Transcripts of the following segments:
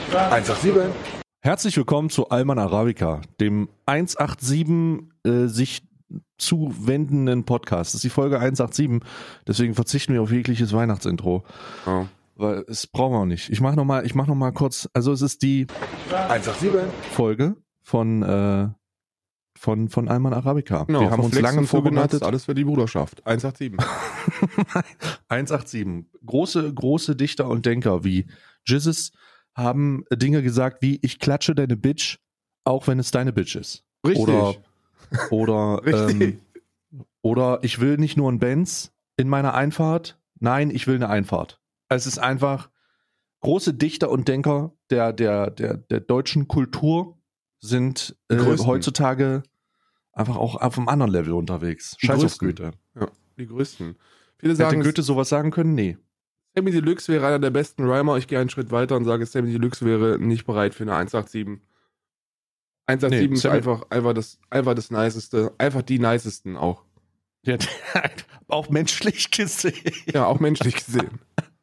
187. Herzlich willkommen zu Alman Arabica, dem 187 sich zuwendenden Podcast. Das ist die Folge 187, deswegen verzichten wir auf jegliches Weihnachtsintro. Oh. Weil es brauchen wir auch nicht. Ich mach noch mal kurz, also es ist die 187. Folge von Alman Arabica. Genau, wir haben uns lange vorbereitet. Alles für die Bruderschaft. 187. 187. Große Dichter und Denker wie Jesus haben Dinge gesagt wie: Ich klatsche deine Bitch, auch wenn es deine Bitch ist. Richtig. Oder Richtig. Oder ich will nicht nur ein Benz in meiner Einfahrt, nein, ich will eine Einfahrt. Es ist einfach, große Dichter und Denker der deutschen Kultur sind heutzutage einfach auch auf einem anderen Level unterwegs. Scheiß auf Goethe. Ja, die größten. Viele sagen, hätte Goethe sowas sagen können? Nee. Sammy Deluxe wäre einer der besten Rhymer. Ich gehe einen Schritt weiter und sage, Sammy Deluxe wäre nicht bereit für eine 187. 187 ist einfach das Niceste. Einfach die Nicesten auch. Ja, auch menschlich gesehen. Ja, auch menschlich gesehen.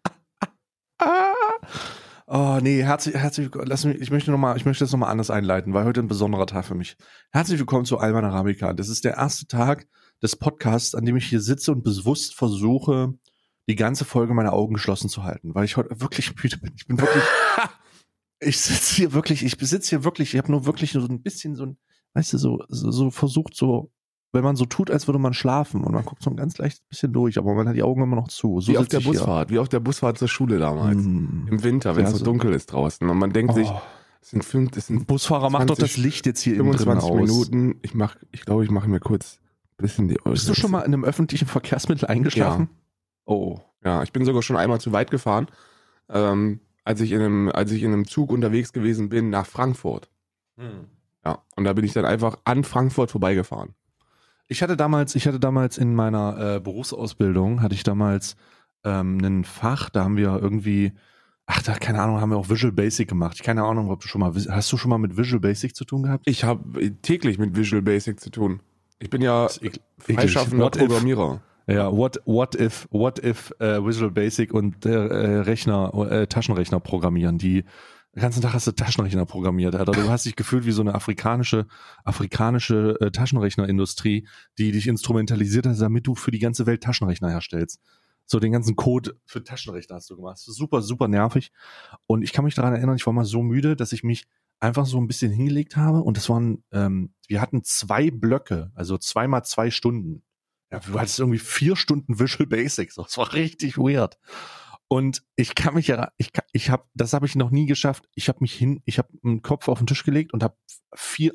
Oh nee, herzlich ich möchte das nochmal anders einleiten, weil heute ein besonderer Tag für mich. Herzlich willkommen zu Alman Arabica. Das ist der erste Tag des Podcasts, an dem ich hier sitze und bewusst versuche, die ganze Folge meine Augen geschlossen zu halten, weil ich heute wirklich müde bin. Ich sitze hier wirklich, ich habe nur wirklich so ein bisschen so ein, weißt du, so versucht so, wenn man so tut, als würde man schlafen und man guckt so ein ganz leichtes bisschen durch, aber man hat die Augen immer noch zu. So wie auf der Busfahrt zur Schule damals. Im Winter, wenn es so dunkel ist draußen und man denkt sich, es sind Busfahrer, macht doch das Licht jetzt hier 25 innen drin Minuten. Ich glaube, ich mache mir kurz ein bisschen die Augen. Bist du schon mal in einem öffentlichen Verkehrsmittel eingeschlafen? Ja. Oh. Ja, ich bin sogar schon einmal zu weit gefahren, als ich in einem Zug unterwegs gewesen bin nach Frankfurt. Ja, und da bin ich dann einfach an Frankfurt vorbeigefahren. Ich hatte damals in meiner Berufsausbildung, ein Fach, da haben wir irgendwie, keine Ahnung, haben wir auch Visual Basic gemacht. Keine Ahnung, hast du schon mal mit Visual Basic zu tun gehabt? Ich habe täglich mit Visual Basic zu tun. Ich bin ja freischaffender Programmierer. Ja, what if Visual Basic und Taschenrechner programmieren, den ganzen Tag hast du Taschenrechner programmiert, Alter. Du hast dich gefühlt wie so eine afrikanische Taschenrechnerindustrie, die dich instrumentalisiert hat, damit du für die ganze Welt Taschenrechner herstellst. So den ganzen Code für Taschenrechner hast du gemacht. Das ist super, super nervig. Und ich kann mich daran erinnern, ich war mal so müde, dass ich mich einfach so ein bisschen hingelegt habe und das waren, wir hatten 2 Blöcke, also 2 mal 2 Stunden. Ja, du hattest irgendwie 4 Stunden Visual Basics. Das war richtig weird. Und das habe ich noch nie geschafft. Ich habe einen Kopf auf den Tisch gelegt und habe 4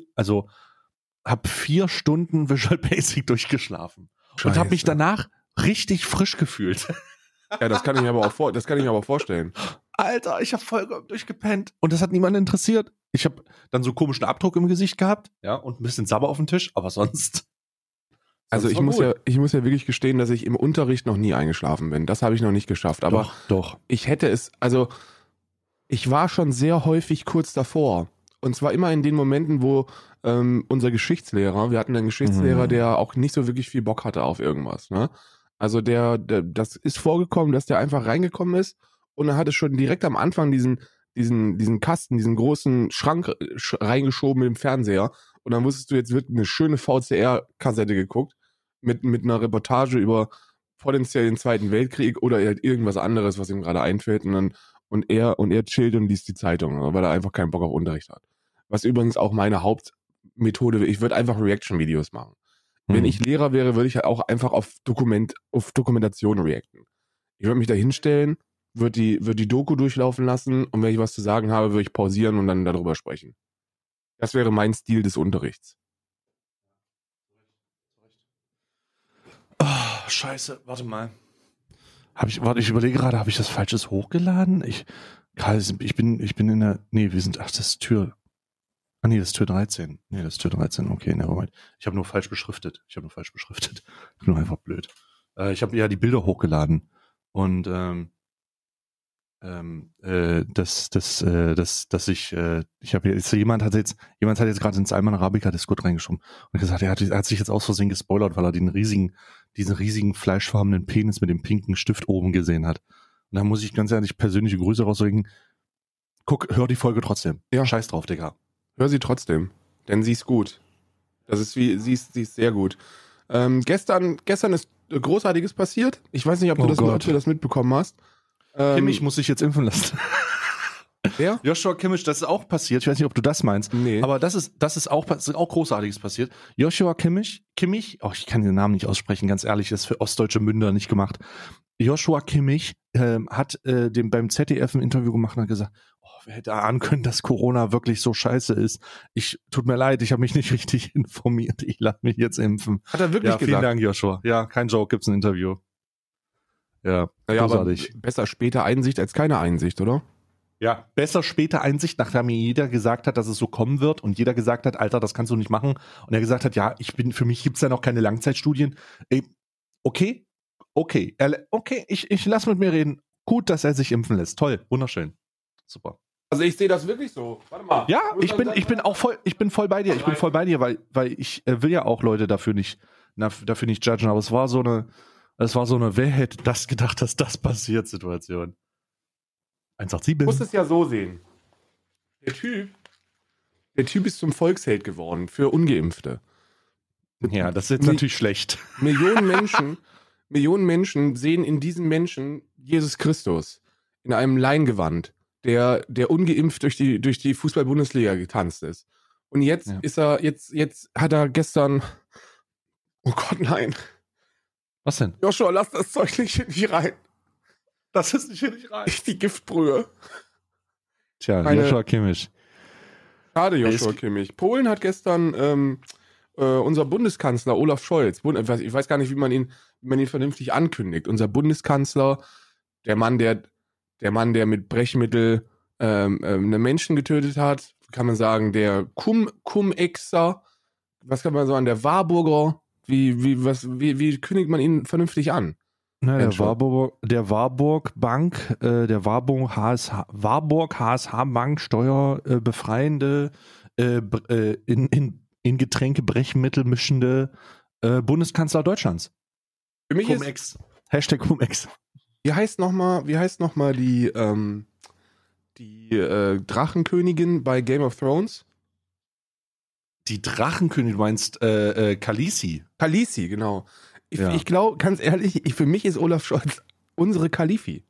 Stunden Visual Basic durchgeschlafen. Scheiße. Und habe mich danach richtig frisch gefühlt. Ja, das kann ich mir aber auch vorstellen. Alter, ich habe voll durchgepennt und das hat niemanden interessiert. Ich habe dann so einen komischen Abdruck im Gesicht gehabt, ja, und ein bisschen Sabber auf dem Tisch, aber sonst. Also ich muss ja wirklich gestehen, dass ich im Unterricht noch nie eingeschlafen bin. Das habe ich noch nicht geschafft. Aber doch. Ich war schon sehr häufig kurz davor. Und zwar immer in den Momenten, wo unser Geschichtslehrer, wir hatten einen Geschichtslehrer, der auch nicht so wirklich viel Bock hatte auf irgendwas. Ne? Also das ist vorgekommen, dass der einfach reingekommen ist und er hatte schon direkt am Anfang diesen Kasten, diesen großen Schrank reingeschoben im Fernseher. Und dann wusstest du, jetzt wird eine schöne VCR-Kassette geguckt mit einer Reportage über potenziell den Zweiten Weltkrieg oder halt irgendwas anderes, was ihm gerade einfällt. Und er chillt und liest die Zeitung, weil er einfach keinen Bock auf Unterricht hat. Was übrigens auch meine Hauptmethode wäre. Ich würde einfach Reaction-Videos machen. Wenn ich Lehrer wäre, würde ich halt auch einfach auf Dokumentation reacten. Ich würde mich da hinstellen, würde die Doku durchlaufen lassen und wenn ich was zu sagen habe, würde ich pausieren und dann darüber sprechen. Das wäre mein Stil des Unterrichts. Oh, scheiße, warte mal. Ich überlege gerade, habe ich das Falsches hochgeladen? Ich bin in der, das ist Tür. Das ist Tür 13. Nee, das ist Tür 13. Okay, nevermind. Ich habe nur falsch beschriftet. Ich bin nur einfach blöd. Ich habe ja die Bilder hochgeladen und jemand hat jetzt gerade ins Alman Arabica Discord reingeschoben und gesagt, er hat sich jetzt aus Versehen gespoilert, weil er diesen riesigen fleischfarbenen Penis mit dem pinken Stift oben gesehen hat. Und da muss ich ganz ehrlich persönliche Grüße rausrücken. hör die Folge trotzdem. Ja. Scheiß drauf, Digga. Hör sie trotzdem, denn sie ist gut. Sie ist sehr gut. Gestern ist Großartiges passiert. Ich weiß nicht, ob du das mitbekommen hast. Kimmich muss sich jetzt impfen lassen. Wer? Joshua Kimmich, das ist auch passiert. Ich weiß nicht, ob du das meinst. Nee. Aber das ist auch Großartiges passiert. Joshua Kimmich, ich kann den Namen nicht aussprechen, ganz ehrlich, das ist für ostdeutsche Münder nicht gemacht. Joshua Kimmich hat beim ZDF ein Interview gemacht und hat gesagt, wer hätte ahnen können, dass Corona wirklich so scheiße ist. Tut mir leid, ich habe mich nicht richtig informiert. Ich lasse mich jetzt impfen. Hat er wirklich gesagt? Vielen Dank, Joshua. Ja, kein Joke, gibt's ein Interview. Ja, naja, großartig. Aber besser später Einsicht als keine Einsicht, oder? Ja, besser später Einsicht, nachdem mir jeder gesagt hat, dass es so kommen wird und jeder gesagt hat, Alter, das kannst du nicht machen. Und er gesagt hat, ja, für mich gibt's ja noch keine Langzeitstudien. Okay, ich lass mit mir reden. Gut, dass er sich impfen lässt. Toll, wunderschön. Super. Also ich sehe das wirklich so. Warte mal. Ja, ich bin voll bei dir. Ich bin voll bei dir, weil ich will ja auch Leute dafür nicht judgen. Aber es war so eine, wer hätte das gedacht, dass das passiert, Situation. 187. Du musst es ja so sehen. Der Typ ist zum Volksheld geworden für Ungeimpfte. Ja, das ist jetzt natürlich schlecht. Millionen Menschen sehen in diesem Menschen Jesus Christus in einem Leingewand, der ungeimpft durch die Fußball-Bundesliga getanzt ist. Und jetzt hat er gestern, oh Gott, nein. Was denn? Joshua, lass das Zeug nicht in dich rein. Das ist nicht in dich rein. Die Giftbrühe. Tja, Joshua Kimmich. Schade, Joshua Kimmich. Polen hat gestern unser Bundeskanzler Olaf Scholz, ich weiß gar nicht, wie man ihn vernünftig ankündigt. Unser Bundeskanzler, der Mann, der mit Brechmittel einen Menschen getötet hat, kann man sagen, der Cum-Exer, was kann man sagen, der Warburger, wie kündigt man ihn vernünftig an? Na, der Warburg Bank, der Warburg HSH Bank steuerbefreiende, in Getränke Brechmittel mischende Bundeskanzler Deutschlands. Für mich Cum-Ex. Hashtag Cum-Ex. Wie heißt nochmal die Drachenkönigin bei Game of Thrones? Die Drachenkönigin, du meinst Khaleesi. Khaleesi, genau. Ich glaube, ganz ehrlich, für mich ist Olaf Scholz unsere Khalifi.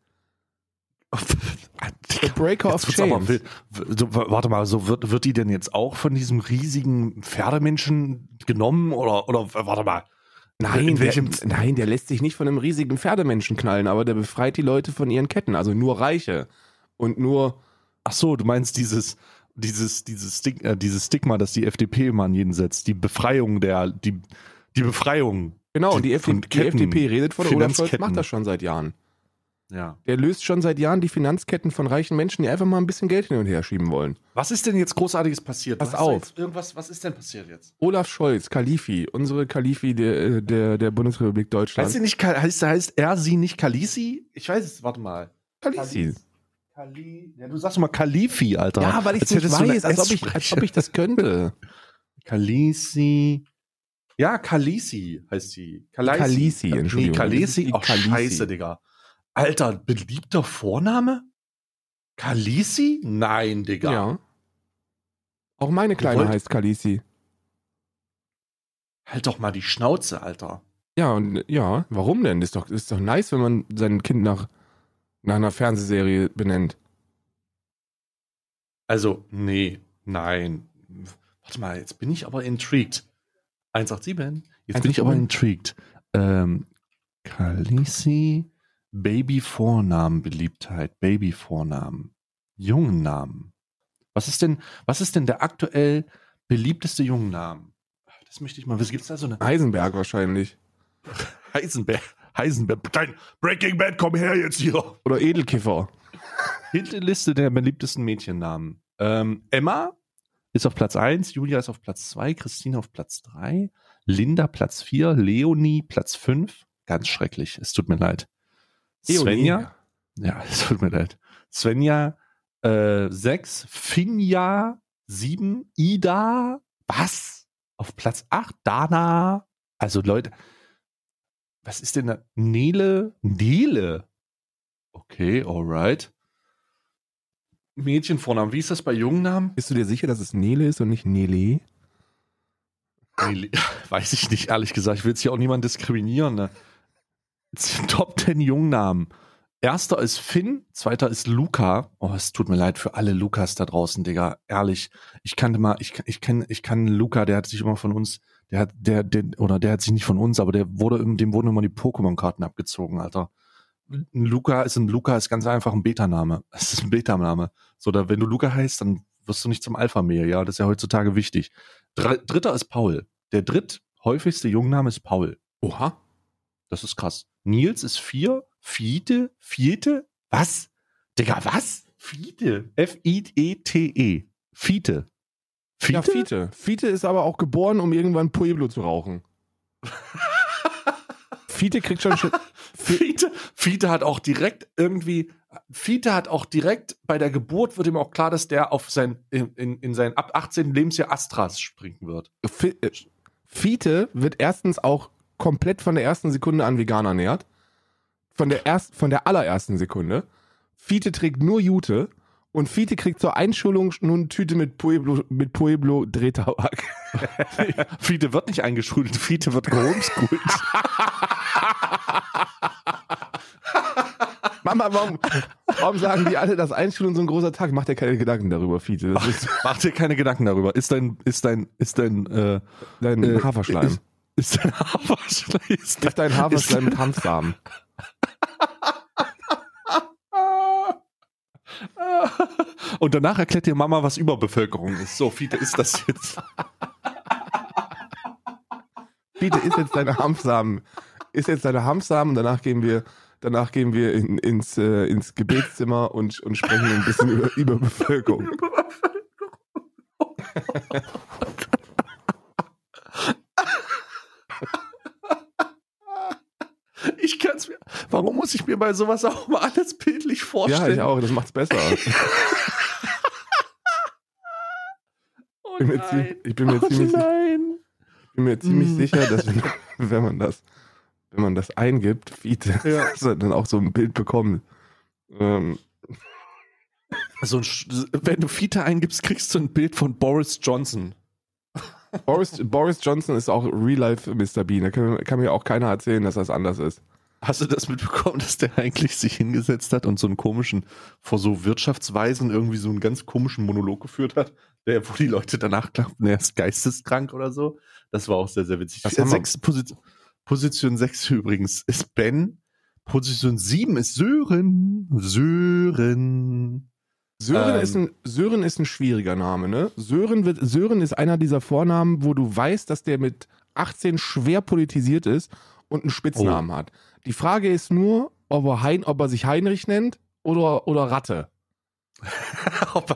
The Breaker of Chains. Warte mal, so wird die denn jetzt auch von diesem riesigen Pferdemenschen genommen? Oder warte mal. Nein, der lässt sich nicht von einem riesigen Pferdemenschen knallen, aber der befreit die Leute von ihren Ketten, also nur Reiche. Und nur. Ach so, du meinst dieses Stigma, das die FDP immer an jeden setzt. Die Befreiung die Befreiung. Genau, und die FDP redet von Olaf Scholz, macht das schon seit Jahren. Ja. Der löst schon seit Jahren die Finanzketten von reichen Menschen, die einfach mal ein bisschen Geld hin und her schieben wollen. Was ist denn jetzt Großartiges passiert? Pass auf. Was ist denn passiert jetzt? Olaf Scholz, Khalifi, unsere Khalifi der Bundesrepublik Deutschland. Heißt er sie nicht Khaleesi? Ich weiß es, warte mal. Khaleesi. Ja, du sagst mal Khalifi, Alter. Ja, weil ich es nicht weiß, als ob ich das könnte. Khaleesi. Ja, Khaleesi heißt sie. Khaleesi, Entschuldigung. Nee, Khaleesi. Ach, scheiße, Digga. Alter, beliebter Vorname? Khaleesi? Nein, Digga. Ja. Auch meine Kleine heißt Khaleesi. Halt doch mal die Schnauze, Alter. Ja, warum denn? Ist doch nice, wenn man sein Kind nach einer Fernsehserie benennt. Also, nein. Warte mal, jetzt bin ich aber intrigued. 187, jetzt bin ich aber intrigued. Khaleesi, Babyvornamen, Beliebtheit, Babyvornamen, Jungennamen. Was ist denn der aktuell beliebteste Jungenname? Das möchte ich mal wissen. Gibt es da so eine? Heisenberg wahrscheinlich. Heisenberg. Dein Breaking Bad, komm her jetzt hier. Oder Edelkiffer. Liste der beliebtesten Mädchennamen. Emma ist auf Platz 1, Julia ist auf Platz 2, Christina auf Platz 3, Linda Platz 4, Leonie Platz 5. Ganz schrecklich, es tut mir leid. Svenja. Ja, es tut mir leid. Svenja 6, Finja 7, Ida, was? Auf Platz 8, Dana. Also Leute, was ist denn da? Nele? Okay, alright. Mädchenvornamen. Wie ist das bei Jungennamen? Bist du dir sicher, dass es Nele ist und nicht Nele? Weiß ich nicht, ehrlich gesagt. Ich will jetzt hier auch niemanden diskriminieren. Ne? Top 10 Jungnamen. Erster ist Finn, zweiter ist Luca. Oh, es tut mir leid für alle Lukas da draußen, Digga. Ehrlich. Ich kann Luca, der hat sich immer von uns, der hat sich nicht von uns, aber dem wurden immer die Pokémon-Karten abgezogen, Alter. Ein Luca ist ganz einfach ein Beta-Name. Es ist ein Beta-Name. So, wenn du Luca heißt, dann wirst du nicht zum Alpha-Mail, ja. Das ist ja heutzutage wichtig. Dritter ist Paul. Der dritthäufigste Jungname ist Paul. Oha. Das ist krass. Nils ist 4. Fiete? Was? Digga, was? Fiete. F-I-E-T-E. Fiete. Ja, Fiete. Fiete ist aber auch geboren, um irgendwann Pueblo zu rauchen. Fiete kriegt schon... Fiete hat auch direkt bei der Geburt wird ihm auch klar, dass der auf in sein ab 18. Lebensjahr Astras springen wird. Fiete wird erstens auch komplett von der ersten Sekunde an vegan ernährt. Von der allerersten Sekunde. Fiete trägt nur Jute und Fiete kriegt zur Einschulung nur eine Tüte mit Pueblo Drehtabak. Fiete wird nicht eingeschult, Fiete wird gehomeschoolt. Mama, warum sagen die alle, dass Einschulung so ein großer Tag? Mach dir keine Gedanken darüber, Fiete. Mach dir keine Gedanken darüber. Ist dein Haferschleim. Ist dein Haferschleim mit Hanfsamen. Und danach erklärt dir Mama, was Überbevölkerung ist. So, Fiete, ist das jetzt? Fiete ist jetzt deine Hanfsamen. Danach gehen wir ins Gebetszimmer und sprechen ein bisschen über Überbevölkerung. Ich kann's mir. Warum muss ich mir bei sowas auch mal alles bildlich vorstellen? Ja, ich auch, das macht's besser. Ich bin mir ziemlich sicher, dass wenn man das eingibt, Fiete, dass er dann auch so ein Bild bekommt. Wenn du Fiete eingibst, kriegst du ein Bild von Boris Johnson. Boris Johnson ist auch Real-Life Mr. Bean. Da kann mir auch keiner erzählen, dass das anders ist. Hast du das mitbekommen, dass der eigentlich sich hingesetzt hat und so einen komischen, vor so Wirtschaftsweisen irgendwie so einen ganz komischen Monolog geführt hat, wo die Leute danach glaubten, er ist geisteskrank oder so? Das war auch sehr, sehr witzig. Position 6 übrigens ist Ben. Position 7 ist Sören. Sören ist ein schwieriger Name, ne? Sören ist einer dieser Vornamen, wo du weißt, dass der mit 18 schwer politisiert ist und einen Spitznamen hat. Die Frage ist nur, ob er sich Heinrich nennt oder Ratte. ob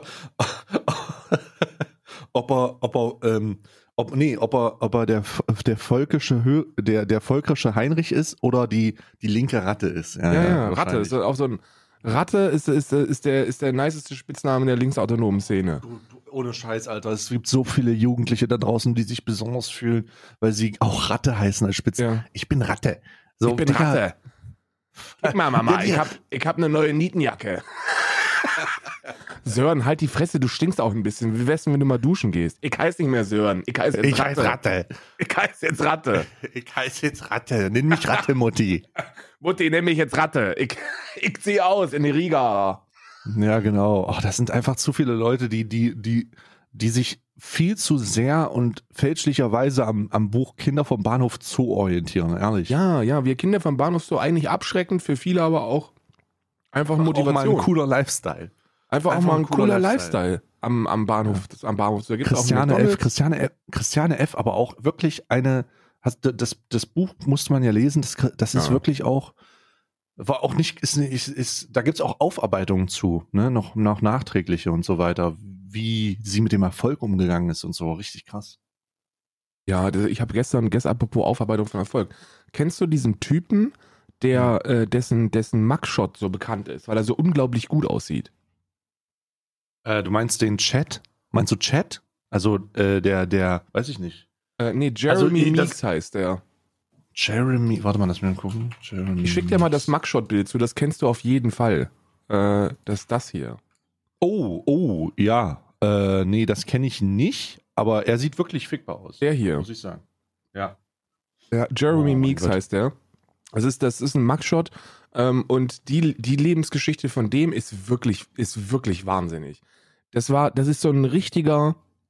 er der völkische Heinrich ist oder die linke Ratte ist. Ja, Ratte ist auch so ein Ratte ist der niceste Spitzname der linksautonomen Szene. Du, ohne Scheiß, Alter. Es gibt so viele Jugendliche da draußen, die sich besonders fühlen, weil sie auch Ratte heißen als Spitzname. Ja. Ich bin Ratte. So, ich bin Ratte. Guck mal, Mama, ich hab eine neue Nietenjacke. Sören, halt die Fresse, du stinkst auch ein bisschen. Wie wär's denn, wenn du mal duschen gehst? Ich heiß nicht mehr Sören. Ich heiß jetzt Ratte. Ich heiß jetzt Ratte. Nenn mich Ratte, Mutti. Mutti, nenn mich jetzt Ratte. Ich zieh aus in die Riga. Ja, genau. Oh, das sind einfach zu viele Leute, die sich viel zu sehr und fälschlicherweise am Buch Kinder vom Bahnhof Zoo orientieren, ehrlich. Ja, wir Kinder vom Bahnhof Zoo eigentlich abschreckend, für viele aber auch einfach Motivation. Auch mal ein cooler Lifestyle. Einfach auch mal ein cooler Lifestyle am Bahnhof. Ja. Am Bahnhof. Da gibt's Christiane F., aber auch wirklich das Buch musste man ja lesen, das ist wirklich auch, war auch nicht, da gibt's auch Aufarbeitungen zu, ne, noch nachträgliche und so weiter, wie sie mit dem Erfolg umgegangen ist und so, richtig krass. Ja, ich habe gestern apropos Aufarbeitung von Erfolg. Kennst du diesen Typen, dessen Mugshot so bekannt ist, weil er so unglaublich gut aussieht? Du meinst den Chat? Meinst du Chat? Also der, weiß ich nicht. Nee, Jeremy Meeks heißt der. Jeremy, warte mal, lass mich mal gucken. Ich schick dir mal das Mugshot-Bild zu, das kennst du auf jeden Fall. Das hier. Ja. Nee, das kenne ich nicht, aber er sieht wirklich fickbar aus. Der hier. Muss ich sagen. Ja. Ja, Jeremy Oh mein Meeks Gott. heißt der. Das ist ein Mugshot und die Lebensgeschichte von dem ist wirklich wahnsinnig. Das ist so ein richtiger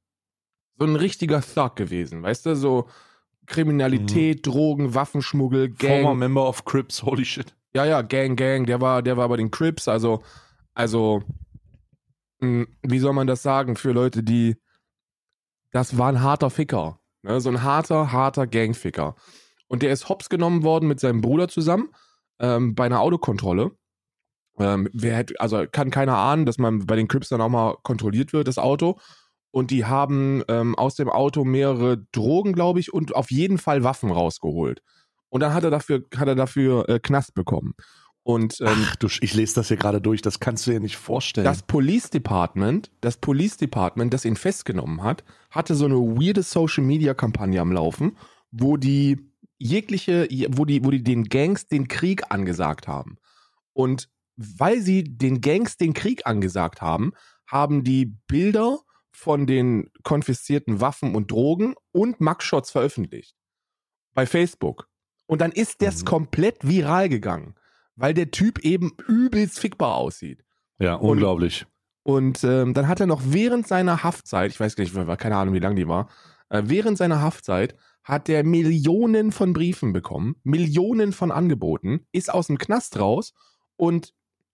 Thug gewesen, weißt du, so Kriminalität, Drogen, Waffenschmuggel, Gang. Former Member of Crips, holy shit. Ja, Gang, der war bei den Crips, also wie soll man das sagen für Leute, das war ein harter Ficker, ne? So ein harter Gangficker. Und der ist hops genommen worden mit seinem Bruder zusammen bei einer Autokontrolle. Kann keiner ahnen, dass man bei den Crips dann auch mal kontrolliert wird, das Auto. Und die haben aus dem Auto mehrere Drogen, glaube ich, und auf jeden Fall Waffen rausgeholt. Und dann hat er dafür Knast bekommen. Und ich lese das hier gerade durch, das kannst du dir nicht vorstellen. das Police Department, das ihn festgenommen hat, hatte so eine weirde Social-Media-Kampagne am Laufen, wo die den Gangs den Krieg angesagt haben. Und weil sie den Gangs den Krieg angesagt haben, haben die Bilder von den konfiszierten Waffen und Drogen und Mugshots veröffentlicht. Bei Facebook. Und dann ist das komplett viral gegangen, weil der Typ eben übelst fickbar aussieht. Ja, unglaublich. Und dann hat er noch während seiner Haftzeit, ich weiß gar nicht, keine Ahnung, wie lang die war, während seiner Haftzeit hat er Millionen von Briefen bekommen, Millionen von Angeboten, ist aus dem Knast raus und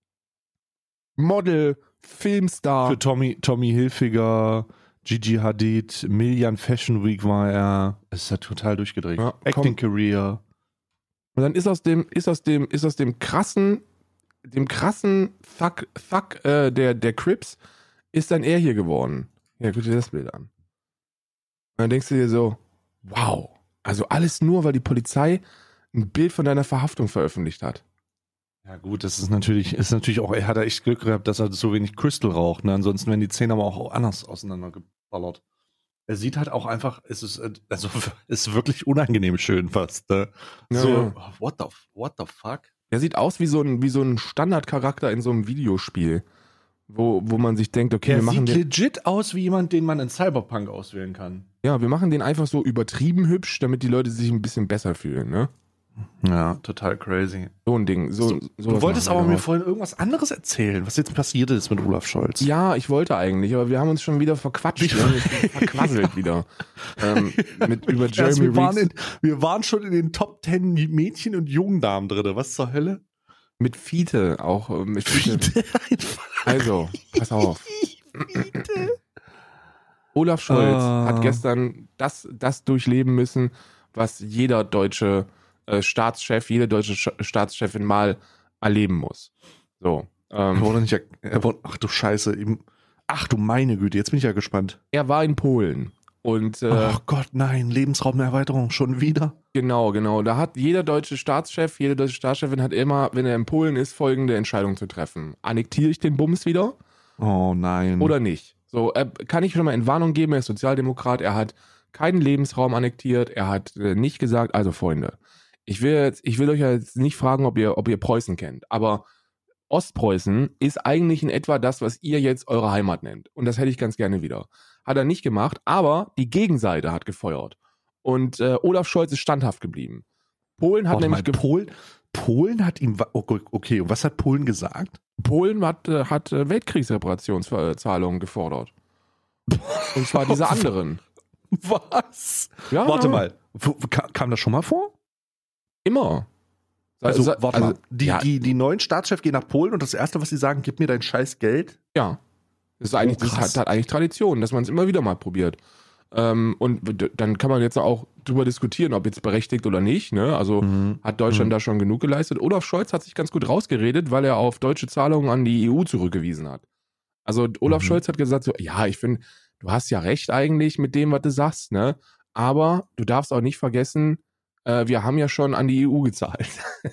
Model, Filmstar. Für Tommy Hilfiger, Gigi Hadid, Million Fashion Week war er. Es ist ja total durchgedreht. Ja, Acting Career. Und dann ist aus dem krassen Thug der Crips ist dann er hier geworden. Ja, guck dir das Bild an. Und dann denkst du dir so, wow, also alles nur, weil die Polizei ein Bild von deiner Verhaftung veröffentlicht hat. Ja gut, das ist natürlich auch, er hat da echt Glück gehabt, dass er so wenig Crystal raucht. Ne? Ansonsten wären die Zähne aber auch anders auseinandergeballert. Er sieht halt auch einfach, es ist wirklich unangenehm schön fast. Ne? Ja, so, ja. what the fuck? Er sieht aus wie so ein Standardcharakter in so einem Videospiel, wo man sich denkt, okay, Er sieht legit aus wie jemand, den man in Cyberpunk auswählen kann. Ja, wir machen den einfach so übertrieben hübsch, damit die Leute sich ein bisschen besser fühlen, ne? Ja, total crazy. So ein Ding. Du wolltest aber mir vorhin irgendwas anderes erzählen, was jetzt passiert ist mit Olaf Scholz. Ja, ich wollte eigentlich, aber wir haben uns schon wieder verquatscht. Wir haben uns verquasselt wieder. Über Jeremy Reeks. Wir waren schon in den Top 10 Mädchen- und Jungdamen drin. Was zur Hölle? Mit Fiete auch. Mit Fiete. Also, pass auf. Olaf Scholz hat gestern das durchleben müssen, was jeder deutsche jede deutsche Staatschefin mal erleben muss. So. Ach du Scheiße. Ach du meine Güte, jetzt bin ich ja gespannt. Er war in Polen. Und, oh Gott, nein, Lebensraumerweiterung, schon wieder? Genau. Da hat jede deutsche Staatschefin hat immer, wenn er in Polen ist, folgende Entscheidung zu treffen. Annektiere ich den Bums wieder? Oh nein. Oder nicht? So, kann ich schon mal in Warnung geben, er ist Sozialdemokrat, er hat keinen Lebensraum annektiert, er hat nicht gesagt, also Freunde, ich will euch ja jetzt nicht fragen, ob ihr Preußen kennt, aber Ostpreußen ist eigentlich in etwa das, was ihr jetzt eure Heimat nennt. Und das hätte ich ganz gerne wieder. Hat er nicht gemacht, aber die Gegenseite hat gefeuert. Und Olaf Scholz ist standhaft geblieben. Polen hat Polen hat ihm, okay, und was hat Polen gesagt? Polen hat Weltkriegsreparationszahlungen gefordert. Und zwar diese anderen. Was? Ja, Warte mal, kam das schon mal vor? Immer. Also, warte mal, die neuen Staatschefs gehen nach Polen und das Erste, was sie sagen, gib mir dein scheiß Geld? Ja. Das hat eigentlich Tradition, dass man es immer wieder mal probiert. Und dann kann man jetzt auch drüber diskutieren, ob jetzt berechtigt oder nicht. Ne? Also hat Deutschland da schon genug geleistet. Olaf Scholz hat sich ganz gut rausgeredet, weil er auf deutsche Zahlungen an die EU zurückgewiesen hat. Also Olaf Scholz hat gesagt so, ja, ich finde, du hast ja recht eigentlich mit dem, was du sagst, ne? Aber du darfst auch nicht vergessen, wir haben ja schon an die EU gezahlt.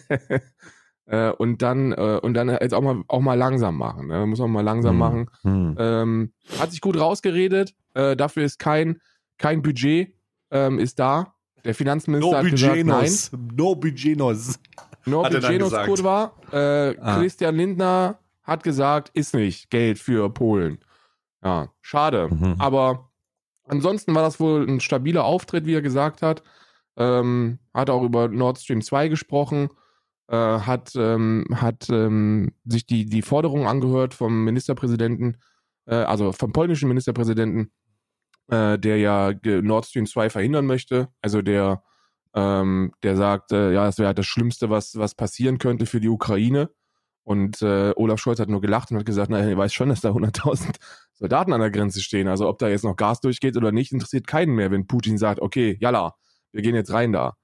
Und dann jetzt auch mal langsam machen. Ne? Muss auch mal langsam machen. Hat sich gut rausgeredet. Dafür ist kein Budget ist da. Der Finanzminister hat gesagt, nein. No Budgenos. No Budgenos Code war. Christian Lindner hat gesagt, ist nicht Geld für Polen. Ja, schade. Aber ansonsten war das wohl ein stabiler Auftritt, wie er gesagt hat. Hat auch über Nord Stream 2 gesprochen, hat sich die Forderungen angehört vom Ministerpräsidenten, also vom polnischen Ministerpräsidenten, der ja Nord Stream 2 verhindern möchte. Also der sagt, ja, das wäre halt das Schlimmste, was passieren könnte für die Ukraine. Und Olaf Scholz hat nur gelacht und hat gesagt, naja, ihr weiß schon, dass da 100.000 Soldaten an der Grenze stehen. Also ob da jetzt noch Gas durchgeht oder nicht, interessiert keinen mehr, wenn Putin sagt, okay, jalla, wir gehen jetzt rein da.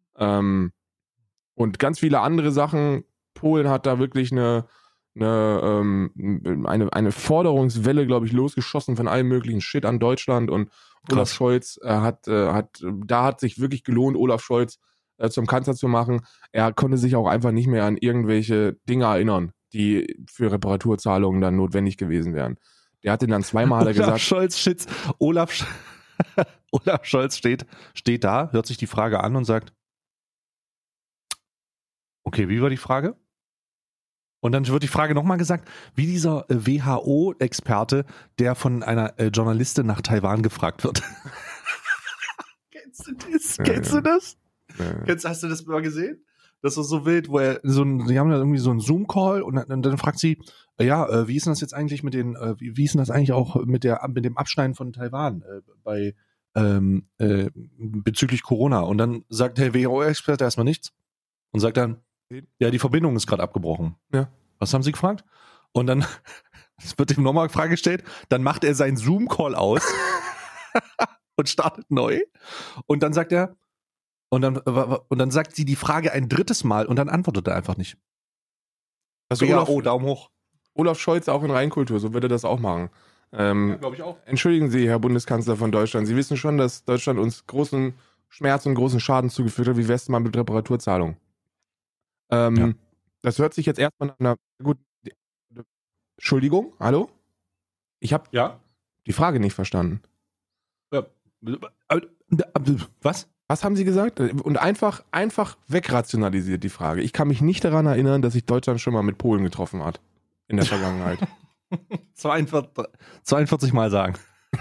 Und ganz viele andere Sachen. Polen hat da wirklich eine Forderungswelle, glaube ich, losgeschossen von allem möglichen Shit an Deutschland. Und Olaf Scholz hat sich wirklich gelohnt, Olaf Scholz zum Kanzler zu machen. Er konnte sich auch einfach nicht mehr an irgendwelche Dinge erinnern, die für Reparaturzahlungen dann notwendig gewesen wären. Der hat ihn dann zweimal gesagt. Olaf Scholz steht da, hört sich die Frage an und sagt, okay, wie war die Frage? Und dann wird die Frage nochmal gesagt, wie dieser WHO-Experte, der von einer Journalistin nach Taiwan gefragt wird. Kennst du das? Kennst du das? Hast du das mal gesehen? Das ist so wild, wo die haben da irgendwie so einen Zoom-Call und dann fragt sie, wie ist denn das jetzt eigentlich mit den, wie ist denn das eigentlich auch mit dem Abschneiden von Taiwan bezüglich Corona? Und dann sagt der WHO-Experte erstmal nichts und sagt dann, ja, die Verbindung ist gerade abgebrochen. Ja. Was haben Sie gefragt? Und dann es wird ihm nochmal eine Frage gestellt, dann macht er seinen Zoom-Call aus und startet neu. Und dann sagt er, und dann sagt sie die Frage ein drittes Mal und dann antwortet er einfach nicht. Also Daumen hoch. Olaf Scholz auch in Rheinkultur, so würde er das auch machen. Glaube ich auch. Entschuldigen Sie, Herr Bundeskanzler von Deutschland, Sie wissen schon, dass Deutschland uns großen Schmerz und großen Schaden zugefügt hat. Wie wär's mal mit Reparaturzahlung? Das hört sich jetzt erstmal nach einer guten. Entschuldigung, hallo? Ich habe die Frage nicht verstanden. Was? Was haben Sie gesagt? Und einfach wegrationalisiert die Frage. Ich kann mich nicht daran erinnern, dass sich Deutschland schon mal mit Polen getroffen hat in der Vergangenheit. 42 Mal sagen.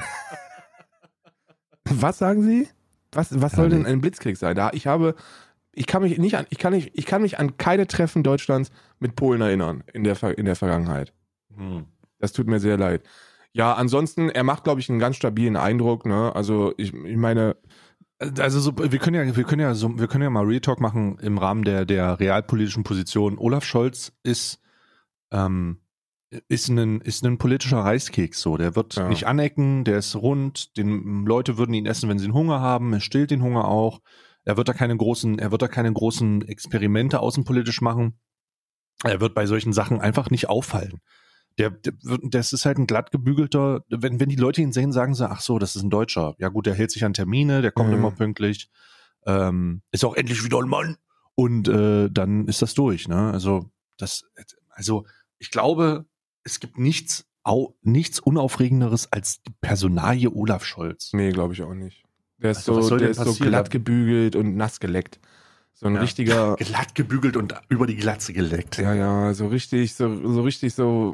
Was sagen Sie? Was soll denn ein Blitzkrieg sein? Ich kann mich an keine Treffen Deutschlands mit Polen erinnern in der Vergangenheit. Das tut mir sehr leid. Ja, ansonsten, er macht, glaube ich, einen ganz stabilen Eindruck, ne? Also ich meine, also wir können ja mal Real Talk machen im Rahmen der realpolitischen Position. Olaf Scholz ist ein politischer Reiskeks, so. Der wird nicht anecken, der ist rund, Leute würden ihn essen, wenn sie einen Hunger haben, er stillt den Hunger auch. Er wird da keine großen Experimente außenpolitisch machen. Er wird bei solchen Sachen einfach nicht auffallen. Das ist halt ein glatt gebügelter, wenn die Leute ihn sehen, sagen sie, ach so, das ist ein Deutscher. Ja gut, der hält sich an Termine, der kommt immer pünktlich, ist auch endlich wieder ein Mann und dann ist das durch, ne? Also ich glaube, es gibt nichts Unaufregenderes als die Personalie Olaf Scholz. Nee, glaube ich auch nicht. Der ist so glatt gebügelt und nass geleckt. So ein richtiger. Glatt gebügelt und über die Glatze geleckt. Ja, so richtig so.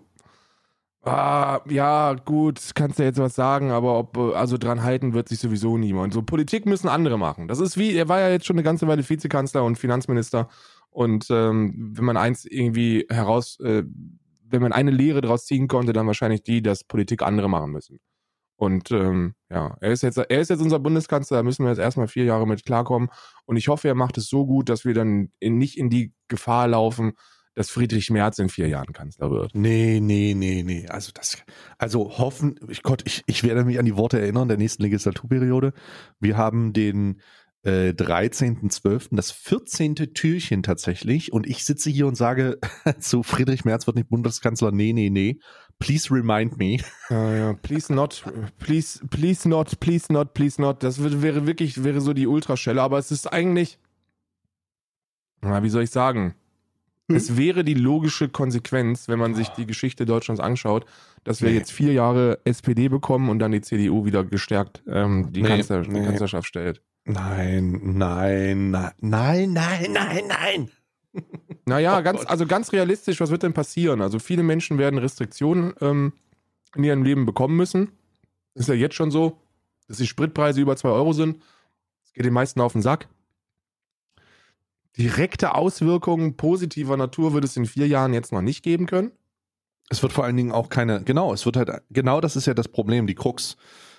Ja, gut, kannst du jetzt was sagen, aber also dran halten wird sich sowieso niemand. So Politik müssen andere machen. Das ist er war ja jetzt schon eine ganze Weile Vizekanzler und Finanzminister. Und wenn man wenn man eine Lehre daraus ziehen konnte, dann wahrscheinlich die, dass Politik andere machen müssen. Und er ist jetzt unser Bundeskanzler, da müssen wir jetzt erstmal 4 Jahre mit klarkommen. Und ich hoffe, er macht es so gut, dass wir dann nicht in die Gefahr laufen, dass Friedrich Merz in 4 Jahren Kanzler wird. Nee. Ich werde mich an die Worte erinnern der nächsten Legislaturperiode. Wir haben den 13.12., das 14. Türchen tatsächlich. Und ich sitze hier und sage zu Friedrich Merz wird nicht Bundeskanzler. Nee. Please remind me. Ja, please not. Das wäre so die Ultraschelle. Aber es ist eigentlich, wie soll ich sagen? Es wäre die logische Konsequenz, wenn man sich die Geschichte Deutschlands anschaut, dass wir jetzt 4 Jahre SPD bekommen und dann die CDU wieder gestärkt die Kanzlerschaft stellt. Nein. Naja, Oh Gott. ganz realistisch, was wird denn passieren? Also viele Menschen werden Restriktionen in ihrem Leben bekommen müssen. Ist ja jetzt schon so, dass die Spritpreise über 2 Euro sind. Das geht den meisten auf den Sack. Direkte Auswirkungen positiver Natur wird es in 4 Jahren jetzt noch nicht geben können. Es wird vor allen Dingen auch es wird halt, genau das ist ja das Problem, die Krux.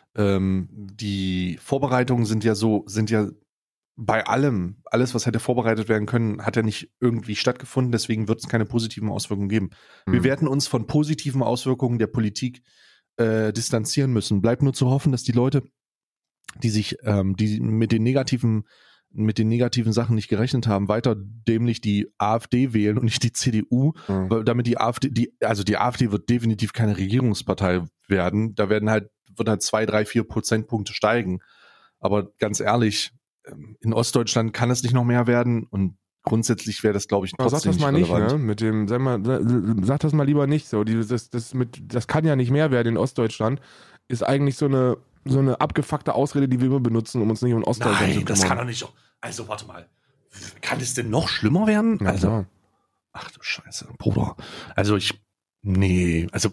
Die Vorbereitungen sind ja bei alles, was hätte vorbereitet werden können, hat ja nicht irgendwie stattgefunden, deswegen wird es keine positiven Auswirkungen geben. Wir werden uns von positiven Auswirkungen der Politik distanzieren müssen. Bleibt nur zu hoffen, dass die Leute, die mit den negativen Sachen nicht gerechnet haben, weiter dämlich die AfD wählen und nicht die CDU, weil damit die AfD, die AfD wird definitiv keine Regierungspartei werden. Da wird halt 2, 3, 4 Prozentpunkte steigen. Aber ganz ehrlich, in Ostdeutschland kann es nicht noch mehr werden und grundsätzlich wäre das, glaube ich, Sag trotzdem das mal nicht nicht, relevant. ne? Mit dem, sag das mal lieber nicht so. Das kann ja nicht mehr werden in Ostdeutschland. Ist eigentlich so eine abgefuckte Ausrede, die wir immer benutzen, um uns nicht um Ostdeutschland zu Nein, kümmern. das kann doch nicht. Also, warte mal. Kann es denn noch schlimmer werden? Ja, Also, klar. ach du Scheiße, Bruder. Also, nee. Also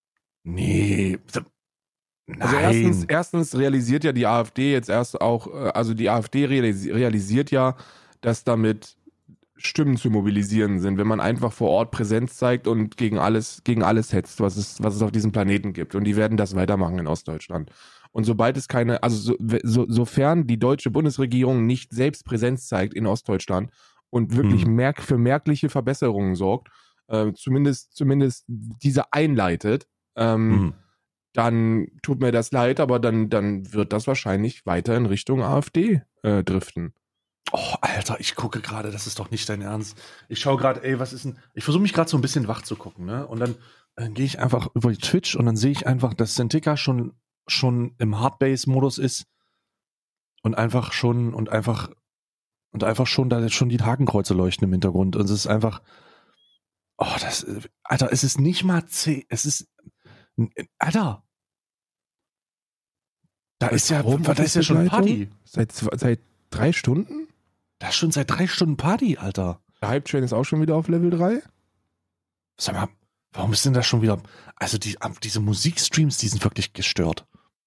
Nein. erstens realisiert ja die AfD jetzt erst auch, also die AfD realisiert ja, dass damit Stimmen zu mobilisieren sind, wenn man einfach vor Ort Präsenz zeigt und gegen alles hetzt, was es auf diesem Planeten gibt. Und die werden das weitermachen in Ostdeutschland. Und sobald es sofern die deutsche Bundesregierung nicht selbst Präsenz zeigt in Ostdeutschland und wirklich für merkliche Verbesserungen sorgt, zumindest diese einleitet, dann tut mir das leid, aber dann wird das wahrscheinlich weiter in Richtung AfD driften. Oh, Alter, ich gucke gerade, das ist doch nicht dein Ernst. Ich schaue gerade, was ist denn. Ich versuche mich gerade so ein bisschen wach zu gucken, ne? Und dann gehe ich einfach über Twitch und dann sehe ich einfach, dass Sentika schon im Hardbase-Modus ist und einfach schon da schon die Hakenkreuze leuchten im Hintergrund. Und es ist einfach. Oh, Alter, es ist nicht mal Alter. Da ist ja schon Party. Seit 3 Stunden? Da ist schon seit 3 Stunden Party, Alter. Der Hype-Train ist auch schon wieder auf Level 3? Sag mal, warum ist denn das schon wieder? Also diese Musikstreams, die sind wirklich gestört.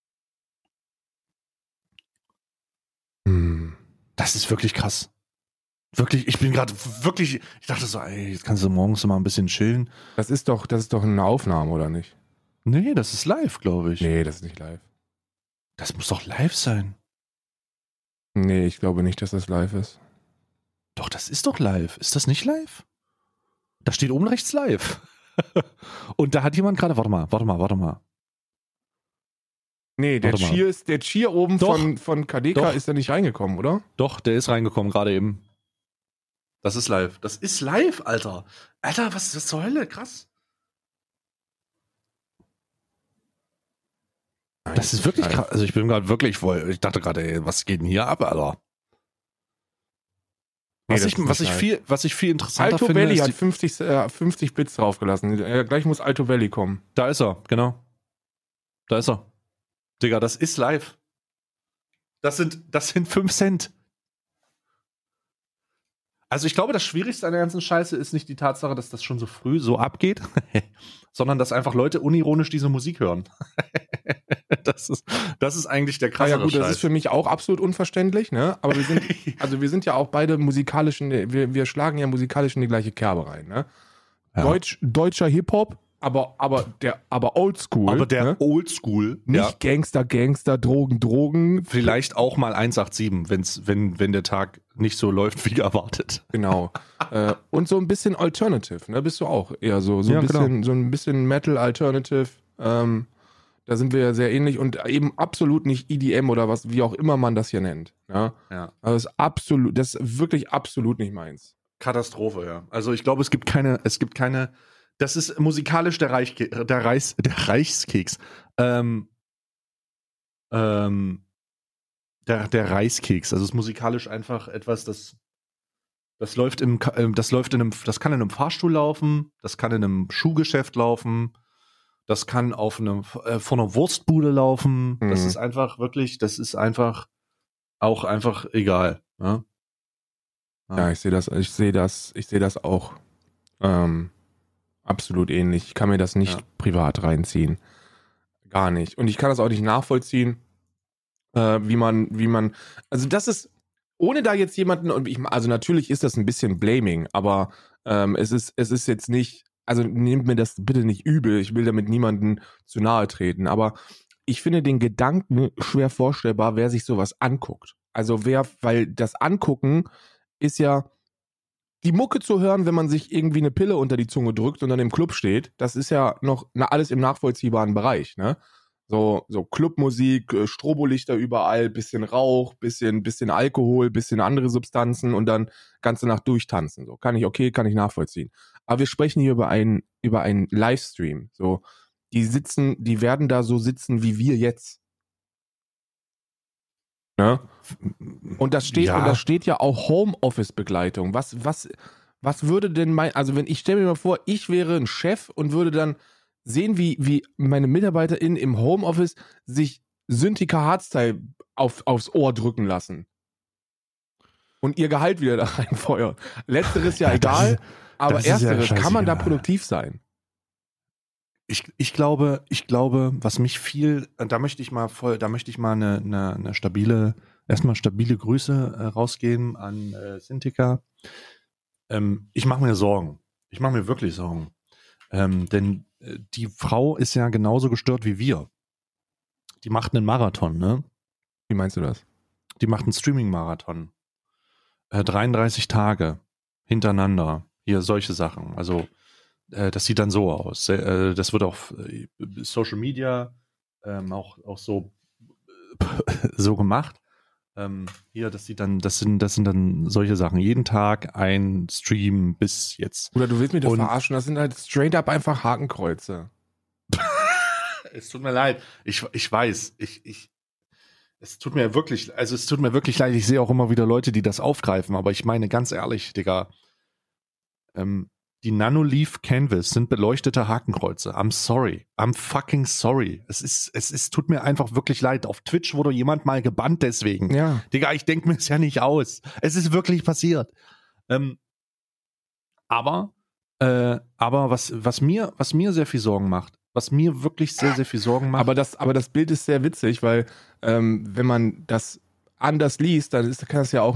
Das ist wirklich krass. Wirklich, ich dachte so, jetzt kannst du morgens mal ein bisschen chillen. Das ist doch eine Aufnahme, oder nicht? Nee, das ist live, glaube ich. Nee, das ist nicht live. Das muss doch live sein. Nee, ich glaube nicht, dass das live ist. Doch, das ist doch live. Ist das nicht live? Da steht oben rechts live. Und da hat jemand gerade, warte mal. Nee, der Cheer oben von KDK Doch. ist da nicht reingekommen, oder? Doch, der ist reingekommen, gerade eben. Das ist live. Das ist live, Alter. Alter, was ist das zur Hölle? Krass. Nein, Das ist wirklich krass. Also ich bin gerade wirklich voll. Ich dachte gerade, was geht denn hier ab, Alter? Was ich viel interessanter Alto finde, Belly ist hat 50 Bits draufgelassen. Gleich muss Alto Belly kommen. da ist er, genau. Da ist er. Digga, das ist live. Das sind 5 Cent. Also ich glaube, das Schwierigste an der ganzen Scheiße ist nicht die Tatsache, dass das schon so früh so abgeht, sondern dass einfach Leute unironisch diese Musik hören. Das ist eigentlich der krassere Ja gut, Scheiß. das ist für mich auch absolut unverständlich, ne? Aber wir sind ja auch beide wir schlagen ja musikalisch in die gleiche Kerbe rein, ne? Ja. Deutscher Hip-Hop, aber oldschool. Aber der ne? Oldschool, Nicht Gangster, Drogen. vielleicht auch mal 187, wenn der Tag nicht so läuft wie erwartet. Genau. Und so ein bisschen Alternative, ne? Bist du auch eher so Ja, ein bisschen Metal Alternative. Da sind wir ja sehr ähnlich und eben absolut nicht EDM oder was, wie auch immer man das hier nennt. Ja. Also das ist wirklich absolut nicht meins. Katastrophe, ja. Also ich glaube, es gibt keine, das ist musikalisch der Reichskeks. Der Reiskeks. Also es ist musikalisch einfach etwas, das läuft das kann in einem Fahrstuhl laufen, das kann in einem Schuhgeschäft laufen, das kann vor einer Wurstbude laufen. Das ist einfach auch einfach egal. Ja? Ja, ich sehe das auch absolut ähnlich. Ich kann mir das nicht privat reinziehen. Gar nicht. Und ich kann das auch nicht nachvollziehen, wie man, also das ist, ohne da jetzt jemanden, also natürlich ist das ein bisschen Blaming, aber es ist jetzt nicht, also nehmt mir das bitte nicht übel, ich will damit niemanden zu nahe treten, aber ich finde den Gedanken schwer vorstellbar, wer sich sowas anguckt. Also weil das Angucken ist ja, die Mucke zu hören, wenn man sich irgendwie eine Pille unter die Zunge drückt und dann im Club steht, das ist ja noch alles im nachvollziehbaren Bereich, ne? So Clubmusik, Strobolichter überall, bisschen Rauch, bisschen Alkohol, bisschen andere Substanzen und dann ganze Nacht durchtanzen. So kann ich nachvollziehen. Aber wir sprechen hier über einen Livestream. So, die werden da so sitzen wie wir jetzt. Ne? Und das steht ja auch Homeoffice-Begleitung. Was würde denn also wenn ich stelle mir mal vor, ich wäre ein Chef und würde dann sehen, wie meine MitarbeiterInnen im Homeoffice sich Synthika Hardstyle aufs Ohr drücken lassen. Und ihr Gehalt wieder da reinfeuern. Letzteres ja egal, aber ersteres, kann man da produktiv sein? Ich glaube, was mich da möchte ich mal eine stabile Grüße rausgeben an Synthika. Ich mache mir Sorgen. Ich mache mir wirklich Sorgen. Denn die Frau ist ja genauso gestört wie wir. Die macht einen Marathon, ne? Wie meinst du das? Die macht einen Streaming-Marathon. 33 Tage hintereinander. Hier solche Sachen. Also das sieht dann so aus. Das wird auf Social Media auch so gemacht. Hier, das sind dann solche Sachen. Jeden Tag ein Stream bis jetzt. Oder du willst mich doch verarschen, das sind halt straight up einfach Hakenkreuze. Es tut mir leid. Ich weiß. Es tut mir wirklich leid. Ich sehe auch immer wieder Leute, die das aufgreifen, aber ich meine ganz ehrlich, Digga, die Nanoleaf Canvas sind beleuchtete Hakenkreuze. I'm sorry. I'm fucking sorry. Es tut mir einfach wirklich leid. Auf Twitch wurde jemand mal gebannt deswegen. Ja. Digga, ich denke mir es ja nicht aus. Es ist wirklich passiert. Aber was mir sehr viel Sorgen macht, was mir wirklich sehr, sehr viel Sorgen macht. Aber das Bild ist sehr witzig, weil wenn man das anders liest, dann kann das ja auch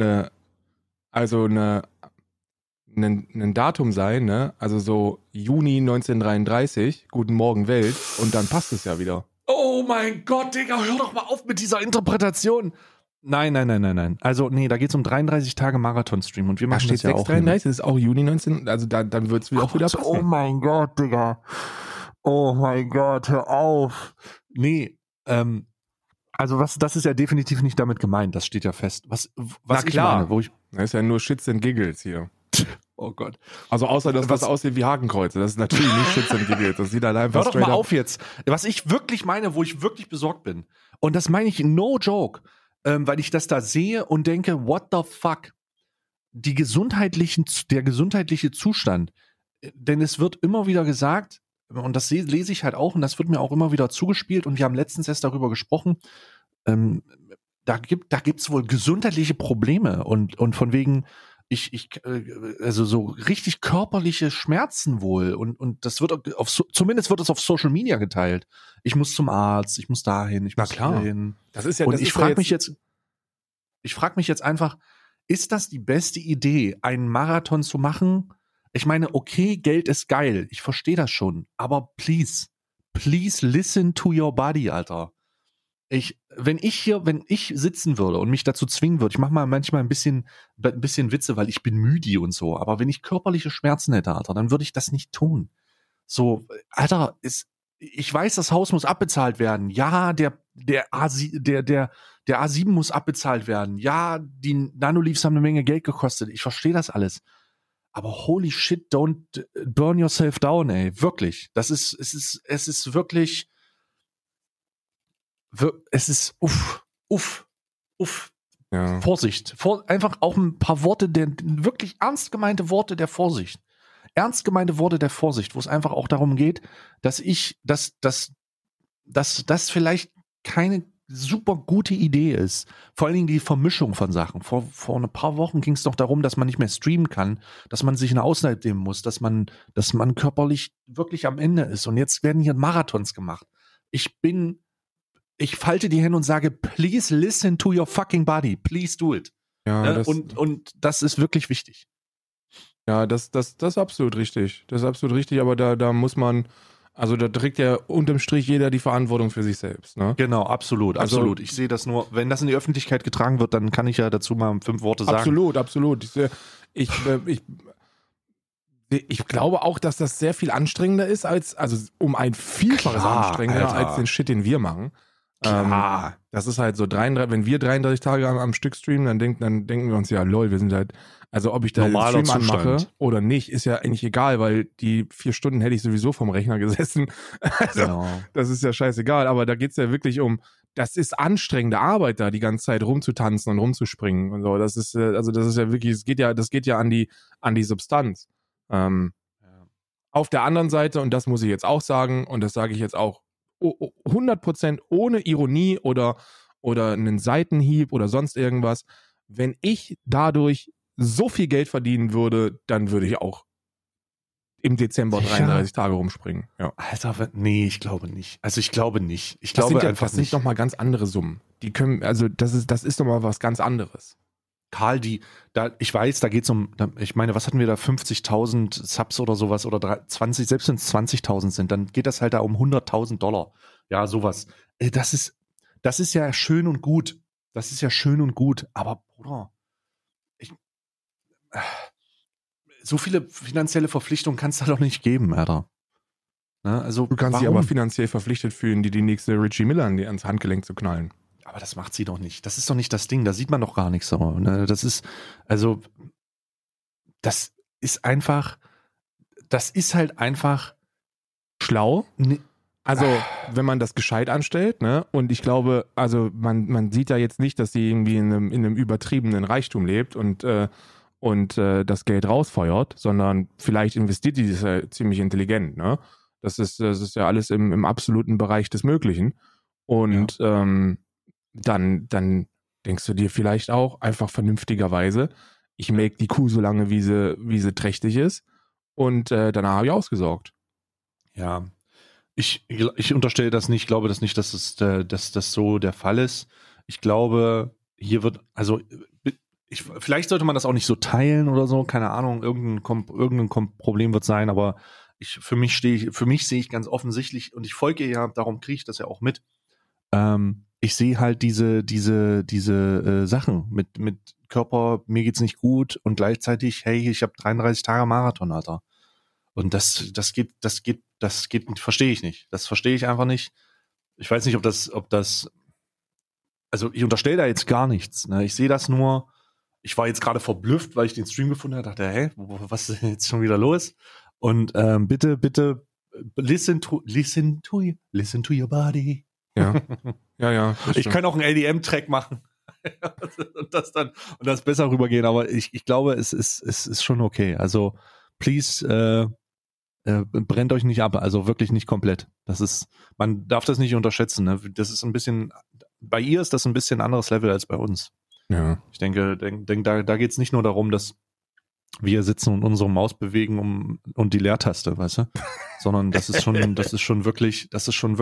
ein Datum sein, ne? Also so Juni 1933, Guten Morgen Welt, und dann passt es ja wieder. Oh mein Gott, Digga, hör doch mal auf mit dieser Interpretation. Nein. Also, nee, da geht's um 33 Tage Marathon-Stream und wir machen das ja auch. 33, das ist auch Juni 19, also dann wird's auch wieder passen. Oh mein Gott, Digga. Oh mein Gott, hör auf. Nee, also das ist ja definitiv nicht damit gemeint, das steht ja fest. Was Na ich klar. meine, Das ist ja nur Shits and Giggles hier. Oh Gott. Also außer, dass das aussieht wie Hakenkreuze. Das ist natürlich nicht Shits and Giggles. Das sieht halt einfach hör doch mal auf jetzt. Was ich wirklich meine, wo ich wirklich besorgt bin. Und das meine ich no joke. Weil ich das da sehe und denke, what the fuck? Der gesundheitliche Zustand. Denn es wird immer wieder gesagt, und das lese ich halt auch, und das wird mir auch immer wieder zugespielt, und wir haben letztens erst darüber gesprochen, da gibt's wohl gesundheitliche Probleme und von wegen, also so richtig körperliche Schmerzen wohl, und das wird zumindest wird es auf Social Media geteilt. Ich muss zum Arzt, ich muss dahin, ich muss dahin. Das ist ja, und ich frage mich jetzt einfach, ist das die beste Idee, einen Marathon zu machen? Ich meine, okay, Geld ist geil, ich verstehe das schon, aber please listen to your body, Alter. Wenn ich sitzen würde und mich dazu zwingen würde, ich mache mal manchmal ein bisschen Witze, weil ich bin müde und so, aber wenn ich körperliche Schmerzen hätte, Alter, dann würde ich das nicht tun. So, Alter, ich weiß, das Haus muss abbezahlt werden. Ja, der A7 muss abbezahlt werden. Ja, die Nanoleafs haben eine Menge Geld gekostet. Ich verstehe das alles. Aber holy shit, don't burn yourself down, ey. Wirklich. Es ist wirklich, es ist, uff. Ja. Vorsicht. Einfach auch ein paar Worte, wirklich ernst gemeinte Worte der Vorsicht. Wo es einfach auch darum geht, dass das vielleicht keine super gute Idee ist. Vor allen Dingen die Vermischung von Sachen. Vor ein paar Wochen ging es doch darum, dass man nicht mehr streamen kann, dass man sich eine Auszeit nehmen muss, dass man körperlich wirklich am Ende ist. Und jetzt werden hier Marathons gemacht. Ich falte die Hände und sage, please listen to your fucking body. Please do it. Ja, und das ist wirklich wichtig. Ja, das ist absolut richtig. Das ist absolut richtig, aber da muss man, also da trägt ja unterm Strich jeder die Verantwortung für sich selbst, ne? Genau, absolut. Ich sehe das nur, wenn das in die Öffentlichkeit getragen wird, dann kann ich ja dazu mal 5 Worte sagen. Absolut. Ich glaube auch, dass das sehr viel anstrengender ist, also um ein Vielfaches anstrengender als den Shit, den wir machen. Klar. Das ist halt so wenn wir 33 Tage am Stück streamen, dann denken wir uns ja, lol, wir sind halt, also ob ich da den Stream anmache oder nicht, ist ja eigentlich egal, weil die 4 Stunden hätte ich sowieso vom Rechner gesessen. Also, Genau. Das ist ja scheißegal, aber da geht's ja wirklich das ist anstrengende Arbeit da, die ganze Zeit rumzutanzen und rumzuspringen und so. Das ist ja wirklich, das geht ja an die Substanz. Auf der anderen Seite, und das muss ich jetzt auch sagen, und das sage ich jetzt auch 100% ohne Ironie oder einen Seitenhieb oder sonst irgendwas, wenn ich dadurch so viel Geld verdienen würde, dann würde ich auch im Dezember 33 Tage rumspringen. Ja. Alter, nee, ich glaube nicht. Also ich glaube nicht. Das sind nochmal ganz andere Summen. Die können, also das ist nochmal was ganz anderes. Karl, ich weiß, da geht es ich meine, was hatten wir da, 50.000 Subs oder sowas oder 20, selbst wenn es 20.000 sind, dann geht das halt da um $100.000. Ja, sowas. Das ist ja schön und gut. Das ist ja schön und gut. Aber, Bruder, so viele finanzielle Verpflichtungen kannst du doch nicht geben, Alter. Ne? Also, du kannst dich aber finanziell verpflichtet fühlen, die nächste Richie Miller ans Handgelenk zu knallen. Aber das macht sie doch nicht. Das ist doch nicht das Ding. Da sieht man doch gar nichts so. Ne? Das ist halt einfach schlau. Also, wenn man das gescheit anstellt, ne? Und ich glaube, also man sieht ja jetzt nicht, dass sie irgendwie in einem übertriebenen Reichtum lebt und das Geld rausfeuert, sondern vielleicht investiert die das ja ziemlich intelligent, ne? Das ist ja alles im absoluten Bereich des Möglichen. Und dann denkst du dir vielleicht auch einfach vernünftigerweise, ich melke die Kuh so lange, wie sie trächtig ist, und danach habe ich ausgesorgt. Ja, ich unterstelle das nicht, glaube das nicht, dass das so der Fall ist. Ich glaube, hier wird, also vielleicht sollte man das auch nicht so teilen oder so, keine Ahnung, irgendein Problem wird sein, aber für mich sehe ich ganz offensichtlich, und ich folge ihr ja, darum kriege ich das ja auch mit, ich sehe halt diese Sachen mit Körper, mir geht's nicht gut und gleichzeitig, hey, ich habe 33 Tage Marathon, Alter. Und das verstehe ich nicht. Das verstehe ich einfach nicht. Ich weiß nicht, ob das, also ich unterstelle da jetzt gar nichts. Ne? Ich sehe das nur, ich war jetzt gerade verblüfft, weil ich den Stream gefunden habe, dachte, hey, was ist denn jetzt schon wieder los? Und bitte listen to your body. Ja. Ich kann auch einen LDM-Track machen und das besser rübergehen, aber ich glaube, es ist schon okay. Also please, brennt euch nicht ab, also wirklich nicht komplett. Man darf das nicht unterschätzen. Ne? Das ist ein bisschen, bei ihr ist das ein bisschen anderes Level als bei uns. Ja. Ich denke, da geht es nicht nur darum, dass wir sitzen und unsere Maus bewegen und die Leertaste, weißt du? Sondern das ist schon wirklich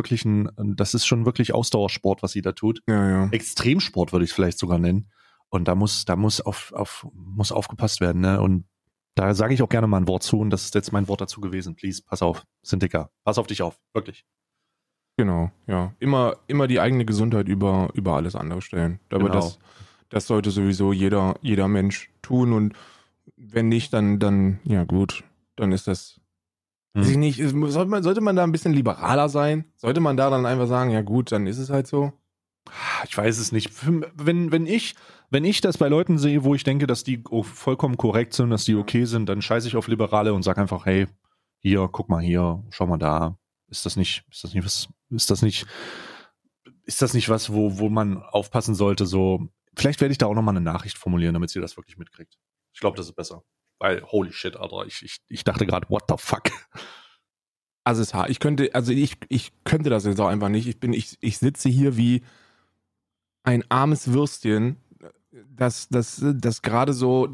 Ausdauersport, was sie da tut. Ja. Extremsport würde ich es vielleicht sogar nennen. Und da muss aufgepasst werden, ne? Und da sage ich auch gerne mal ein Wort zu, und das ist jetzt mein Wort dazu gewesen. Please, pass auf, Syndica. Pass auf dich auf, wirklich. Genau, ja. Immer die eigene Gesundheit über alles andere stellen. Aber genau. Das sollte sowieso jeder Mensch tun, und wenn nicht, dann ja gut, dann ist das, weiß ich nicht, sollte man da ein bisschen liberaler sein? Sollte man da dann einfach sagen, ja gut, dann ist es halt so? Ich weiß es nicht. Wenn ich das bei Leuten sehe, wo ich denke, dass die vollkommen korrekt sind, dass die okay sind, dann scheiße ich auf Liberale und sage einfach, hey, hier, guck mal hier, schau mal da. Ist das nicht was, wo man aufpassen sollte? So, vielleicht werde ich da auch nochmal eine Nachricht formulieren, damit sie das wirklich mitkriegt. Ich glaube, das ist besser. Weil, holy shit, Alter, ich dachte gerade, what the fuck? Also ich könnte das jetzt auch einfach nicht. Ich sitze hier wie ein armes Würstchen, das gerade so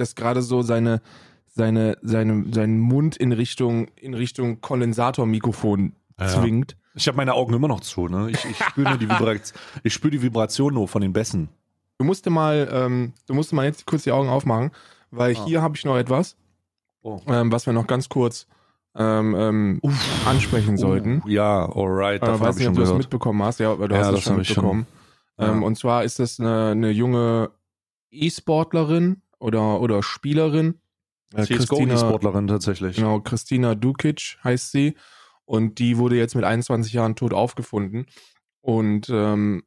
seinen Mund in Richtung Kondensatormikrofon zwingt. Ich habe meine Augen immer noch zu, ne? Ich spüre nur ich spüre die Vibration nur von den Bässen. Du musst mal jetzt kurz die Augen aufmachen, weil hier habe ich noch etwas, was wir noch ganz kurz ansprechen sollten. Ja, alright. Weiß nicht, ob du das mitbekommen hast. Ja, aber du hast es schon mitbekommen. Und zwar ist das eine junge E-Sportlerin oder Spielerin. CSGO-E-Sportlerin tatsächlich. Genau, Christina Dukic heißt sie. Und die wurde jetzt mit 21 Jahren tot aufgefunden. Und wenn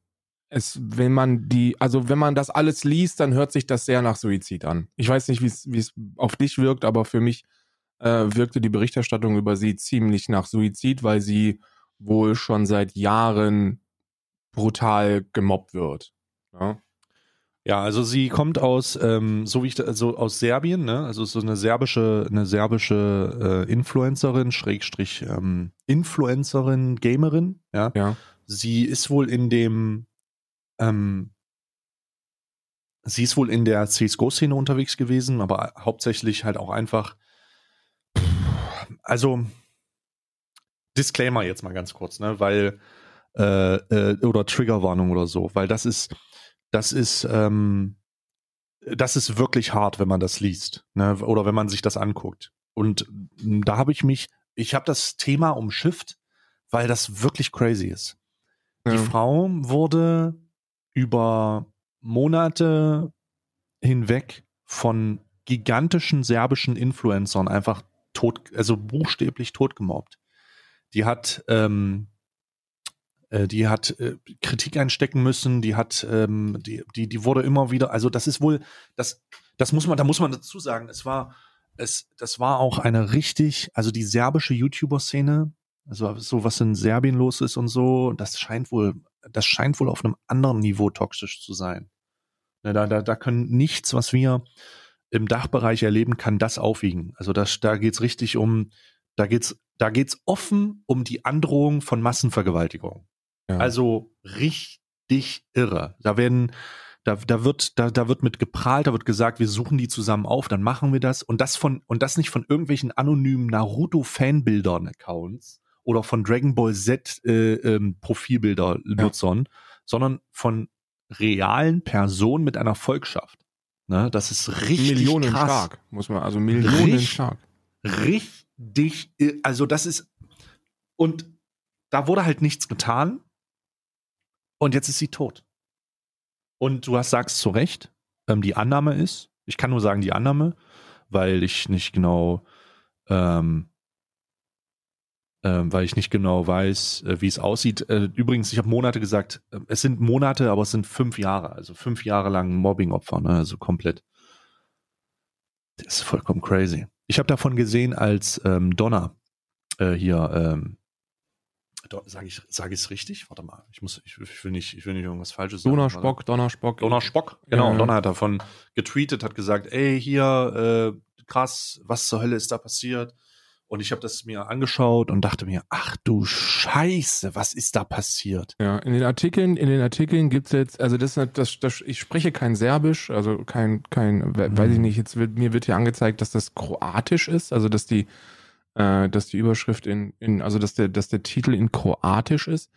man das alles liest, dann hört sich das sehr nach Suizid an. Ich weiß nicht, wie es auf dich wirkt, aber für mich wirkte die Berichterstattung über sie ziemlich nach Suizid, weil sie wohl schon seit Jahren brutal gemobbt wird. Ja, ja, also sie kommt aus, aus Serbien, ne? Also so eine serbische Influencerin, Influencerin, Gamerin, ja. Ja. Sie ist wohl in der CSGO-Szene unterwegs gewesen, aber hauptsächlich halt auch einfach, also Disclaimer jetzt mal ganz kurz, ne, weil oder Triggerwarnung oder so, weil das ist wirklich hart, wenn man das liest, ne, oder wenn man sich das anguckt. Und da habe ich habe das Thema umschifft, weil das wirklich crazy ist. Ja. Die Frau wurde über Monate hinweg von gigantischen serbischen Influencern einfach buchstäblich totgemobbt. Die hat Kritik einstecken müssen, die wurde immer wieder, also das ist wohl, da muss man dazu sagen, das war auch eine also die serbische YouTuber-Szene, also so was in Serbien los ist und so, das scheint wohl auf einem anderen Niveau toxisch zu sein. Da können nichts, was wir im Dachbereich erleben, kann das aufwiegen. Also da geht's richtig da geht's offen um die Androhung von Massenvergewaltigung. Ja. Also richtig irre. Da wird mit geprahlt, da wird gesagt, wir suchen die zusammen auf, dann machen wir das. Und das nicht von irgendwelchen anonymen Naruto-Fanbildern-Accounts oder von Dragon Ball Z Profilbilder-Nutzern, sondern von realen Personen mit einer Volkschaft. Ne, das ist richtig Millionen krass. Stark, Millionen stark. Richtig, also das ist, und da wurde halt nichts getan und jetzt ist sie tot. Und du sagst zu Recht, die Annahme ist, ich kann nur sagen die Annahme, weil ich nicht genau weiß, wie es aussieht. Übrigens, ich habe Monate gesagt, es sind Monate, aber es sind 5 Jahre, also 5 Jahre lang Mobbing-Opfer, ne? Also komplett. Das ist vollkommen crazy. Ich habe davon gesehen, als Donna sage ich es richtig? Warte mal, ich will nicht irgendwas Falsches sagen. Donna Spock, genau. Ja. Donna hat davon getweetet, hat gesagt, ey, hier, krass, was zur Hölle ist da passiert? Und ich habe das mir angeschaut und dachte mir, ach du Scheiße, was ist da passiert? Ja, in den Artikeln gibt's jetzt, also ich spreche kein Serbisch, also weiß ich nicht, mir wird hier angezeigt, dass das Kroatisch ist, also dass die Überschrift also dass der Titel in Kroatisch ist.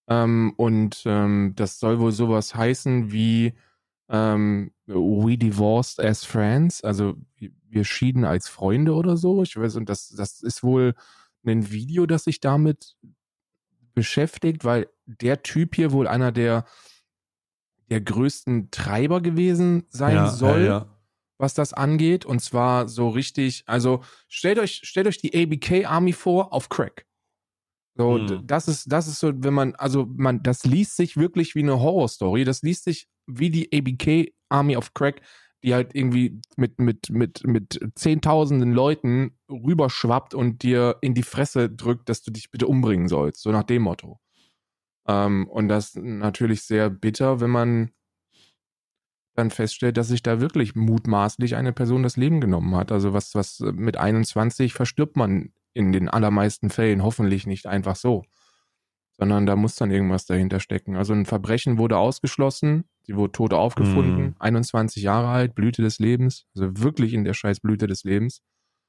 Das soll wohl sowas heißen wie We divorced as friends, also wir schieden als Freunde oder so. Ich weiß, und das ist wohl ein Video, das sich damit beschäftigt, weil der Typ hier wohl einer der größten Treiber gewesen sein soll, was das angeht. Und zwar so richtig, also stellt euch die ABK Army vor auf Crack. So, das ist so, das liest sich wirklich wie eine Horrorstory. Das liest sich wie die ABK Army of Crack, die halt irgendwie mit zehntausenden Leuten rüberschwappt und dir in die Fresse drückt, dass du dich bitte umbringen sollst. So nach dem Motto. Und das natürlich sehr bitter, wenn man dann feststellt, dass sich da wirklich mutmaßlich eine Person das Leben genommen hat. Also was mit 21 verstirbt man in den allermeisten Fällen hoffentlich nicht einfach so, sondern da muss dann irgendwas dahinter stecken. Also ein Verbrechen wurde ausgeschlossen, Sie wurde tot aufgefunden, 21 Jahre alt, Blüte des Lebens, also wirklich in der scheiß Blüte des Lebens.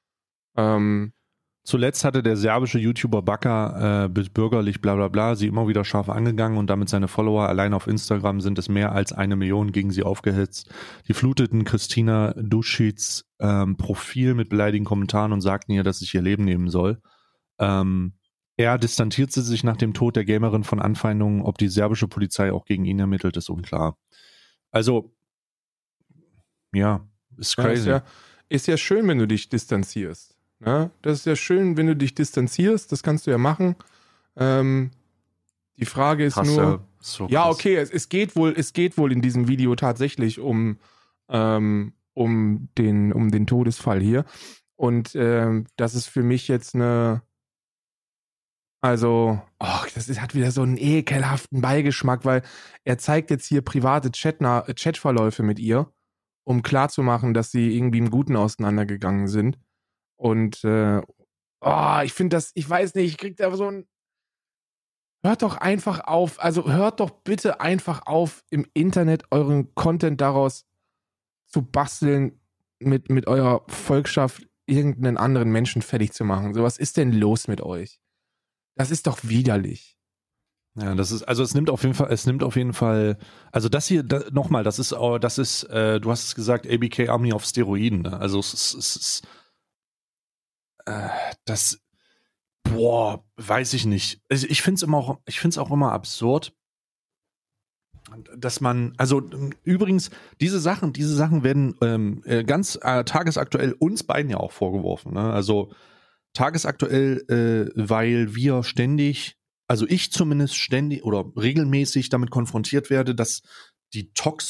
Zuletzt hatte der serbische YouTuber Baka bis bürgerlich bla bla bla sie immer wieder scharf angegangen und damit seine Follower allein auf Instagram sind es mehr als 1 Million gegen sie aufgehetzt. Die fluteten Christina Duschits Profil mit beleidigenden Kommentaren und sagten ihr, dass sich ihr Leben nehmen soll. Er distanzierte sich nach dem Tod der Gamerin von Anfeindungen. Ob die serbische Polizei auch gegen ihn ermittelt, ist unklar. Also, ja, ist crazy. Ist ja schön, wenn du dich distanzierst. Ja, das ist ja schön, wenn du dich distanzierst, das kannst du ja machen. Die Frage ist nur, so ja, okay, es geht wohl in diesem Video tatsächlich um den Todesfall hier. Und das ist für mich jetzt hat wieder so einen ekelhaften Beigeschmack, weil er zeigt jetzt hier private Chatverläufe mit ihr, um klarzumachen, dass sie irgendwie im Guten auseinandergegangen sind. Und ich finde das, ich weiß nicht, ich krieg da so ein. Hört doch einfach auf, also hört doch bitte einfach auf, im Internet euren Content daraus zu basteln, mit eurer Volkschaft irgendeinen anderen Menschen fertig zu machen. So, was ist denn los mit euch? Das ist doch widerlich. Ja, das ist, also es nimmt auf jeden Fall, also das hier, nochmal, du hast es gesagt, ABK Army auf Steroiden, ne? Also es ist weiß ich nicht. Also ich finde es auch immer absurd, dass man, also übrigens, diese Sachen werden ganz tagesaktuell uns beiden ja auch vorgeworfen, ne? Also tagesaktuell, weil wir ständig, also ich zumindest ständig oder regelmäßig damit konfrontiert werde, dass die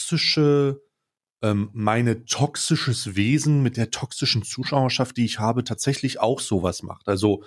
meine toxisches Wesen mit der toxischen Zuschauerschaft, die ich habe, tatsächlich auch sowas macht. Also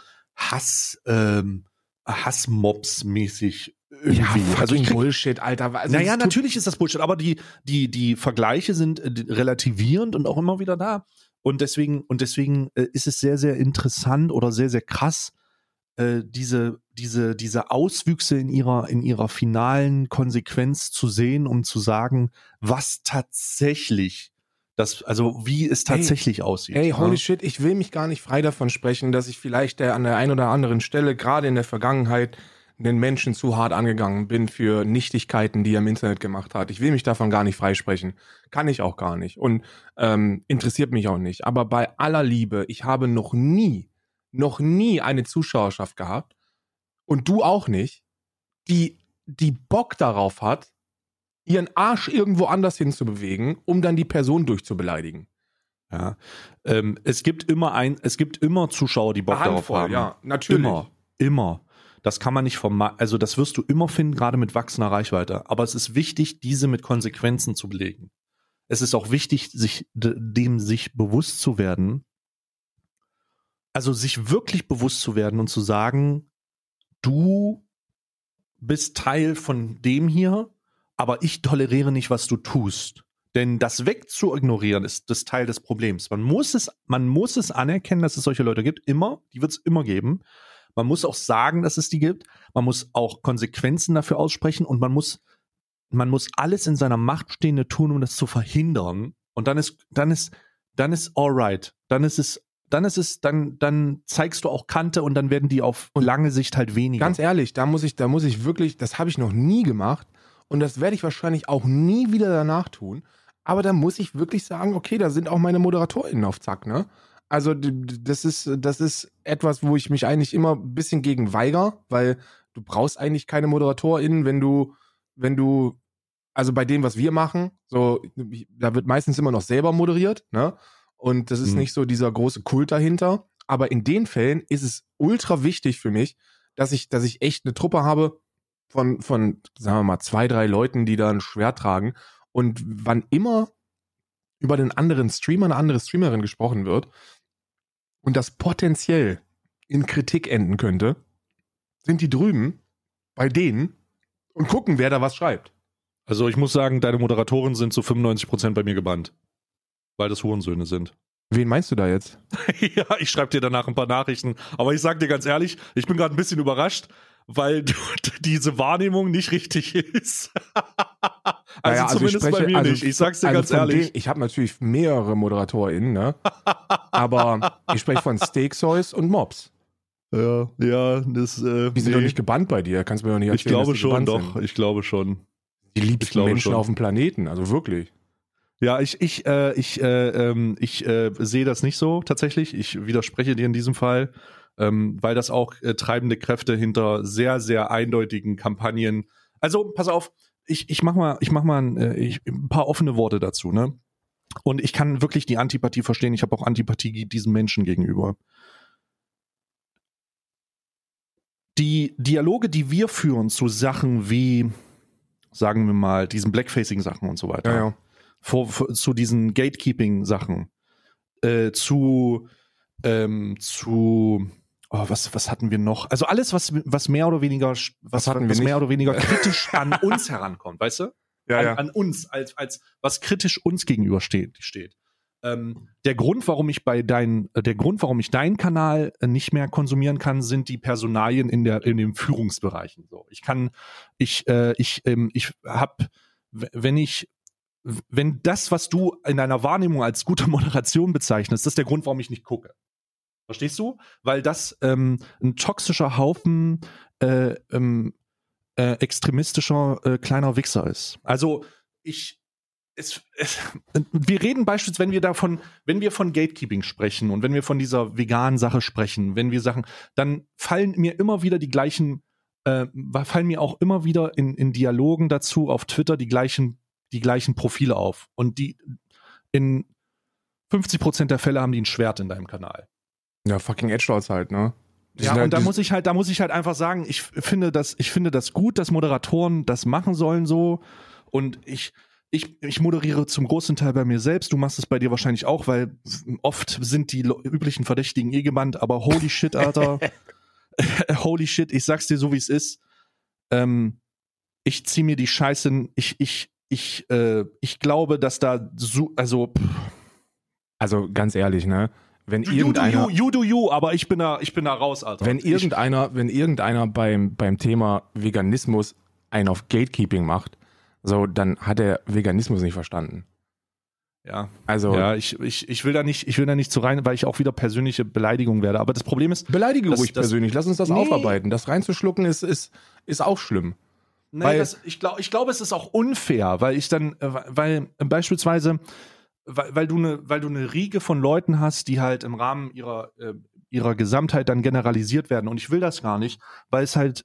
Hassmobs-mäßig irgendwie. Ja, also Bullshit, Alter. Also natürlich ist das Bullshit, aber die Vergleiche sind relativierend und auch immer wieder da. Und deswegen ist es sehr, sehr interessant oder sehr, sehr krass, diese Auswüchse in ihrer finalen Konsequenz zu sehen, um zu sagen, was tatsächlich wie es tatsächlich aussieht. Ey, holy shit, ich will mich gar nicht frei davon sprechen, dass ich vielleicht an der einen oder anderen Stelle, gerade in der Vergangenheit, den Menschen zu hart angegangen bin für Nichtigkeiten, die er im Internet gemacht hat. Ich will mich davon gar nicht freisprechen. Kann ich auch gar nicht. Und interessiert mich auch nicht. Aber bei aller Liebe, ich habe noch nie eine Zuschauerschaft gehabt, und du auch nicht, die Bock darauf hat, ihren Arsch irgendwo anders hinzubewegen, um dann die Person durchzubeleidigen. Ja, es gibt immer Zuschauer, die Bock darauf haben. Ja, natürlich. Immer. Das kann man nicht also das wirst du immer finden, gerade mit wachsender Reichweite. Aber es ist wichtig, diese mit Konsequenzen zu belegen. Es ist auch wichtig, sich bewusst zu werden, also sich wirklich bewusst zu werden und zu sagen, du bist Teil von dem hier, aber ich toleriere nicht, was du tust. Denn das wegzuignorieren ist das Teil des Problems. Man muss es anerkennen, dass es solche Leute gibt, immer, die wird es immer geben. Man muss auch sagen, dass es die gibt. Man muss auch Konsequenzen dafür aussprechen und man muss alles in seiner Macht Stehende tun, um das zu verhindern. Und dann ist alright. Dann zeigst du auch Kante und dann werden die auf lange Sicht halt weniger. Ganz ehrlich, da muss ich wirklich, das habe ich noch nie gemacht und das werde ich wahrscheinlich auch nie wieder danach tun. Aber da muss ich wirklich sagen, okay, da sind auch meine ModeratorInnen auf Zack, ne? Also das ist etwas, wo ich mich eigentlich immer ein bisschen gegen weiger, weil du brauchst eigentlich keine ModeratorInnen, wenn du, also bei dem, was wir machen, so, da wird meistens immer noch selber moderiert, ne? Und das ist nicht so dieser große Kult dahinter. Aber in den Fällen ist es ultra wichtig für mich, dass ich echt eine Truppe habe von, sagen wir mal, 2, 3 Leuten, die da ein Schwert tragen. Und wann immer über den anderen Streamer, eine andere Streamerin gesprochen wird und das potenziell in Kritik enden könnte, sind die drüben bei denen und gucken, wer da was schreibt. Also ich muss sagen, deine Moderatoren sind zu 95% bei mir gebannt. Weil das Hurensöhne sind. Wen meinst du da jetzt? Ja, ich schreibe dir danach ein paar Nachrichten. Aber ich sag dir ganz ehrlich, ich bin gerade ein bisschen überrascht, weil diese Wahrnehmung nicht richtig ist. Also zumindest bei mir nicht. Ich sag's dir ganz ehrlich. Ich habe natürlich mehrere ModeratorInnen, ne? Aber ich spreche von Steaksoys und Mobs. Ja, das. Die sind doch nicht gebannt bei dir. Kannst du mir doch nicht erzählen, ich glaube schon, doch. Ich glaube schon. Die liebsten Menschen auf dem Planeten, also wirklich. Ja, ich sehe das nicht so tatsächlich. Ich widerspreche dir in diesem Fall, weil das auch treibende Kräfte hinter sehr, sehr eindeutigen Kampagnen. Also pass auf, ich mach mal ein paar offene Worte dazu, ne? Und ich kann wirklich die Antipathie verstehen. Ich habe auch Antipathie diesen Menschen gegenüber. Die Dialoge, die wir führen zu Sachen wie, sagen wir mal, diesen Blackfacing-Sachen und so weiter. Ja. Zu diesen Gatekeeping-Sachen, was hatten wir noch? Also alles, was mehr oder weniger, mehr oder weniger kritisch an uns herankommt, weißt du? An uns, als was kritisch uns gegenüber steht. Der Grund, warum ich deinen Kanal nicht mehr konsumieren kann, sind die Personalien in den Führungsbereichen. So, wenn das, was du in deiner Wahrnehmung als gute Moderation bezeichnest, das ist der Grund, warum ich nicht gucke. Verstehst du? Weil das ein toxischer Haufen extremistischer kleiner Wichser ist. Also wir reden beispielsweise, wenn wir von Gatekeeping sprechen und wenn wir von dieser veganen Sache sprechen, dann fallen mir immer wieder fallen mir auch immer wieder in Dialogen dazu auf Twitter die gleichen Profile auf. Und die in 50% der Fälle haben die ein Schwert in deinem Kanal. Ja, fucking Edgelords halt, ne? Ja, und da muss ich halt einfach sagen, ich finde das gut, dass Moderatoren das machen sollen so. Und ich moderiere zum großen Teil bei mir selbst. Du machst es bei dir wahrscheinlich auch, weil oft sind die üblichen Verdächtigen gebannt. Aber holy shit, Alter. Holy shit, ich sag's dir so, wie es ist. Ich zieh mir die Scheiße, ich glaube, dass da also ganz ehrlich, ne? Wenn you do you, aber ich bin da raus, Alter. Wenn irgendeiner beim Thema Veganismus einen auf Gatekeeping macht, so, dann hat er Veganismus nicht verstanden. Ja. Also. Ja, ich will da nicht zu rein, weil ich auch wieder persönliche Beleidigung werde. Aber das Problem ist. Beleidige ruhig persönlich, lass uns das aufarbeiten. Das reinzuschlucken ist auch schlimm. Nee, ich glaube, es ist auch unfair, weil beispielsweise, weil du eine Riege von Leuten hast, die halt im Rahmen ihrer Gesamtheit dann generalisiert werden. Und ich will das gar nicht, weil es halt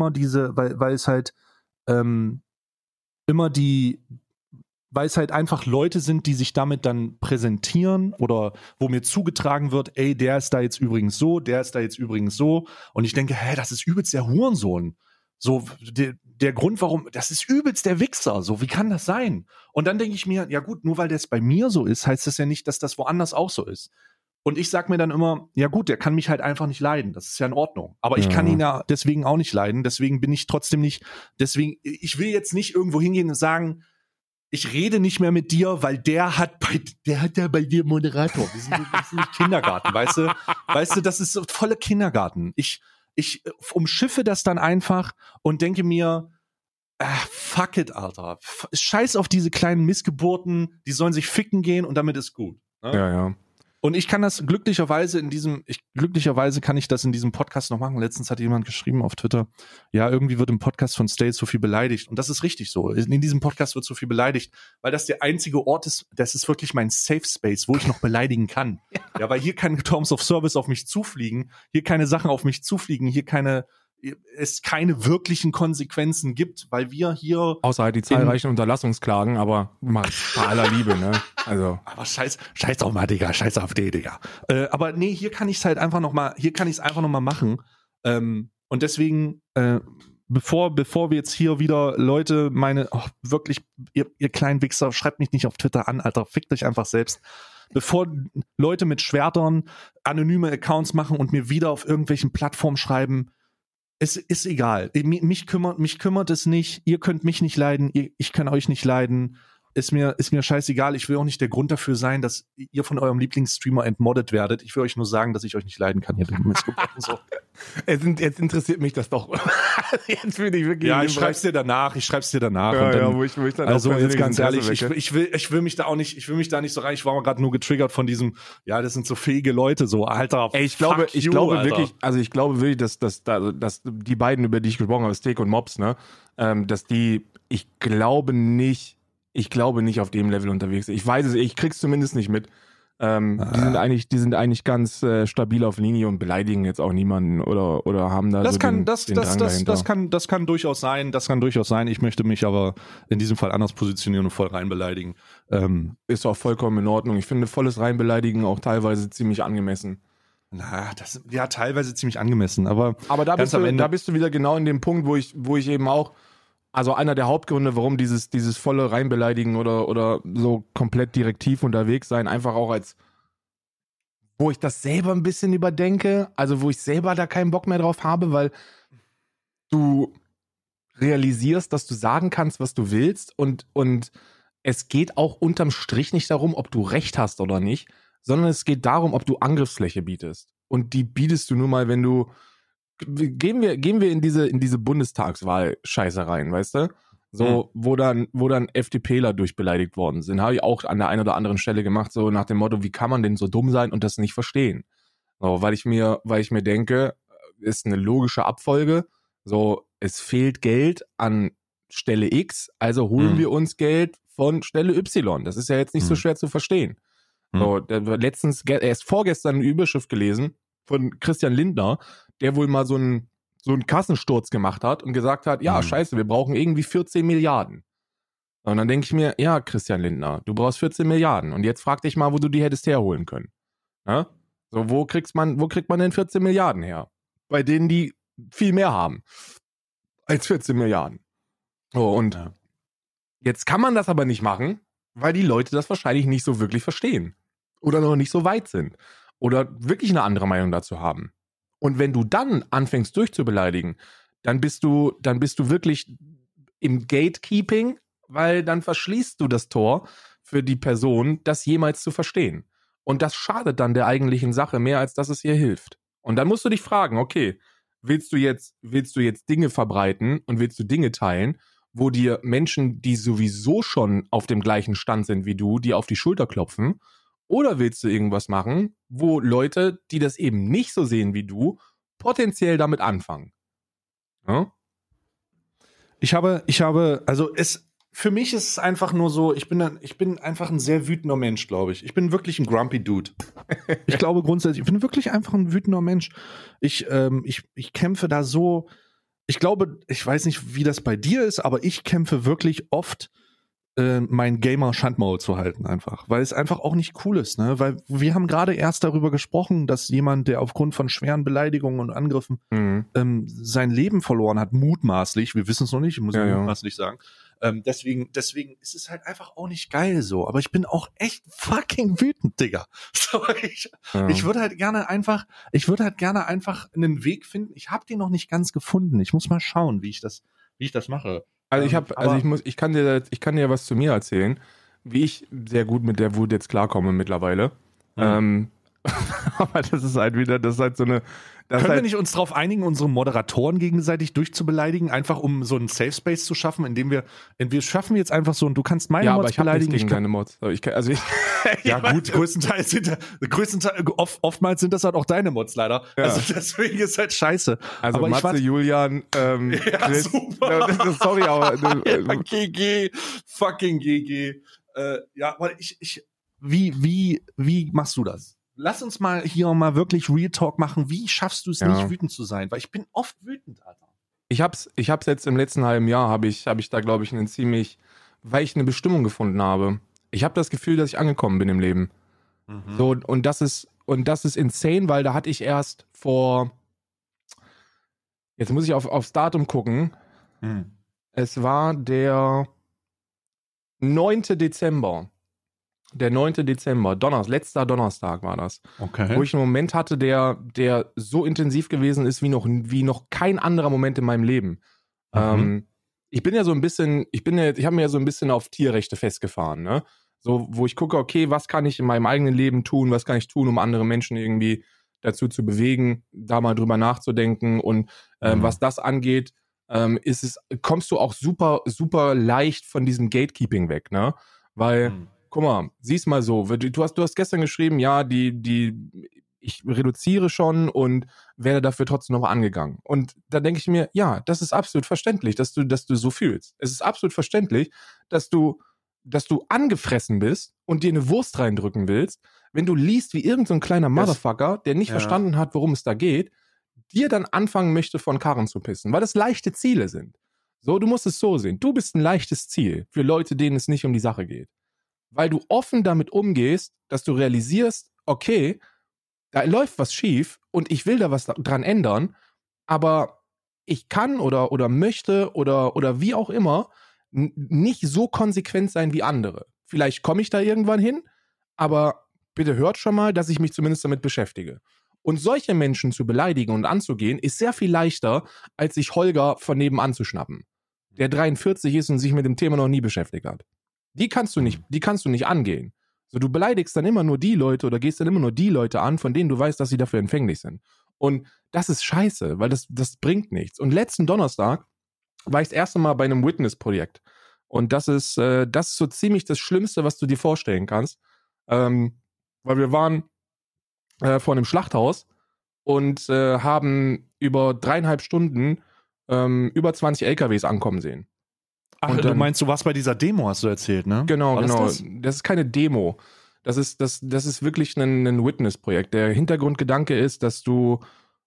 weil es halt einfach Leute sind, die sich damit dann präsentieren oder wo mir zugetragen wird, ey, der ist da jetzt übrigens so, der ist da jetzt übrigens so. Und ich denke, das ist übelst der Hurensohn. So, der Grund, warum, das ist übelst der Wichser. So, wie kann das sein? Und dann denke ich mir, ja gut, nur weil das bei mir so ist, heißt das ja nicht, dass das woanders auch so ist. Und ich sag mir dann immer, ja gut, der kann mich halt einfach nicht leiden. Das ist ja in Ordnung. Aber ich kann ihn ja deswegen auch nicht leiden. Deswegen bin ich trotzdem nicht, ich will jetzt nicht irgendwo hingehen und sagen, ich rede nicht mehr mit dir, weil der hat ja bei dir Moderator. Wir sind nicht Kindergarten, weißt du? Weißt du, das ist so volle Kindergarten. Ich umschiffe das dann einfach und denke mir, fuck it, Alter. Scheiß auf diese kleinen Missgeburten, die sollen sich ficken gehen und damit ist gut. Ne? Ja. Und ich kann das glücklicherweise kann ich das in diesem Podcast noch machen. Letztens hat jemand geschrieben auf Twitter, ja, irgendwie wird im Podcast von State so viel beleidigt. Und das ist richtig so. In diesem Podcast wird so viel beleidigt, weil das der einzige Ort ist, das ist wirklich mein Safe Space, wo ich noch beleidigen kann. Ja, weil hier keine Terms of Service auf mich zufliegen, hier keine Sachen auf mich zufliegen, es keine wirklichen Konsequenzen gibt, weil wir hier... Außer halt die zahlreichen Unterlassungsklagen, aber mal bei aller Liebe, ne? Also. Aber scheiß auf mal, Digga, scheiß auf die, Digga. Aber nee, hier kann ich es einfach noch mal machen. Und deswegen, bevor wir jetzt hier wieder Leute wirklich, ihr kleinen Wichser, schreibt mich nicht auf Twitter an, Alter, fickt euch einfach selbst. Bevor Leute mit Schwertern anonyme Accounts machen und mir wieder auf irgendwelchen Plattformen schreiben, es ist egal. Mich kümmert es nicht. Ihr könnt mich nicht leiden. Ich kann euch nicht leiden. ist mir scheißegal. Ich will auch nicht der Grund dafür sein, dass ihr von eurem Lieblingsstreamer entmoddet werdet. Ich will euch nur sagen, dass ich euch nicht leiden kann. Ihr Mistgebacken so. Jetzt interessiert mich das doch. Jetzt bin ich wirklich. Ja, ich schreib's dir danach. Ja, und dann, wo ich dann also auch jetzt ganz Interesse ehrlich, wecke. ich will mich da nicht so rein. Ich war mal gerade nur getriggert von diesem, ja, das sind so fähige Leute, so, Alter. Ey, ich glaube Alter. wirklich, dass die beiden, über die ich gesprochen habe, Steak und Mops, ne, ich glaube nicht auf dem Level unterwegs sind. Ich weiß es, ich krieg's zumindest nicht mit. Die sind eigentlich ganz stabil auf Linie und beleidigen jetzt auch niemanden oder haben da Das so kann, den Drang dahinter. das kann durchaus sein. Ich möchte mich aber in diesem Fall anders positionieren und voll rein beleidigen. Ist auch vollkommen in Ordnung. Ich finde volles Reinbeleidigen auch teilweise ziemlich angemessen. Ja, teilweise ziemlich angemessen, aber da bist du wieder genau in dem Punkt, wo ich eben auch, also einer der Hauptgründe, warum dieses volle Reinbeleidigen oder so komplett direktiv unterwegs sein, einfach auch wo ich das selber ein bisschen überdenke, also wo ich selber da keinen Bock mehr drauf habe, weil du realisierst, dass du sagen kannst, was du willst und es geht auch unterm Strich nicht darum, ob du Recht hast oder nicht, sondern es geht darum, ob du Angriffsfläche bietest. Und die bietest du nur mal, wenn du gehen wir in diese Bundestagswahl-Scheiße rein, weißt du? So, wo dann FDPler durchbeleidigt worden sind. Habe ich auch an der einen oder anderen Stelle gemacht, so nach dem Motto, wie kann man denn so dumm sein und das nicht verstehen? So, weil ich mir denke, ist eine logische Abfolge. So, es fehlt Geld an Stelle X, also holen wir uns Geld von Stelle Y. Das ist ja jetzt nicht so schwer zu verstehen. So, erst vorgestern eine Überschrift gelesen von Christian Lindner, der wohl mal so einen Kassensturz gemacht hat und gesagt hat, ja, scheiße, wir brauchen irgendwie 14 Milliarden. Und dann denke ich mir, ja, Christian Lindner, du brauchst 14 Milliarden. Und jetzt frag dich mal, wo du die hättest herholen können. Ja? So, wo kriegt man denn 14 Milliarden her? Bei denen, die viel mehr haben als 14 Milliarden. So, und jetzt kann man das aber nicht machen, weil die Leute das wahrscheinlich nicht so wirklich verstehen. Oder noch nicht so weit sind. Oder wirklich eine andere Meinung dazu haben. Und wenn du dann anfängst durchzubeleidigen, dann bist du wirklich im Gatekeeping, weil dann verschließt du das Tor für die Person, das jemals zu verstehen. Und das schadet dann der eigentlichen Sache mehr, als dass es ihr hilft. Und dann musst du dich fragen, okay, willst du jetzt Dinge verbreiten und willst du Dinge teilen, wo dir Menschen, die sowieso schon auf dem gleichen Stand sind wie du, dir auf die Schulter klopfen? Oder willst du irgendwas machen, wo Leute, die das eben nicht so sehen wie du, potenziell damit anfangen? Ja? Für mich ist es einfach nur so, ich bin einfach ein sehr wütender Mensch, glaube ich. Ich bin wirklich ein grumpy Dude. Ich glaube grundsätzlich, ich bin wirklich einfach ein wütender Mensch. Ich kämpfe da so, ich glaube, ich weiß nicht, wie das bei dir ist, aber ich kämpfe wirklich oft, mein Gamer-Schandmaul zu halten einfach, weil es einfach auch nicht cool ist, ne? Weil wir haben gerade erst darüber gesprochen, dass jemand, der aufgrund von schweren Beleidigungen und Angriffen sein Leben verloren hat, mutmaßlich, wir wissen es noch nicht, ich muss mutmaßlich sagen, deswegen ist es halt einfach auch nicht geil so, aber ich bin auch echt fucking wütend, Digga. So, ich würde halt gerne einfach einen Weg finden, ich habe den noch nicht ganz gefunden, ich muss mal schauen, wie ich das mache. Also ich kann dir was zu mir erzählen, wie ich sehr gut mit der Wut jetzt klarkomme mittlerweile. Aber das ist halt so eine. Können wir nicht uns darauf einigen, unsere Moderatoren gegenseitig durchzubeleidigen, einfach um so einen Safe Space zu schaffen, indem wir schaffen jetzt einfach so und du kannst meine Mods beleidigen. Ich deine Mods. Ja gut, oftmals sind das halt auch deine Mods leider. Ja. Also deswegen ist halt scheiße. Also aber Matze, Julian, Chris, super. Sorry, aber GG, fucking GG. Ja, aber wie machst du das? Lass uns mal hier mal wirklich Real Talk machen. Wie schaffst du es nicht, wütend zu sein? Weil ich bin oft wütend, Alter. Ich hab's jetzt im letzten halben Jahr, habe ich da, glaube ich, weil ich eine Bestimmung gefunden habe. Ich habe das Gefühl, dass ich angekommen bin im Leben. So, und das ist insane, weil da hatte ich erst jetzt muss ich aufs Datum gucken. Es war der 9. Dezember. Der 9. Dezember, letzter Donnerstag war das. Okay. Wo ich einen Moment hatte, der so intensiv gewesen ist wie noch kein anderer Moment in meinem Leben. ich habe mir ja so ein bisschen auf Tierrechte festgefahren, ne? So, wo ich gucke, okay, was kann ich in meinem eigenen Leben tun, was kann ich tun, um andere Menschen irgendwie dazu zu bewegen, da mal drüber nachzudenken und was das angeht, kommst du auch super, super leicht von diesem Gatekeeping weg, ne? Weil, guck mal, sieh's mal so, du hast gestern geschrieben, ja, ich reduziere schon und werde dafür trotzdem noch angegangen. Und da denke ich mir, ja, das ist absolut verständlich, dass du so fühlst. Es ist absolut verständlich, dass du angefressen bist und dir eine Wurst reindrücken willst, wenn du liest, wie irgend so ein kleiner Motherfucker, der nicht verstanden hat, worum es da geht, dir dann anfangen möchte, von Karren zu pissen, weil das leichte Ziele sind. So, du musst es so sehen. Du bist ein leichtes Ziel für Leute, denen es nicht um die Sache geht. Weil du offen damit umgehst, dass du realisierst, okay, da läuft was schief und ich will da was dran ändern, aber ich kann oder möchte oder wie auch immer nicht so konsequent sein wie andere. Vielleicht komme ich da irgendwann hin, aber bitte hört schon mal, dass ich mich zumindest damit beschäftige. Und solche Menschen zu beleidigen und anzugehen, ist sehr viel leichter, als sich Holger von nebenan zu schnappen, der 43 ist und sich mit dem Thema noch nie beschäftigt hat. Die kannst du nicht angehen. So, du beleidigst dann immer nur die Leute oder gehst dann immer nur die Leute an, von denen du weißt, dass sie dafür empfänglich sind. Und das ist scheiße, weil das bringt nichts. Und letzten Donnerstag war ich das erste Mal bei einem Witness-Projekt. Und das ist so ziemlich das Schlimmste, was du dir vorstellen kannst. Weil wir waren vor einem Schlachthaus und haben über 3,5 Stunden über 20 LKWs ankommen sehen. Ach, und dann, du meinst, du warst bei dieser Demo, hast du erzählt, ne? Genau, War genau. Das ist keine Demo. Das ist wirklich ein Witness-Projekt. Der Hintergrundgedanke ist, dass du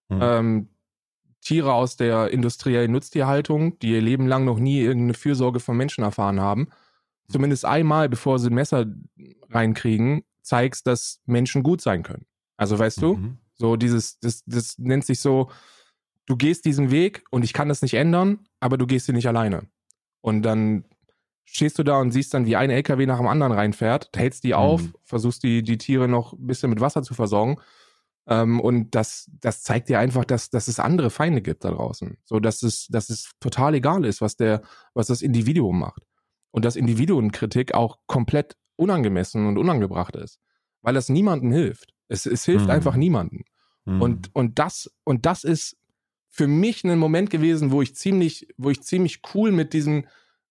Tiere aus der industriellen Nutztierhaltung, die ihr Leben lang noch nie irgendeine Fürsorge von Menschen erfahren haben, zumindest einmal, bevor sie ein Messer reinkriegen, zeigst, dass Menschen gut sein können. Also weißt du, so das nennt sich so, du gehst diesen Weg und ich kann das nicht ändern, aber du gehst ihn nicht alleine. Und dann stehst du da und siehst dann, wie ein LKW nach dem anderen reinfährt, hältst die auf, versuchst die Tiere noch ein bisschen mit Wasser zu versorgen. Und das zeigt dir einfach, dass es andere Feinde gibt da draußen. So, dass es total egal ist, was das Individuum macht. Und dass Individuenkritik auch komplett unangemessen und unangebracht ist. Weil das niemandem hilft. Es hilft einfach niemandem. Und das ist für mich ein Moment gewesen, wo ich ziemlich cool mit dieser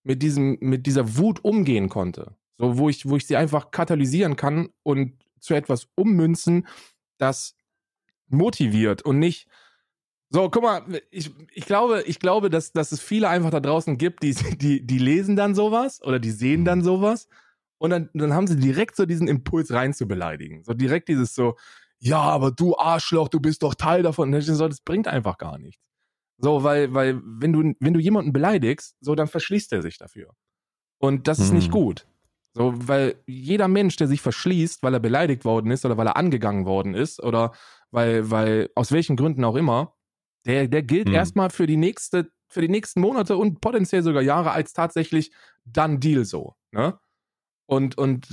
Wut umgehen konnte. So, wo ich sie einfach katalysieren kann und zu etwas ummünzen, das motiviert und nicht so, guck mal, ich glaube, dass es viele einfach da draußen gibt, die lesen dann sowas oder die sehen dann sowas und dann haben sie direkt so diesen Impuls rein zu beleidigen. So direkt dieses so, ja, aber du Arschloch, du bist doch Teil davon. Das bringt einfach gar nichts. So, weil wenn du jemanden beleidigst, so, dann verschließt er sich dafür. Und das ist nicht gut. So, weil jeder Mensch, der sich verschließt, weil er beleidigt worden ist oder weil er angegangen worden ist oder weil aus welchen Gründen auch immer, der gilt erstmal für die nächsten Monate und potenziell sogar Jahre als tatsächlich done deal so, ne? Und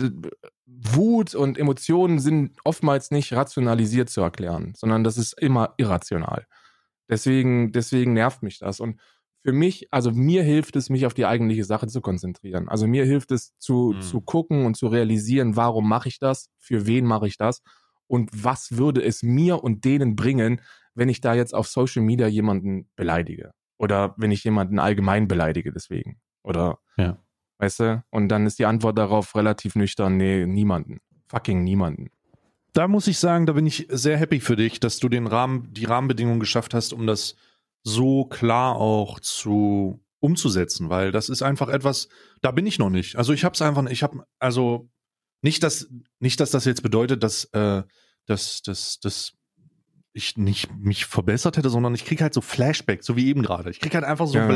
Wut und Emotionen sind oftmals nicht rationalisiert zu erklären, sondern das ist immer irrational. Deswegen nervt mich das. Und für mich, also mir hilft es, mich auf die eigentliche Sache zu konzentrieren. Also mir hilft es zu gucken und zu realisieren, warum mache ich das, für wen mache ich das und was würde es mir und denen bringen, wenn ich da jetzt auf Social Media jemanden beleidige oder wenn ich jemanden allgemein beleidige deswegen oder, weißt du? Und dann ist die Antwort darauf relativ nüchtern, nee, niemanden. Fucking niemanden. Da muss ich sagen, da bin ich sehr happy für dich, dass du die Rahmenbedingungen geschafft hast, um das so klar auch umzusetzen, weil das ist einfach etwas, da bin ich noch nicht. Also nicht, dass das jetzt bedeutet, dass ich nicht mich verbessert hätte, sondern ich kriege halt so Flashbacks, so wie eben gerade. Ich kriege halt einfach so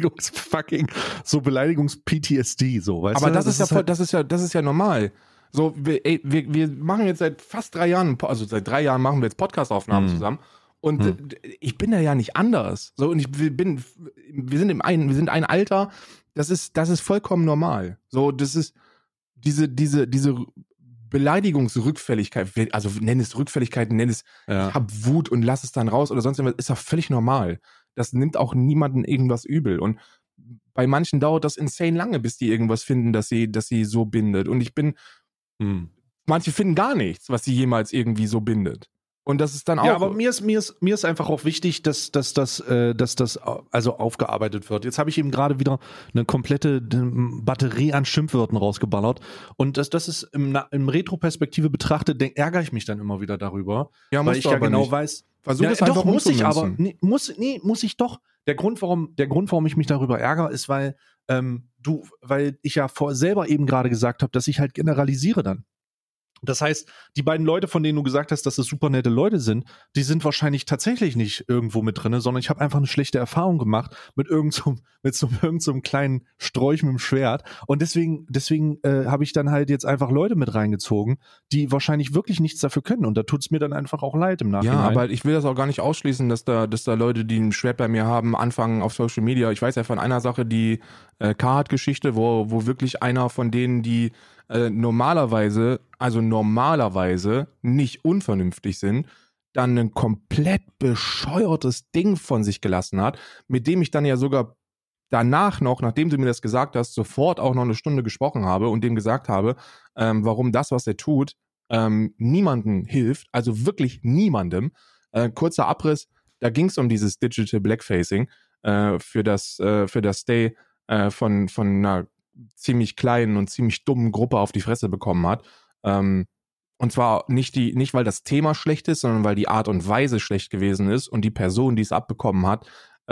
Beleidigungs-PTSD, so, weißt aber du? das ist ja normal. So, wir machen jetzt seit fast 3 Jahren, also seit 3 Jahren machen wir jetzt Podcast-Aufnahmen zusammen. Und ich bin da ja nicht anders. So, und wir sind ein Alter, das ist vollkommen normal. So, das ist diese Beleidigungsrückfälligkeit, also nenn es Rückfälligkeit, ich hab Wut und lass es dann raus oder sonst irgendwas, ist doch völlig normal. Das nimmt auch niemanden irgendwas übel. Und bei manchen dauert das insane lange, bis die irgendwas finden, dass sie so bindet. Und manche finden gar nichts, was sie jemals irgendwie so bindet. Und das ist dann auch. Ja, aber mir ist einfach auch wichtig, dass das also aufgearbeitet wird. Jetzt habe ich eben gerade wieder eine komplette Batterie an Schimpfwörtern rausgeballert. Und das ist im Retro-Perspektive betrachtet, ärgere ich mich dann immer wieder darüber. Ja, weil ich ja genau nicht. Weiß. Versuch es einfach muss ich aber. umzumünzen. Muss ich doch. Der Grund, warum ich mich darüber ärgere, ist, weil ich ja selber eben gerade gesagt habe, dass ich halt generalisiere dann. Das heißt, die beiden Leute, von denen du gesagt hast, dass das super nette Leute sind, die sind wahrscheinlich tatsächlich nicht irgendwo mit drin, sondern ich habe einfach eine schlechte Erfahrung gemacht mit irgendeinem kleinen Sträuch mit dem Schwert. Und deswegen habe ich dann halt jetzt einfach Leute mit reingezogen, die wahrscheinlich wirklich nichts dafür können. Und da tut's mir dann einfach auch leid im Nachhinein. Ja, aber ich will das auch gar nicht ausschließen, dass da Leute, die ein Schwert bei mir haben, anfangen auf Social Media. Ich weiß ja von einer Sache, die Carhartt-Geschichte, wo wirklich einer von denen, die normalerweise nicht unvernünftig sind, dann ein komplett bescheuertes Ding von sich gelassen hat, mit dem ich dann ja sogar danach noch, nachdem du mir das gesagt hast, sofort auch noch eine Stunde gesprochen habe und dem gesagt habe, warum das, was er tut, niemandem hilft, also wirklich niemandem. Kurzer Abriss, da ging es um dieses Digital Blackfacing für das Day von einer ziemlich kleinen und ziemlich dummen Gruppe auf die Fresse bekommen hat. Und zwar nicht, weil das Thema schlecht ist, sondern weil die Art und Weise schlecht gewesen ist und die Person, die es abbekommen hat,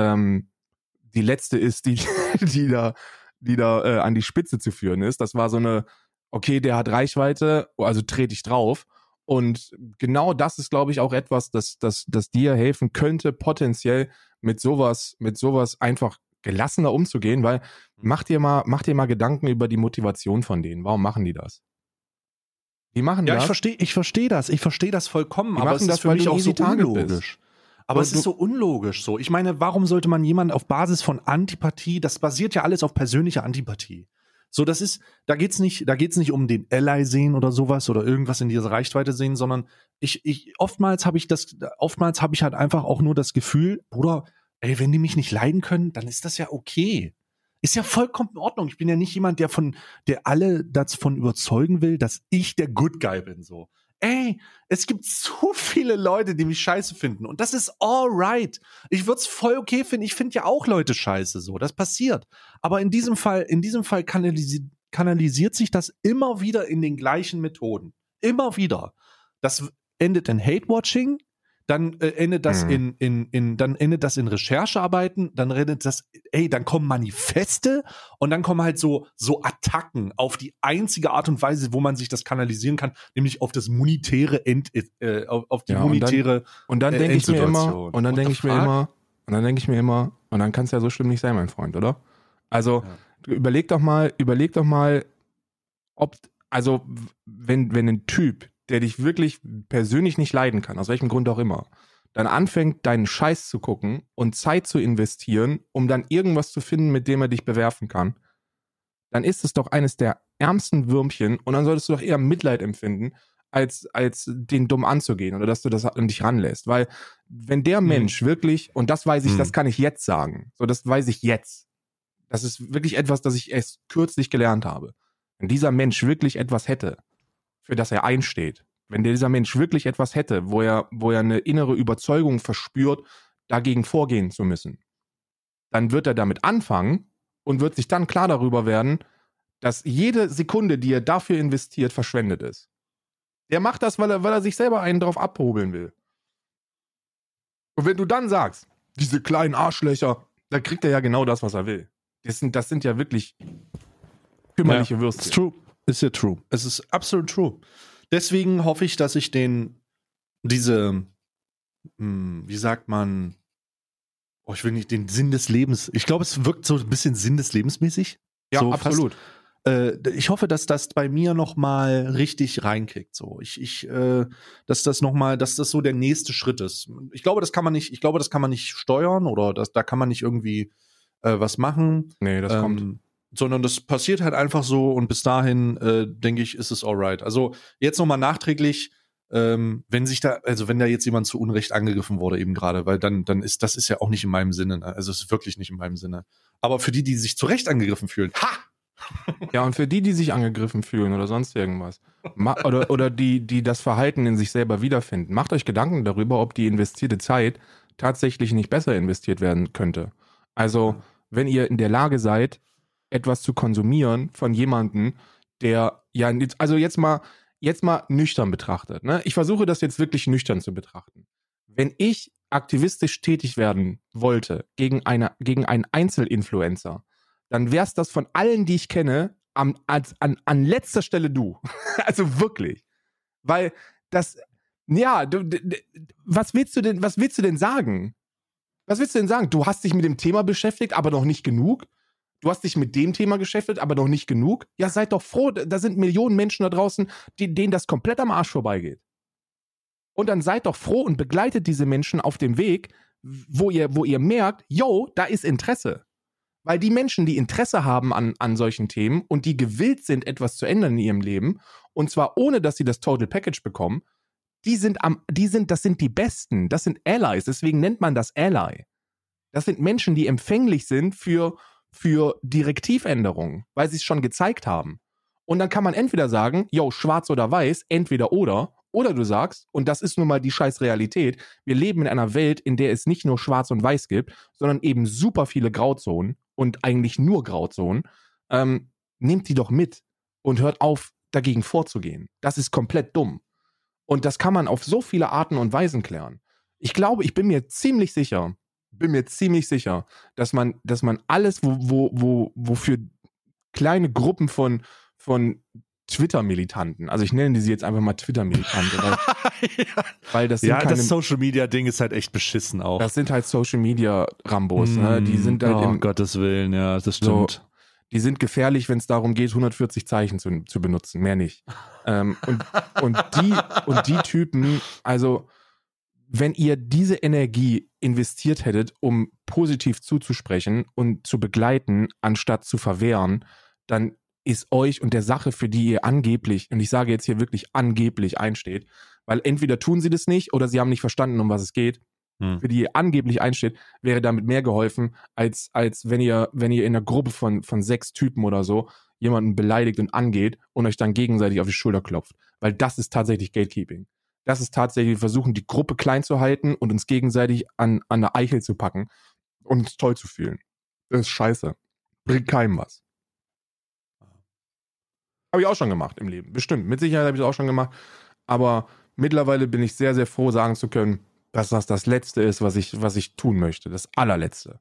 die letzte ist, die da an die Spitze zu führen ist. Das war so eine, okay, der hat Reichweite, also trete ich drauf. Und genau das ist, glaube ich, auch etwas, das dir helfen könnte, potenziell mit sowas einfach gelassener umzugehen, weil mach dir mal Gedanken über die Motivation von denen. Warum machen die das? Die machen das. Ja, ich verstehe das vollkommen, aber es ist für weil mich du auch so easy target unlogisch. Aber es ist so unlogisch so. Ich meine, warum sollte man jemanden auf Basis von Antipathie, das basiert ja alles auf persönlicher Antipathie. So, da geht's nicht um den Ally sehen oder sowas oder irgendwas in dieser Reichweite sehen, sondern oftmals habe ich halt einfach auch nur das Gefühl, Bruder, ey, wenn die mich nicht leiden können, dann ist das ja okay. Ist ja vollkommen in Ordnung. Ich bin ja nicht jemand, der alle davon überzeugen will, dass ich der Good Guy bin, so. Ey, es gibt so viele Leute, die mich scheiße finden. Und das ist alright. Ich würde es voll okay finden. Ich finde ja auch Leute scheiße, so. Das passiert. Aber in diesem Fall kanalisiert sich das immer wieder in den gleichen Methoden. Immer wieder. Das endet in Hate-Watching. Dann endet das dann endet das in Recherchearbeiten, dann kommen Manifeste und dann kommen halt so Attacken auf die einzige Art und Weise, wo man sich das kanalisieren kann, nämlich auf das monetäre und dann denke ich mir immer, und dann kann es ja so schlimm nicht sein, mein Freund, oder? Also überleg doch mal, wenn ein Typ, der dich wirklich persönlich nicht leiden kann, aus welchem Grund auch immer, dann anfängt, deinen Scheiß zu gucken und Zeit zu investieren, um dann irgendwas zu finden, mit dem er dich bewerfen kann, dann ist es doch eines der ärmsten Würmchen und dann solltest du doch eher Mitleid empfinden, als den dumm anzugehen oder dass du das an dich ranlässt. Weil wenn der Mensch wirklich, und das weiß ich, das kann ich jetzt sagen, so das weiß ich jetzt, das ist wirklich etwas, das ich erst kürzlich gelernt habe. Wenn dieser Mensch wirklich etwas hätte, für das er einsteht, wenn dieser Mensch wirklich etwas hätte, wo er eine innere Überzeugung verspürt, dagegen vorgehen zu müssen, dann wird er damit anfangen und wird sich dann klar darüber werden, dass jede Sekunde, die er dafür investiert, verschwendet ist. Der macht das, weil er sich selber einen drauf abhobeln will. Und wenn du dann sagst, diese kleinen Arschlöcher, dann kriegt er ja genau das, was er will. Das sind ja wirklich kümmerliche Würstchen. It's true. Ist ja true. Es ist absolut true. Deswegen hoffe ich, dass ich wie sagt man, ich will nicht den Sinn des Lebens, ich glaube, es wirkt so ein bisschen Sinn des Lebens mäßig. Ja, so absolut. Ich hoffe, dass das bei mir nochmal richtig reinkickt. So. Dass das so der nächste Schritt ist. Ich glaube, das kann man nicht steuern oder da kann man nicht irgendwie was machen. Nee, das kommt. Sondern das passiert halt einfach so und bis dahin, denke ich, ist es alright. Also jetzt nochmal nachträglich, wenn da jetzt jemand zu Unrecht angegriffen wurde eben gerade, weil dann das ist ja auch nicht in meinem Sinne, ne? Also es ist wirklich nicht in meinem Sinne. Aber für die sich zu Recht angegriffen fühlen, Ja, und für die sich angegriffen fühlen oder sonst irgendwas, oder die das Verhalten in sich selber wiederfinden, macht euch Gedanken darüber, ob die investierte Zeit tatsächlich nicht besser investiert werden könnte. Also, wenn ihr in der Lage seid, etwas zu konsumieren von jemandem, der, ja, also jetzt mal nüchtern betrachtet, ne? Ich versuche das jetzt wirklich nüchtern zu betrachten. Wenn ich aktivistisch tätig werden wollte gegen einen Einzelinfluencer, dann wär's das von allen, die ich kenne, an letzter Stelle du. Also wirklich. Weil das, ja, was willst du denn sagen? Was willst du denn sagen? Du hast dich mit dem Thema beschäftigt, aber noch nicht genug? Du hast dich mit dem Thema beschäftigt, aber noch nicht genug? Ja, seid doch froh, da sind Millionen Menschen da draußen, denen das komplett am Arsch vorbeigeht. Und dann seid doch froh und begleitet diese Menschen auf dem Weg, wo ihr merkt, yo, da ist Interesse. Weil die Menschen, die Interesse haben an solchen Themen und die gewillt sind, etwas zu ändern in ihrem Leben, und zwar ohne, dass sie das Total Package bekommen, das sind die Besten, das sind Allies, deswegen nennt man das Ally. Das sind Menschen, die empfänglich sind für Direktivänderungen, weil sie es schon gezeigt haben. Und dann kann man entweder sagen, yo, schwarz oder weiß, entweder oder du sagst, und das ist nun mal die scheiß Realität, wir leben in einer Welt, in der es nicht nur schwarz und weiß gibt, sondern eben super viele Grauzonen und eigentlich nur Grauzonen. Nehmt die doch mit und hört auf, dagegen vorzugehen. Das ist komplett dumm. Und das kann man auf so viele Arten und Weisen klären. Ich bin mir ziemlich sicher, dass man alles, wofür kleine Gruppen von Twitter-Militanten, also ich nenne sie jetzt einfach mal Twitter-Militante, weil das sind das Social-Media-Ding ist halt echt beschissen auch. Das sind halt Social-Media-Rambos, ne? Die sind halt um Gottes Willen, ja, das stimmt. So, die sind gefährlich, wenn es darum geht, 140 Zeichen zu benutzen, mehr nicht. Und die Typen, also wenn ihr diese Energie investiert hättet, um positiv zuzusprechen und zu begleiten, anstatt zu verwehren, dann ist euch und der Sache, für die ihr angeblich, und ich sage jetzt hier wirklich angeblich einsteht, weil entweder tun sie das nicht oder sie haben nicht verstanden, um was es geht, für die ihr angeblich einsteht, wäre damit mehr geholfen, als wenn ihr in einer Gruppe von 6 Typen oder so jemanden beleidigt und angeht und euch dann gegenseitig auf die Schulter klopft. Weil das ist tatsächlich Gatekeeping. Das ist tatsächlich versuchen, die Gruppe klein zu halten und uns gegenseitig an der Eichel zu packen und uns toll zu fühlen. Das ist scheiße. Bringt keinem was. Habe ich auch schon gemacht im Leben. Bestimmt. Mit Sicherheit habe ich es auch schon gemacht. Aber mittlerweile bin ich sehr, sehr froh, sagen zu können, dass das Letzte ist, was ich tun möchte. Das Allerletzte.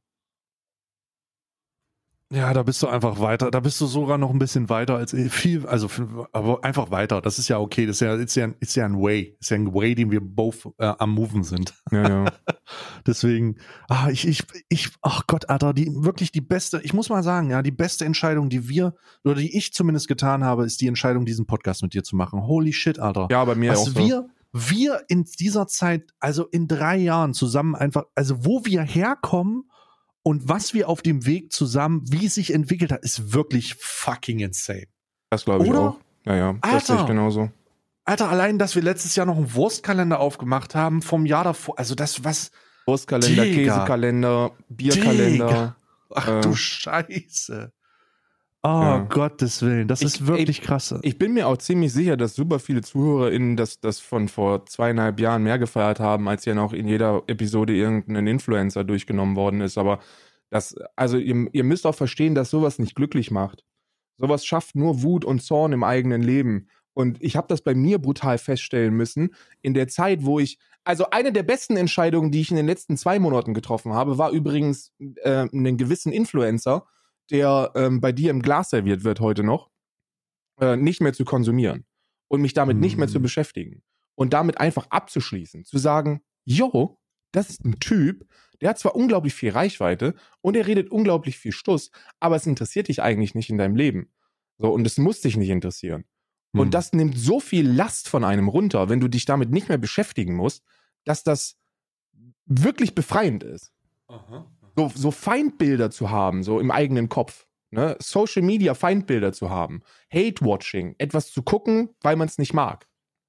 Ja, da bist du einfach weiter. Da bist du sogar noch ein bisschen weiter als viel, aber einfach weiter. Das ist ja okay. Das ist ja ein Way. Das ist ja ein Way, den wir both am Moven sind. Ja. Deswegen, ach Gott, Alter, wirklich die beste, ich muss mal sagen, ja, die beste Entscheidung, die ich zumindest getan habe, ist die Entscheidung, diesen Podcast mit dir zu machen. Holy shit, Alter. Ja, bei mir auch so. Wir in dieser Zeit, also in 3 Jahren zusammen einfach, also wo wir herkommen und was wir auf dem Weg zusammen, wie es sich entwickelt hat, ist wirklich fucking insane. Das glaube ich auch. Ja, das sehe ich genauso. Alter, allein, dass wir letztes Jahr noch einen Wurstkalender aufgemacht haben vom Jahr davor, also das was... Wurstkalender, Käsekalender, Bierkalender. Digga. Ach du Scheiße. Oh, Gottes Willen, das ist wirklich krass. Ich bin mir auch ziemlich sicher, dass super viele ZuhörerInnen das von vor 2,5 Jahren mehr gefeiert haben, als ja noch in jeder Episode irgendein Influencer durchgenommen worden ist. Aber ihr müsst auch verstehen, dass sowas nicht glücklich macht. Sowas schafft nur Wut und Zorn im eigenen Leben. Und ich habe das bei mir brutal feststellen müssen, in der Zeit, also eine der besten Entscheidungen, die ich in den letzten 2 Monaten getroffen habe, war übrigens einen gewissen Influencer, der bei dir im Glas serviert wird heute noch, nicht mehr zu konsumieren und mich damit nicht mehr zu beschäftigen und damit einfach abzuschließen, zu sagen, jo, das ist ein Typ, der hat zwar unglaublich viel Reichweite und er redet unglaublich viel Stuss, aber es interessiert dich eigentlich nicht in deinem Leben. So, und es muss dich nicht interessieren. Und das nimmt so viel Last von einem runter, wenn du dich damit nicht mehr beschäftigen musst, dass das wirklich befreiend ist. Aha. So Feindbilder zu haben, so im eigenen Kopf. Ne? Social Media Feindbilder zu haben. Hate-Watching. Etwas zu gucken, weil man es nicht mag.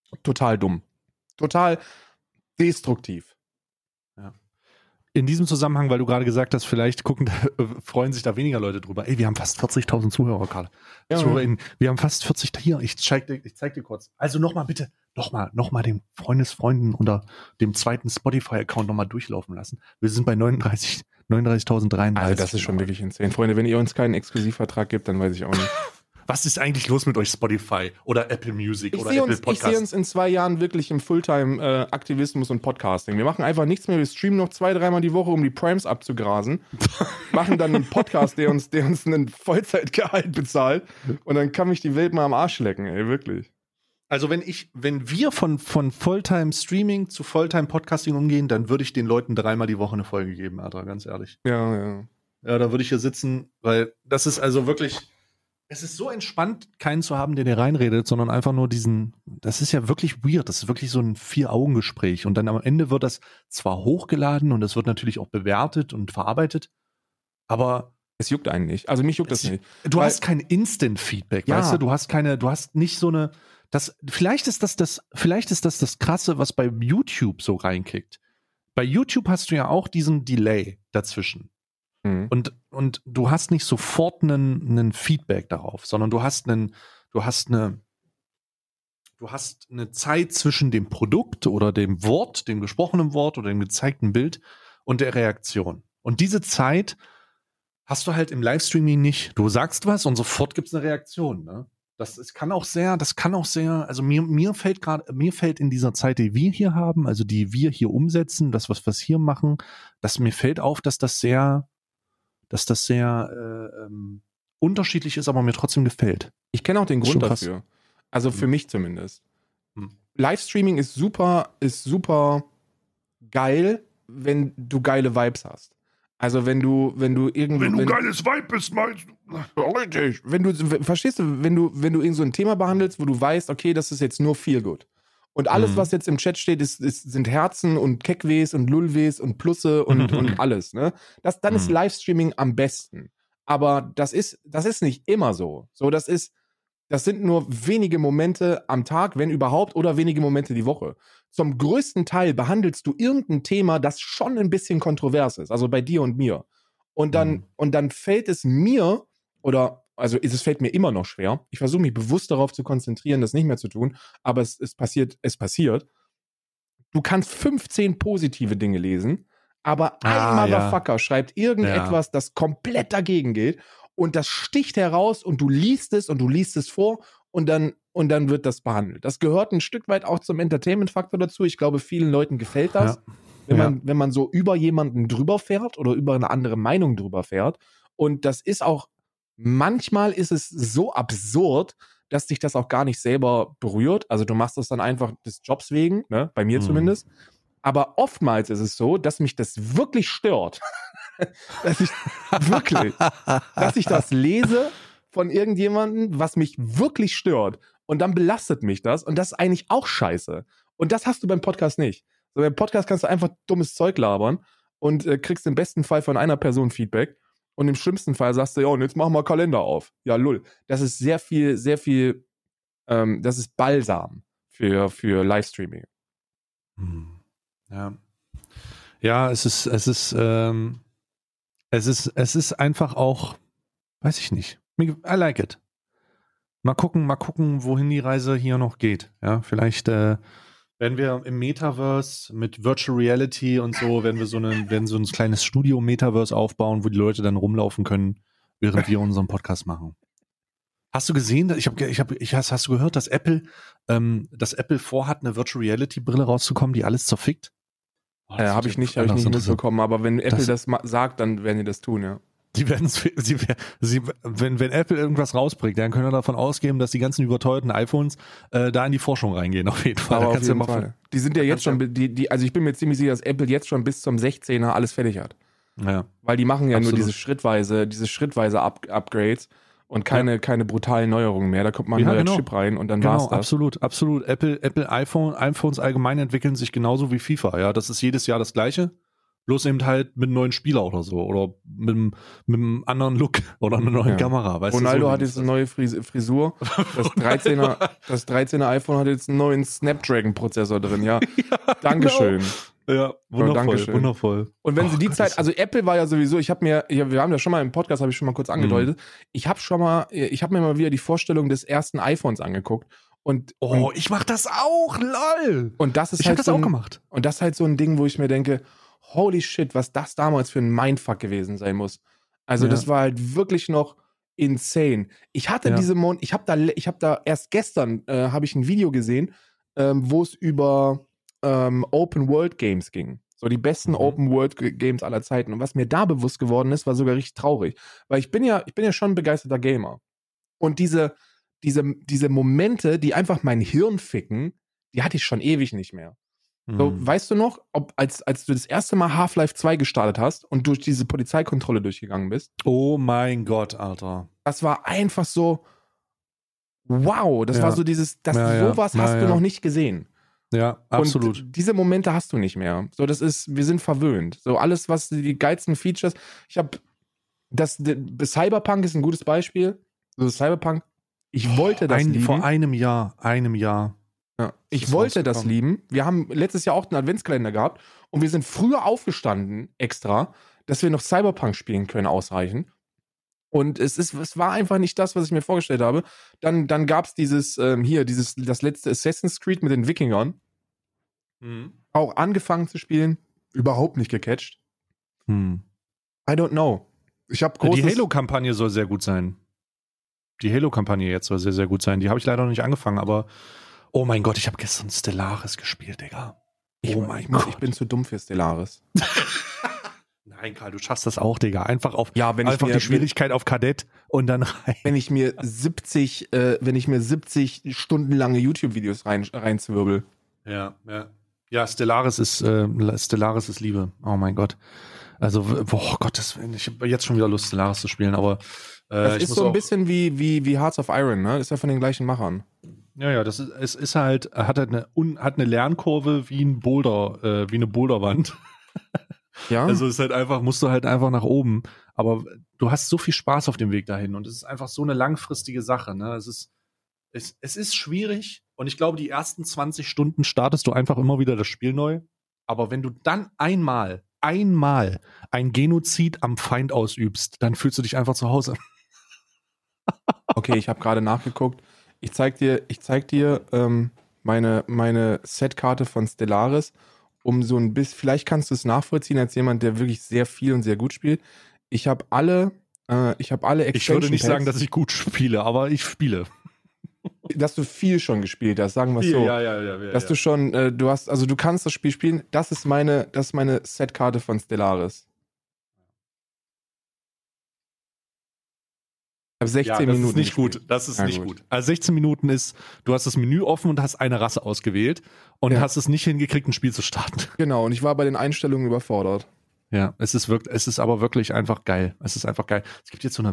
Total dumm. Total destruktiv. In diesem Zusammenhang, weil du gerade gesagt hast, vielleicht freuen sich da weniger Leute drüber. Ey, wir haben fast 40.000 Zuhörer gerade. Ja. Wir haben fast 40, hier, ich zeig dir kurz. Also nochmal bitte, nochmal den Freundesfreunden unter dem zweiten Spotify-Account nochmal durchlaufen lassen. Wir sind bei 39.033. Also das ist schon wirklich insane. Freunde, wenn ihr uns keinen Exklusivvertrag gibt, dann weiß ich auch nicht. Was ist eigentlich los mit euch, Spotify oder Apple Music oder Apple Podcasts? Ich sehe uns in 2 Jahren wirklich im Fulltime-Aktivismus und Podcasting. Wir machen einfach nichts mehr. Wir streamen noch 2-3 Mal die Woche, um die Primes abzugrasen. Machen dann einen Podcast, der uns einen Vollzeitgehalt bezahlt. Und dann kann mich die Welt mal am Arsch lecken, ey, wirklich. Also wenn wir von Fulltime-Streaming zu Fulltime-Podcasting umgehen, dann würde ich den Leuten 3-mal die Woche eine Folge geben, Adra, ganz ehrlich. Ja. Ja, da würde ich hier sitzen, weil das ist also wirklich... Es ist so entspannt, keinen zu haben, der dir reinredet, sondern einfach nur das ist ja wirklich weird, das ist wirklich so ein 4-Augen-Gespräch und dann am Ende wird das zwar hochgeladen und es wird natürlich auch bewertet und verarbeitet, aber es juckt einen nicht. Also mich juckt das nicht. Du hast kein Instant-Feedback, ja. Weißt du? Du hast nicht so eine, vielleicht ist das Krasse, was bei YouTube so reinkickt. Bei YouTube hast du ja auch diesen Delay dazwischen. Und du hast nicht sofort einen Feedback darauf, sondern du hast eine Zeit zwischen dem Produkt oder dem Wort, dem gesprochenen Wort oder dem gezeigten Bild und der Reaktion. Und diese Zeit hast du halt im Livestreaming nicht. Du sagst was und sofort gibt es eine Reaktion. Ne? Das kann auch sehr, also mir fällt in dieser Zeit, die wir hier haben, also die wir hier umsetzen, das, was wir hier machen, mir fällt auf, dass das sehr unterschiedlich ist, aber mir trotzdem gefällt. Ich kenne auch den Grund dafür. Also für mich zumindest. Livestreaming ist super geil, wenn du geile Vibes hast. Also wenn du geiles Vibe bist, meinst du? Richtig. Verstehst du, wenn du irgend so ein Thema behandelst, wo du weißt, okay, das ist jetzt nur feel good. Und alles, was jetzt im Chat steht, sind Herzen und Keckwes und Lullwes und Plusse und alles. Ne? Dann ist Livestreaming am besten. Aber das ist nicht immer so. Das sind nur wenige Momente am Tag, wenn überhaupt, oder wenige Momente die Woche. Zum größten Teil behandelst du irgendein Thema, das schon ein bisschen kontrovers ist. Also bei dir und mir. Und dann fällt es mir, es fällt mir immer noch schwer. Ich versuche mich bewusst darauf zu konzentrieren, das nicht mehr zu tun, aber es passiert. Du kannst 15 positive Dinge lesen, aber ein Motherfucker schreibt irgendetwas, das komplett dagegen geht und das sticht heraus und du liest es vor und dann wird das behandelt. Das gehört ein Stück weit auch zum Entertainment-Faktor dazu. Ich glaube, vielen Leuten gefällt das, wenn man so über jemanden drüber fährt oder über eine andere Meinung drüber fährt. Und das ist auch manchmal ist es so absurd, dass dich das auch gar nicht selber berührt. Also du machst das dann einfach des Jobs wegen, ne? Bei mir zumindest. Aber oftmals ist es so, dass mich das wirklich stört. dass ich das lese von irgendjemandem, was mich wirklich stört. Und dann belastet mich das. Und das ist eigentlich auch scheiße. Und das hast du beim Podcast nicht. So, beim Podcast kannst du einfach dummes Zeug labern und kriegst im besten Fall von einer Person Feedback. Und im schlimmsten Fall sagst du, ja, und jetzt machen wir Kalender auf. Ja, lull. Das ist sehr viel, das ist Balsam für Livestreaming. Ja. Ja, es ist einfach auch, weiß ich nicht. I like it. Mal gucken, wohin die Reise hier noch geht. Ja, vielleicht werden wir im Metaverse mit Virtual Reality und so, werden so ein kleines Studio Metaverse aufbauen, wo die Leute dann rumlaufen können, während wir unseren Podcast machen. Hast du gesehen, hast du gehört, dass Apple vorhat, eine Virtual Reality Brille rauszukommen, die alles zerfickt? Habe ich nicht mitbekommen, aber wenn Apple das sagt, dann werden die das tun, ja. Wenn Apple irgendwas rausbringt, dann können wir davon ausgehen, dass die ganzen überteuerten iPhones da in die Forschung reingehen, auf jeden Fall. Aber auf jeden Fall. Die sind ja jetzt schon, also ich bin mir ziemlich sicher, dass Apple jetzt schon bis zum 16er alles fertig hat. Ja. Weil die machen ja nur diese schrittweise Upgrades und keine brutalen Neuerungen mehr. Da kommt mal ein neuer Chip rein und dann war's das. Absolut. iPhones allgemein entwickeln sich genauso wie FIFA. Ja, das ist jedes Jahr das Gleiche. bloß eben halt mit einem neuen Spieler oder so oder mit einem anderen Look oder einer neuen Kamera. Weißt Ronaldo du, so hat jetzt eine neue Frisur. Das 13er iPhone hat jetzt einen neuen Snapdragon-Prozessor drin, ja. Dankeschön. Genau. Ja, wundervoll. Und wenn sie die Zeit, also Apple war ja sowieso, wir haben ja schon mal im Podcast, habe ich schon mal kurz angedeutet, ich habe mir mal wieder die Vorstellung des ersten iPhones angeguckt. Und ich mach das auch, lol. Und das ist ich halt hab das auch gemacht. Und das ist halt so ein Ding, wo ich mir denke, holy shit, was das damals für ein Mindfuck gewesen sein muss. Also das war halt wirklich noch insane. Ich hatte ich habe da erst gestern habe ich ein Video gesehen, wo es über Open World Games ging. So die besten Open World Games aller Zeiten. Und was mir da bewusst geworden ist, war sogar richtig traurig. Weil ich bin ja schon ein begeisterter Gamer. Und diese Momente, die einfach mein Hirn ficken, die hatte ich schon ewig nicht mehr. So, weißt du noch, als du das erste Mal Half-Life 2 gestartet hast und durch diese Polizeikontrolle durchgegangen bist? Oh mein Gott, Alter. Das war einfach so, wow, das war so dieses, sowas hast du noch nicht gesehen. Ja, absolut. Und diese Momente hast du nicht mehr. So, wir sind verwöhnt. So, alles, was die geilsten Features, Cyberpunk ist ein gutes Beispiel. So, Cyberpunk, ich wollte das lieben. Vor einem Jahr. Ja. Ich wollte das lieben. Wir haben letztes Jahr auch einen Adventskalender gehabt und wir sind früher aufgestanden, extra, dass wir noch Cyberpunk spielen können, ausreichend. Und es war einfach nicht das, was ich mir vorgestellt habe. Dann gab es das letzte Assassin's Creed mit den Wikingern. Auch angefangen zu spielen, überhaupt nicht gecatcht. I don't know. Die Halo-Kampagne soll sehr gut sein. Die Halo-Kampagne jetzt soll sehr, sehr gut sein. Die habe ich leider noch nicht angefangen, aber oh mein Gott, ich habe gestern Stellaris gespielt, Digga. Ich bin zu dumm für Stellaris. Nein, Karl, du schaffst das auch, Digga. Einfach die Schwierigkeit auf Kadett und dann rein. Wenn ich mir 70 stundenlange YouTube-Videos reinzwirbel. Ja. Ja, Stellaris ist Liebe. Oh mein Gott. Also, Gottes Willen, ich habe jetzt schon wieder Lust, Stellaris zu spielen, aber das ist so ein bisschen wie Hearts of Iron, ne? Ist ja von den gleichen Machern. Ja, hat eine Lernkurve wie ein Boulder, wie eine Boulderwand. Ja. Also es ist halt musst du halt einfach nach oben. Aber du hast so viel Spaß auf dem Weg dahin und es ist einfach so eine langfristige Sache, ne? Es ist schwierig und ich glaube, die ersten 20 Stunden startest du einfach immer wieder das Spiel neu. Aber wenn du dann einmal ein Genozid am Feind ausübst, dann fühlst du dich einfach zu Hause. Okay, ich habe gerade nachgeguckt. Ich zeig dir meine Setkarte von Stellaris, um so ein bisschen, vielleicht kannst du es nachvollziehen als jemand, der wirklich sehr viel und sehr gut spielt. Ich habe alle Expansion Ich würde nicht Packs, sagen, dass ich gut spiele, aber ich spiele. Dass du viel schon gespielt hast, sagen wir es so. Ja. Dass du schon, du kannst das Spiel spielen. Das ist meine Setkarte von Stellaris. Ich habe 16 Minuten. Das ist nicht gut. Das ist nicht gut. Also 16 Minuten ist, du hast das Menü offen und hast eine Rasse ausgewählt und hast es nicht hingekriegt, ein Spiel zu starten. Genau, und ich war bei den Einstellungen überfordert. Ja, es ist aber wirklich einfach geil. Es ist einfach geil. Es gibt jetzt so eine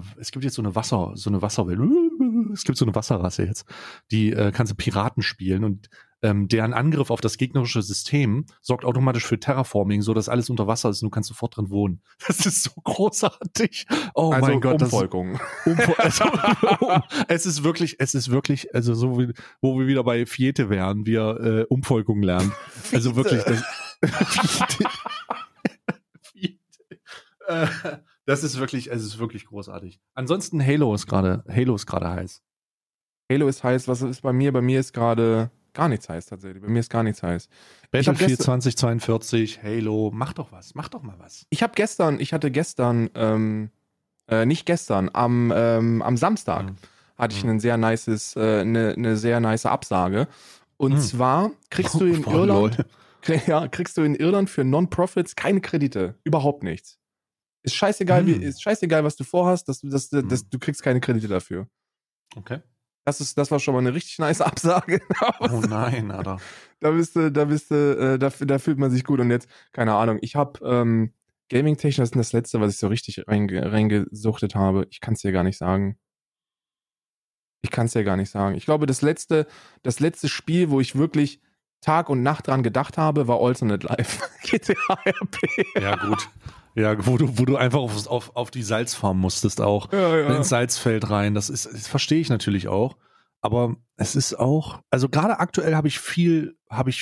Wasserrasse jetzt. Die kannst du Piraten spielen und deren Angriff auf das gegnerische System sorgt automatisch für Terraforming, so dass alles unter Wasser ist und du kannst sofort drin wohnen. Das ist so großartig. Oh also mein Gott, Umvolkung. Es ist wirklich, also so wie, wo wir wieder bei Fiete wären, wir Umvolkung lernen. Also wirklich, es ist wirklich großartig. Ansonsten Halo ist gerade heiß. Halo ist heiß, was ist bei mir? Bei mir ist gerade gar nichts heiß tatsächlich. Bei mir ist gar nichts heiß. Battlefield 2042, Halo, mach doch mal was. Am Samstag hatte ich eine sehr nice Absage. Und zwar kriegst du in Irland für Non-Profits keine Kredite. Überhaupt nichts. Ist scheißegal, was du vorhast, du kriegst keine Kredite dafür. Okay. Das war schon mal eine richtig nice Absage. Oh nein, Alter. Da fühlt man sich gut. Und jetzt, keine Ahnung, ich habe Gaming-technisch, das ist das Letzte, was ich so richtig reingesuchtet habe. Ich kann es dir gar nicht sagen. Ich glaube, das letzte Spiel, wo ich wirklich Tag und Nacht dran gedacht habe, war Alternate Life. GTA RP. Ja, gut. Ja, wo du einfach auf die Salzfarm musstest auch. Ja. Ins Salzfeld rein. Das verstehe ich natürlich auch. Aber es ist auch, also gerade aktuell habe ich viel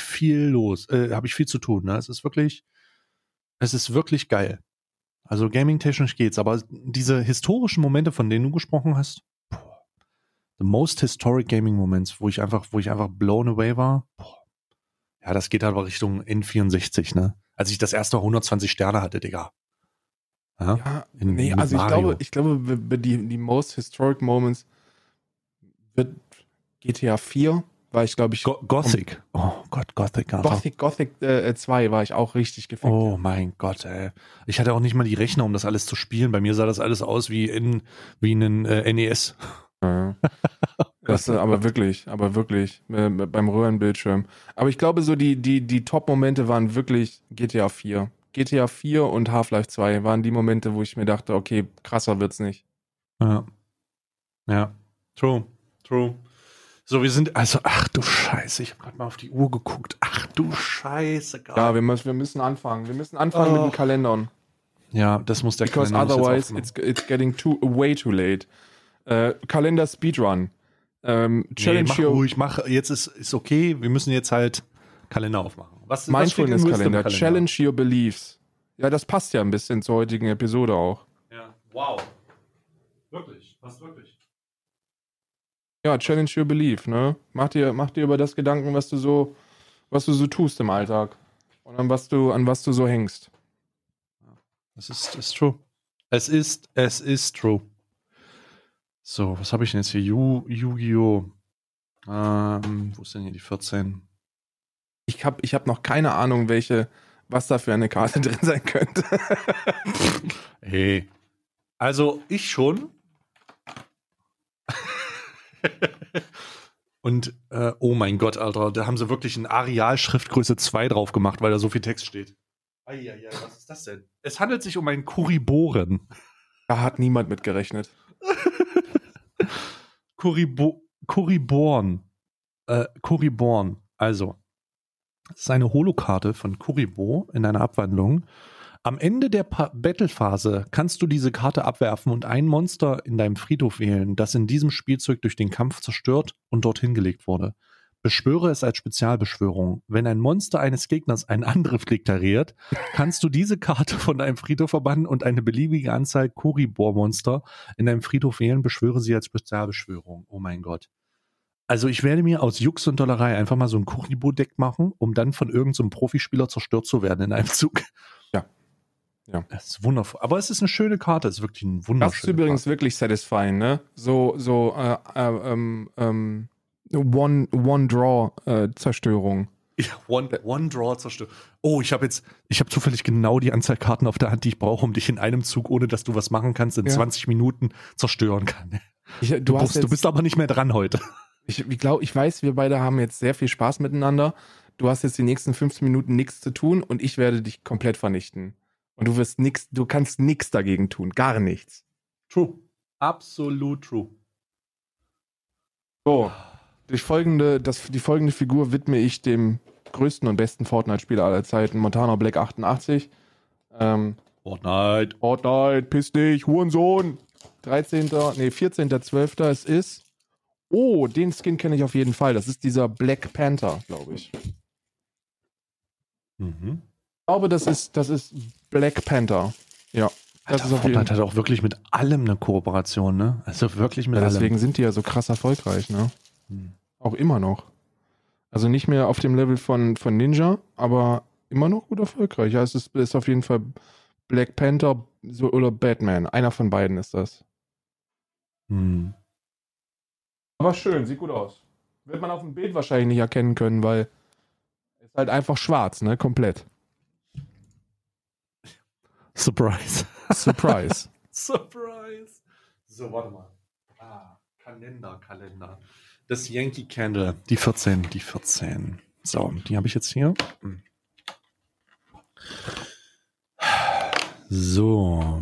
zu tun. Ne? Es ist wirklich geil. Also gaming-technisch geht's, aber diese historischen Momente, von denen du gesprochen hast, the most historic gaming moments, wo ich einfach blown away war, ja, das geht aber Richtung N64, ne? Als ich das erste 120 Sterne hatte, Digga. Ja, Mit also Mario. ich glaube, die most historic moments wird GTA 4, war ich, glaube ich, Gothic. Oh Gott, Gothic, Alter. Gothic 2 war ich auch richtig gefickt. Oh mein Gott, ey. Ich hatte auch nicht mal die Rechner, um das alles zu spielen. Bei mir sah das alles aus wie ein NES. Ja. Das, aber wirklich, beim Röhrenbildschirm. Aber ich glaube, so die Top-Momente waren wirklich GTA 4. GTA 4 und Half-Life 2 waren die Momente, wo ich mir dachte, okay, krasser wird's nicht. Ja. Ja. True. So, wir sind, also, ach du Scheiße, ich habe gerade mal auf die Uhr geguckt. Ach du Scheiße, geil. Ja, wir müssen anfangen. Wir müssen anfangen mit den Kalendern. Ja, das muss der Because Kalender otherwise it's getting way too late. Kalender Speedrun. Challenge mach ruhig, jetzt ist okay, wir müssen jetzt halt Kalender aufmachen. Was Mindfulness-Kalender, Challenge Your Beliefs. Ja, das passt ja ein bisschen zur heutigen Episode auch. Ja, wow. Wirklich, passt wirklich. Ja, Challenge Your Belief, ne? Mach dir über das Gedanken, was du so tust im Alltag. Und an was du so hängst. Das ist true. Es ist true. So, was habe ich denn jetzt hier? Yu-Gi-Oh! Wo ist denn hier die 14? Ich hab noch keine Ahnung, was da für eine Karte drin sein könnte. Hey. Also, ich schon. Und, oh mein Gott, Alter, da haben sie wirklich ein Areal Schriftgröße 2 drauf gemacht, weil da so viel Text steht. Eieiei, was ist das denn? Es handelt sich um einen Kuriboren. Da hat niemand mit gerechnet. Kuriborn. Kuriborn. Also, das ist eine Holokarte von Kuribo in einer Abwandlung. Am Ende der Battle-Phase kannst du diese Karte abwerfen und ein Monster in deinem Friedhof wählen, das in diesem Spielzeug durch den Kampf zerstört und dorthin gelegt wurde. Beschwöre es als Spezialbeschwörung. Wenn ein Monster eines Gegners einen Angriff deklariert, kannst du diese Karte von deinem Friedhof verbannen und eine beliebige Anzahl Kuribor-Monster in deinem Friedhof wählen. Beschwöre sie als Spezialbeschwörung. Oh mein Gott. Also ich werde mir aus Jux und Dollerei einfach mal so ein Kuribo-Deck machen, um dann von irgendeinem Profispieler zerstört zu werden in einem Zug. Ja. Das ist wundervoll. Aber es ist eine schöne Karte. Es ist wirklich ein wunderschöne Das ist übrigens wirklich satisfying, ne? One-Draw-Zerstörung. Ja, One-Draw-Zerstörung. Oh, ich habe zufällig genau die Anzahl Karten auf der Hand, die ich brauche, um dich in einem Zug, ohne dass du was machen kannst, in 20 Minuten zerstören kann. Du bist aber nicht mehr dran heute. Ich weiß, wir beide haben jetzt sehr viel Spaß miteinander. Du hast jetzt die nächsten 15 Minuten nichts zu tun und ich werde dich komplett vernichten. Und du kannst nichts dagegen tun. Gar nichts. True. Absolut true. So. Die folgende Figur widme ich dem größten und besten Fortnite-Spieler aller Zeiten, Montana Black 88. Fortnite, piss dich, Hurensohn. 14.12. Es ist. Oh, den Skin kenne ich auf jeden Fall. Das ist dieser Black Panther, glaube ich. Mhm. Ich glaube, das ist Black Panther. Ja. Alter, Fortnite hat auch wirklich mit allem eine Kooperation, ne? Also wirklich mit allem. Deswegen sind die ja so krass erfolgreich, ne? Auch immer noch. Also nicht mehr auf dem Level von Ninja, aber immer noch gut erfolgreich. Ja, es ist auf jeden Fall Black Panther oder Batman. Einer von beiden ist das. Aber schön, sieht gut aus. Wird man auf dem Bild wahrscheinlich nicht erkennen können, weil es ist halt einfach schwarz, ne? Komplett. Surprise. Surprise. Surprise. So, warte mal. Kalender. Das Yankee Candle. Die 14. So, die habe ich jetzt hier. So.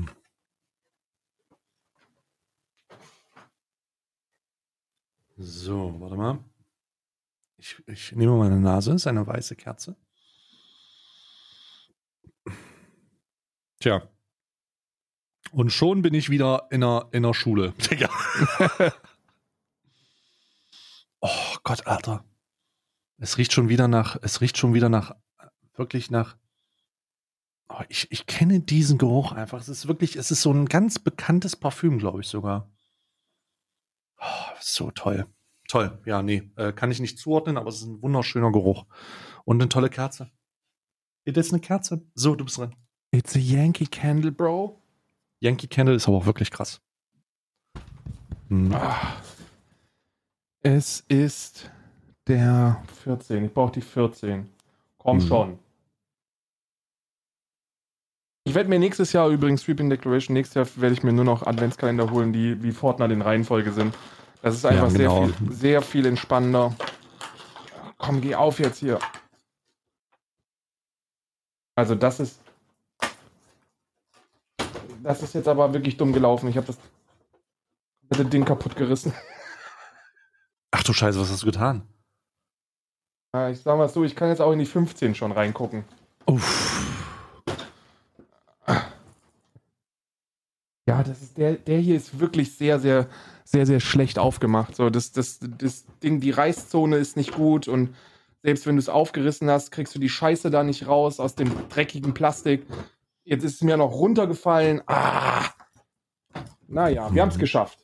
So, warte mal. Ich nehme meine Nase, ist eine weiße Kerze. Tja. Und schon bin ich wieder in der Schule. Digga. Oh Gott, Alter. Es riecht schon wieder nach, wirklich nach, oh, ich kenne diesen Geruch einfach. Es ist so ein ganz bekanntes Parfüm, glaube ich sogar. Oh, so toll. Toll, ja, nee, kann ich nicht zuordnen, aber es ist ein wunderschöner Geruch. Und eine tolle Kerze. Hier, das ist eine Kerze. So, du bist dran. It's a Yankee Candle, Bro. Yankee Candle ist aber auch wirklich krass. Es ist der 14. Ich brauche die 14. Komm schon. Ich werde mir nächstes Jahr übrigens, Sweeping Declaration, nächstes Jahr werde ich mir nur noch Adventskalender holen, die wie Fortnite in Reihenfolge sind. Das ist einfach sehr viel entspannender. Komm, geh auf jetzt hier. Also das ist jetzt aber wirklich dumm gelaufen. Ich habe das Ding kaputt gerissen. Ach du Scheiße, was hast du getan? Ich sag mal so, ich kann jetzt auch in die 15 schon reingucken. Uff. Ja, das ist der hier ist wirklich sehr, sehr, sehr, sehr schlecht aufgemacht. So, das Ding, die Reißzone ist nicht gut und selbst wenn du es aufgerissen hast, kriegst du die Scheiße da nicht raus aus dem dreckigen Plastik. Jetzt ist es mir noch runtergefallen. Naja, wir haben es geschafft.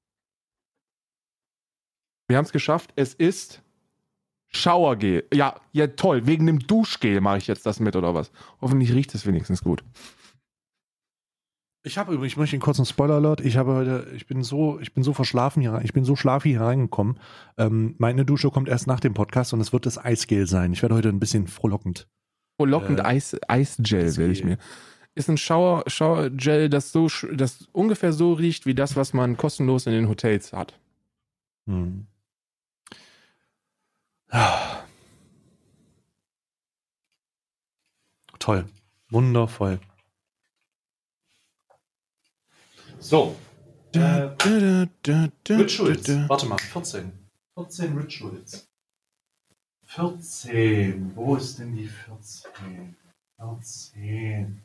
Es ist Showergel. Ja, toll. Wegen dem Duschgel mache ich jetzt das mit, oder was? Hoffentlich riecht es wenigstens gut. Ich möchte einen kurzen Spoiler-Alert. Ich bin so verschlafen hier, ich bin so schlafi hier reingekommen. Meine Dusche kommt erst nach dem Podcast und es wird das Eisgel sein. Ich werde heute ein bisschen frohlockend. Eisgel will ich mir. Ist ein Showergel, das ungefähr so riecht wie das, was man kostenlos in den Hotels hat. Toll. Wundervoll. So. Rituals. Warte mal, 14. 14 Rituals. 14. Wo ist denn die 14? 14.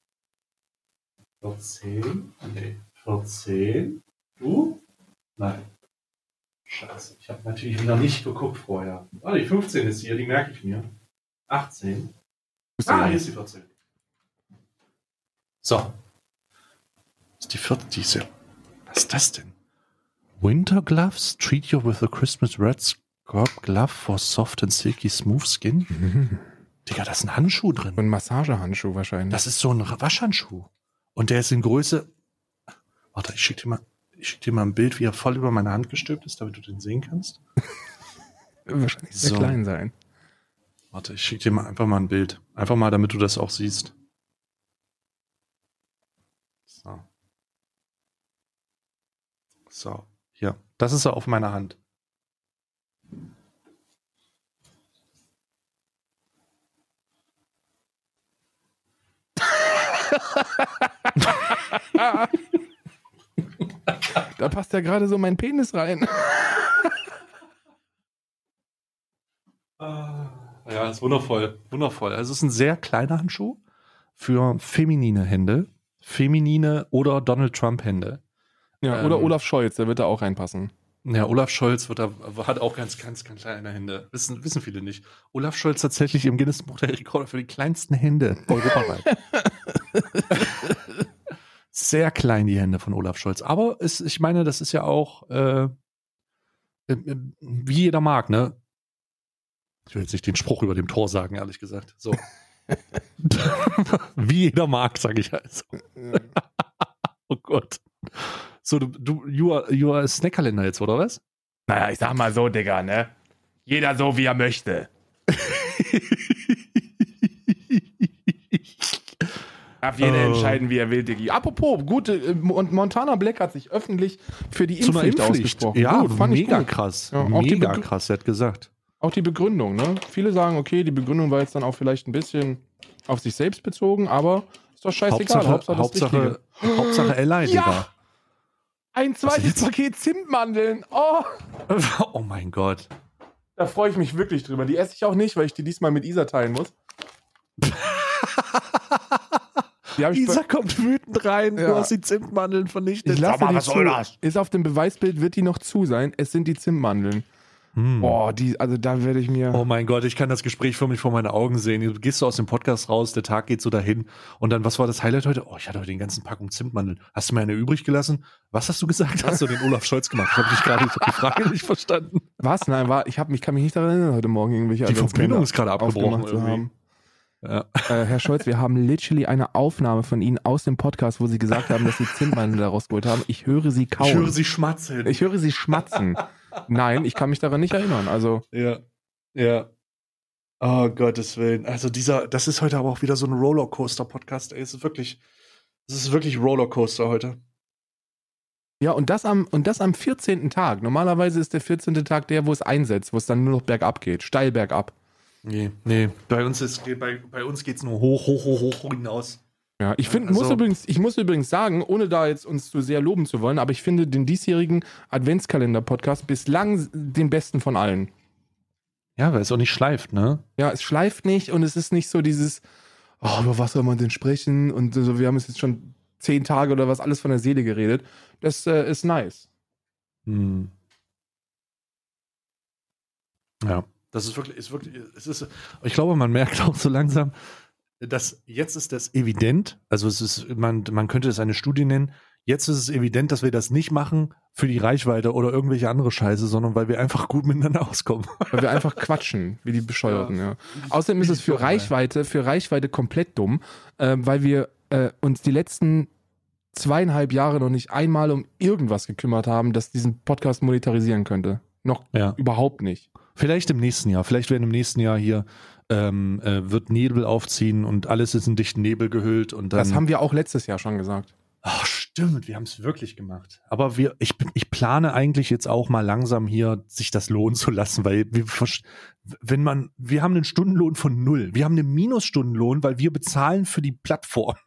14? Nee. 14? Du? Nein. Scheiße. Ich habe natürlich wieder nicht geguckt vorher. Die 15 ist hier, die merke ich mir. 18. Hier ist die 14. So. Das ist die 14. Was ist das denn? Winter Gloves treat you with a Christmas red scrub glove for soft and silky smooth skin. Digga, da ist ein Handschuh drin. Ein Massagehandschuh wahrscheinlich. Das ist so ein Waschhandschuh. Und der ist in Größe. Warte, ich schick dir mal ein Bild, wie er voll über meine Hand gestülpt ist, damit du den sehen kannst. Wahrscheinlich sehr klein sein. Warte, ich schicke dir mal einfach mal ein Bild. Einfach mal, damit du das auch siehst. So, hier. Das ist er auf meiner Hand. Da passt ja gerade so mein Penis rein. Ja, ist wundervoll. Wundervoll. Also es ist ein sehr kleiner Handschuh für feminine Hände. Feminine oder Donald Trump Hände. Ja, oder Olaf Scholz, der wird da auch reinpassen. Ja, Olaf Scholz hat auch ganz kleine Hände. Wissen viele nicht. Olaf Scholz tatsächlich im Guinness-Buch der Rekorde für die kleinsten Hände europaweit. Sehr klein die Hände von Olaf Scholz. Aber ich meine, das ist ja auch wie jeder mag, ne? Ich will jetzt nicht den Spruch über dem Tor sagen, ehrlich gesagt. So. Wie jeder mag, sage ich also. Oh Gott. So, you are a Snackkalender jetzt, oder was? Naja, ich sag mal so, Digga, ne? Jeder so, wie er möchte. Darf jeder entscheiden, wie er will, Diggi. Apropos, und Montana Black hat sich öffentlich für die Impfpflicht ausgesprochen. Ja, gut, fand mega ich gut. Krass. Ja, mega krass, er hat gesagt. Auch die Begründung, ne? Viele sagen, okay, die Begründung war jetzt dann auch vielleicht ein bisschen auf sich selbst bezogen, aber ist doch scheißegal. Hauptsache allein, ja! Digga. Ein zweites Paket Zimtmandeln. Oh. Oh mein Gott. Da freue ich mich wirklich drüber. Die esse ich auch nicht, weil ich die diesmal mit Isa teilen muss. Die hab ich Isa kommt wütend rein, Ja. du hast die Zimtmandeln vernichtet. Ich lasse Sag mal, die was zu. soll das? Ist auf dem Beweisbild, wird die noch zu sein. Es sind die Zimtmandeln. Boah, also da werde ich mir... Oh mein Gott, ich kann das Gespräch für mich vor meinen Augen sehen. Du gehst so aus dem Podcast raus, der Tag geht so dahin. Und dann, was war das Highlight heute? Oh, ich hatte heute den ganzen Packung Zimtmandeln. Hast du mir eine übrig gelassen? Was hast du gesagt? Hast du den Olaf Scholz gemacht? Ich habe die Frage nicht verstanden. Was? Nein, ich kann mich nicht daran erinnern, heute Morgen irgendwelche Die Verbindung Adventskalender ist gerade abgebrochen aufgemacht zu haben. Ja. Herr Scholz, wir haben literally eine Aufnahme von Ihnen aus dem Podcast, wo Sie gesagt haben, dass Sie Zimtmandeln da rausgeholt haben. Ich höre Sie kauen. Ich höre sie schmatzen. Ich höre Sie schmatzen. Nein, ich kann mich daran nicht erinnern. Also Ja. Oh, Gottes Willen. Also das ist heute aber auch wieder so ein Rollercoaster-Podcast. Ey, es ist wirklich Rollercoaster heute. ja, und das am 14. Tag. Normalerweise ist der 14. Tag der, wo es einsetzt, wo es dann nur noch bergab geht, steil bergab. Nee. Bei uns geht's nur hoch hinaus. Ja, ich Also- muss übrigens sagen, ohne da jetzt uns zu sehr loben zu wollen, aber ich finde den diesjährigen Adventskalender-Podcast bislang den besten von allen. Ja, weil es auch nicht schleift, ne? Ja, es schleift nicht und es ist nicht so dieses, oh, über was soll man denn sprechen? Und so, wir haben es jetzt schon 10 Tage oder was alles von der Seele geredet. Das ist nice. Ja, das ist wirklich, ich glaube, man merkt auch so langsam, dass jetzt ist das evident, also man könnte es eine Studie nennen, jetzt ist es evident, dass wir das nicht machen für die Reichweite oder irgendwelche andere Scheiße, sondern weil wir einfach gut miteinander auskommen. Weil wir einfach quatschen, wie die Bescheuerten, ja. Außerdem ist es für dumm, Reichweite komplett dumm, weil wir uns die letzten 2,5 Jahre noch nicht einmal um irgendwas gekümmert haben, das diesen Podcast monetarisieren könnte. Noch überhaupt nicht. Vielleicht im nächsten Jahr. Vielleicht werden im nächsten Jahr hier wird Nebel aufziehen und alles ist in dichten Nebel gehüllt und dann. Das haben wir auch letztes Jahr schon gesagt. Ach, stimmt, wir haben es wirklich gemacht. Aber ich plane eigentlich jetzt auch mal langsam hier, sich das lohnen zu lassen, weil wir haben einen Stundenlohn von 0. Wir haben einen Minusstundenlohn, weil wir bezahlen für die Plattform.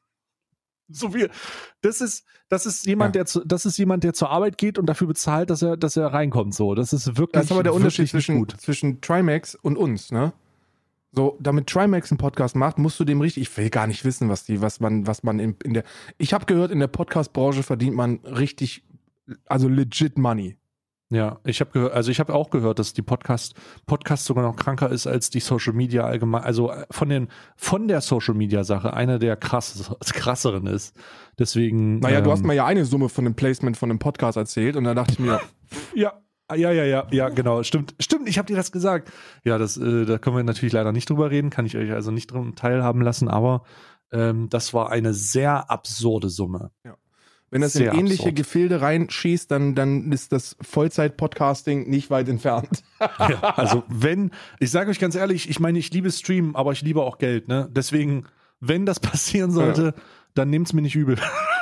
Das ist jemand, der zur Arbeit geht und dafür bezahlt, dass er reinkommt. So, das ist wirklich. Das ist aber der Unterschied gut. zwischen Trimax und uns, ne? So, damit Trimax einen Podcast macht, musst du dem richtig, ich will gar nicht wissen, was man in der, ich habe gehört, in der Podcast-Branche verdient man richtig, also legit Money. Ja, ich habe auch gehört, dass die Podcast sogar noch kranker ist als die Social Media allgemein, also von der Social Media Sache einer der krasseren ist. Deswegen. Naja, du hast mir ja eine Summe von dem Placement von dem Podcast erzählt und da dachte ich mir, Ja, genau, stimmt, ich habe dir das gesagt. Ja, da können wir natürlich leider nicht drüber reden, kann ich euch also nicht dran teilhaben lassen, aber das war eine sehr absurde Summe. Ja. Wenn das Sehr in ähnliche absurd. Gefilde reinschießt, dann ist das Vollzeit-Podcasting nicht weit entfernt. Ja, also ich sage euch ganz ehrlich, ich meine, ich liebe Streamen, aber ich liebe auch Geld, ne? Deswegen, wenn das passieren sollte, dann nehmt's mir nicht übel.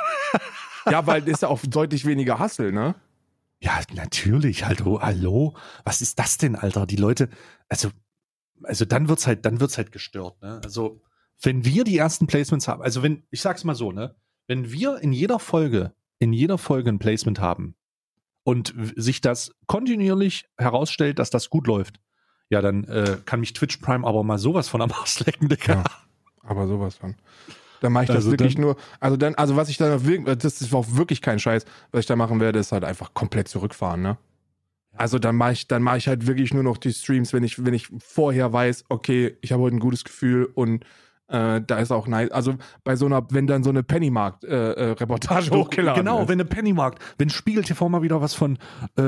Ja, weil das ist ja auch deutlich weniger Hassel, ne? Ja, natürlich, hallo, was ist das denn, Alter? Die Leute, also dann wird's halt gestört, ne? Also, wenn wir die ersten Placements haben, also ich sag's mal so, ne? Wenn wir in jeder Folge ein Placement haben und sich das kontinuierlich herausstellt, dass das gut läuft, ja, dann kann mich Twitch Prime aber mal sowas von am Arsch lecken, Digga. Ja, aber sowas von. Dann mache ich das Also wirklich dann- nur, was ich da wirklich, das ist auch wirklich kein Scheiß, was ich da machen werde, ist halt einfach komplett zurückfahren, ne? Also dann mache ich halt wirklich nur noch die Streams, wenn ich vorher weiß, okay, ich habe heute ein gutes Gefühl und da ist auch nice. Also bei wenn dann so eine Pennymarkt-Reportage hochgeladen Genau, ist. wenn eine Pennymarkt, wenn Spiegel TV mal wieder was von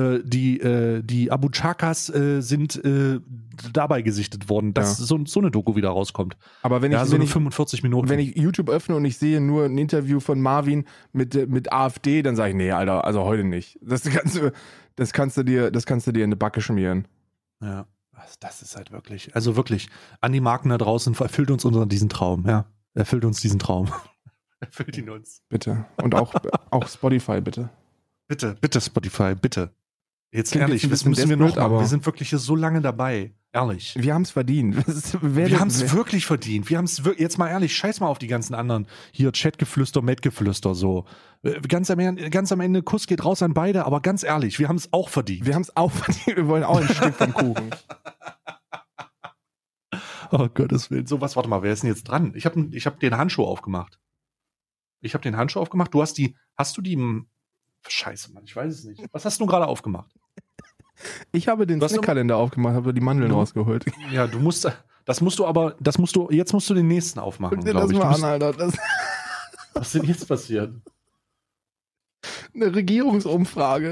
die Abu Chakas sind dabei gesichtet worden, dass so eine Doku wieder rauskommt. Aber wenn Ja, ich, so wenn eine ich 45 Minuten. wenn ich YouTube öffne und ich sehe nur ein Interview von Marvin mit AfD, dann sage ich, nee, Alter, also heute nicht. Das kannst du dir in eine Backe schmieren. Ja, das ist halt wirklich, also wirklich, an die Marken da draußen, erfüllt uns diesen Traum, ja. Erfüllt uns diesen Traum. Erfüllt ihn uns. Bitte. Und auch Spotify, bitte. Bitte Spotify, bitte. Jetzt Klingt ehrlich, jetzt ein das bisschen müssen wir desperate, noch machen. aber- Wir sind wirklich hier so lange dabei. Ehrlich. Wir haben es verdient. Wir haben es wirklich verdient. Wir haben es jetzt mal ehrlich, scheiß mal auf die ganzen anderen. Hier Chatgeflüster, Mattgeflüster, so. Ganz am Ende, Kuss geht raus an beide, aber ganz ehrlich, wir haben es auch verdient. Wir haben es auch verdient. Wir wollen auch ein Stück vom Kuchen. Oh Gottes Willen. So, warte mal, wer ist denn jetzt dran? Ich hab den Handschuh aufgemacht. Ich habe den Handschuh aufgemacht. Hast du die, Scheiße, Mann, ich weiß es nicht. Was hast du gerade aufgemacht? Ich habe den Snackkalender aufgemacht, habe die Mandeln rausgeholt. Ja, jetzt musst du den nächsten aufmachen, Guck dir das mal an, Alter. Was ist denn jetzt passiert? Eine Regierungsumfrage.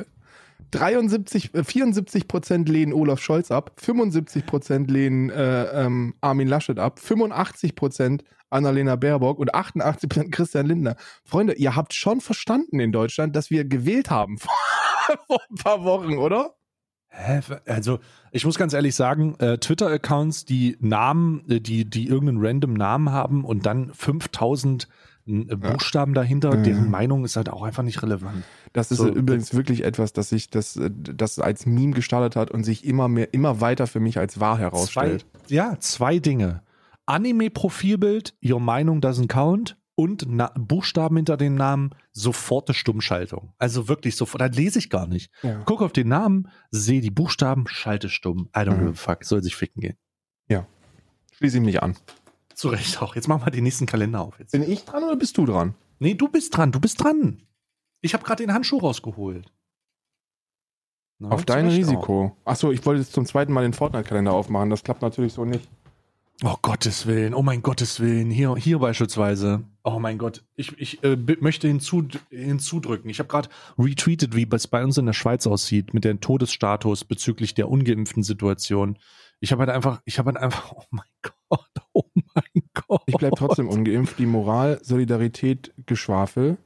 74% lehnen Olaf Scholz ab, 75% lehnen Armin Laschet ab, 85% Annalena Baerbock und 88% Christian Lindner. Freunde, ihr habt schon verstanden in Deutschland, dass wir gewählt haben vor ein paar Wochen, oder? Also, ich muss ganz ehrlich sagen, Twitter-Accounts, die Namen, die irgendeinen random Namen haben und dann 5000 Buchstaben dahinter, deren Meinung ist halt auch einfach nicht relevant. Das ist übrigens wirklich etwas, das als Meme gestartet hat und sich immer weiter für mich als wahr herausstellt. Zwei Dinge. Anime-Profilbild, your Meinung doesn't count und Buchstaben hinter dem Namen, soforte Stummschaltung. Also wirklich sofort, da lese ich gar nicht. Ja. Guck auf den Namen, sehe die Buchstaben, schalte stumm. I don't give a fuck, soll sich ficken gehen. Ja, schließe ich mich an. Zu Recht auch. Jetzt machen wir den nächsten Kalender auf. Jetzt. Bin ich dran oder bist du dran? Nee, du bist dran. Ich habe gerade den Handschuh rausgeholt. Na, auf dein Risiko. Achso, ich wollte jetzt zum zweiten Mal den Fortnite-Kalender aufmachen. Das klappt natürlich so nicht. Oh Gottes Willen, oh mein Gottes Willen. Hier beispielsweise. Oh mein Gott. Ich möchte hinzudrücken. Ich habe gerade retweetet, wie es bei uns in der Schweiz aussieht, mit dem Todesstatus bezüglich der ungeimpften Situation. Ich habe halt einfach, oh mein Gott. Ich bleibe trotzdem ungeimpft. Die Moral, Solidarität, Geschwafel.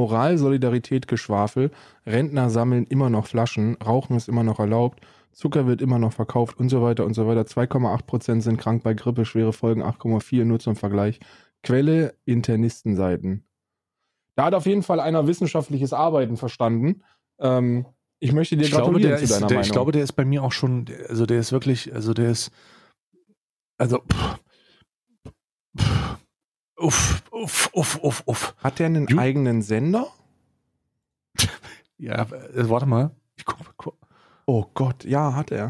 Rentner sammeln immer noch Flaschen, Rauchen ist immer noch erlaubt, Zucker wird immer noch verkauft und so weiter und so weiter. 2,8% sind krank bei Grippe, schwere Folgen 8,4, nur zum Vergleich. Quelle, Internistenseiten. Da hat auf jeden Fall einer wissenschaftliches Arbeiten verstanden. Ich möchte dir gratulieren zu deiner Meinung. Ich glaube, der ist bei mir auch schon, also der ist wirklich, also der ist, also Hat der einen eigenen Sender? Ja, warte mal. Ich guck. Oh Gott, ja, hat er.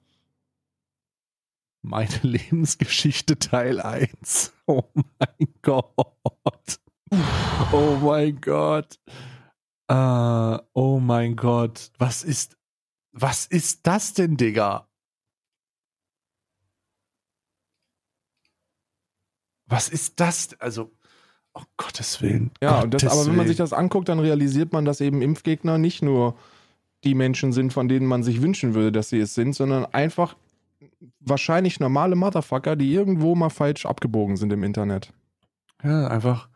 Meine Lebensgeschichte Teil 1. Oh mein Gott. Oh mein Gott. Oh mein Gott. Was ist das denn, Digga? Was ist das? Also, oh Gottes Willen. Ja, aber wenn man sich das anguckt, dann realisiert man, dass eben Impfgegner nicht nur die Menschen sind, von denen man sich wünschen würde, dass sie es sind, sondern einfach wahrscheinlich normale Motherfucker, die irgendwo mal falsch abgebogen sind im Internet. Ja, einfach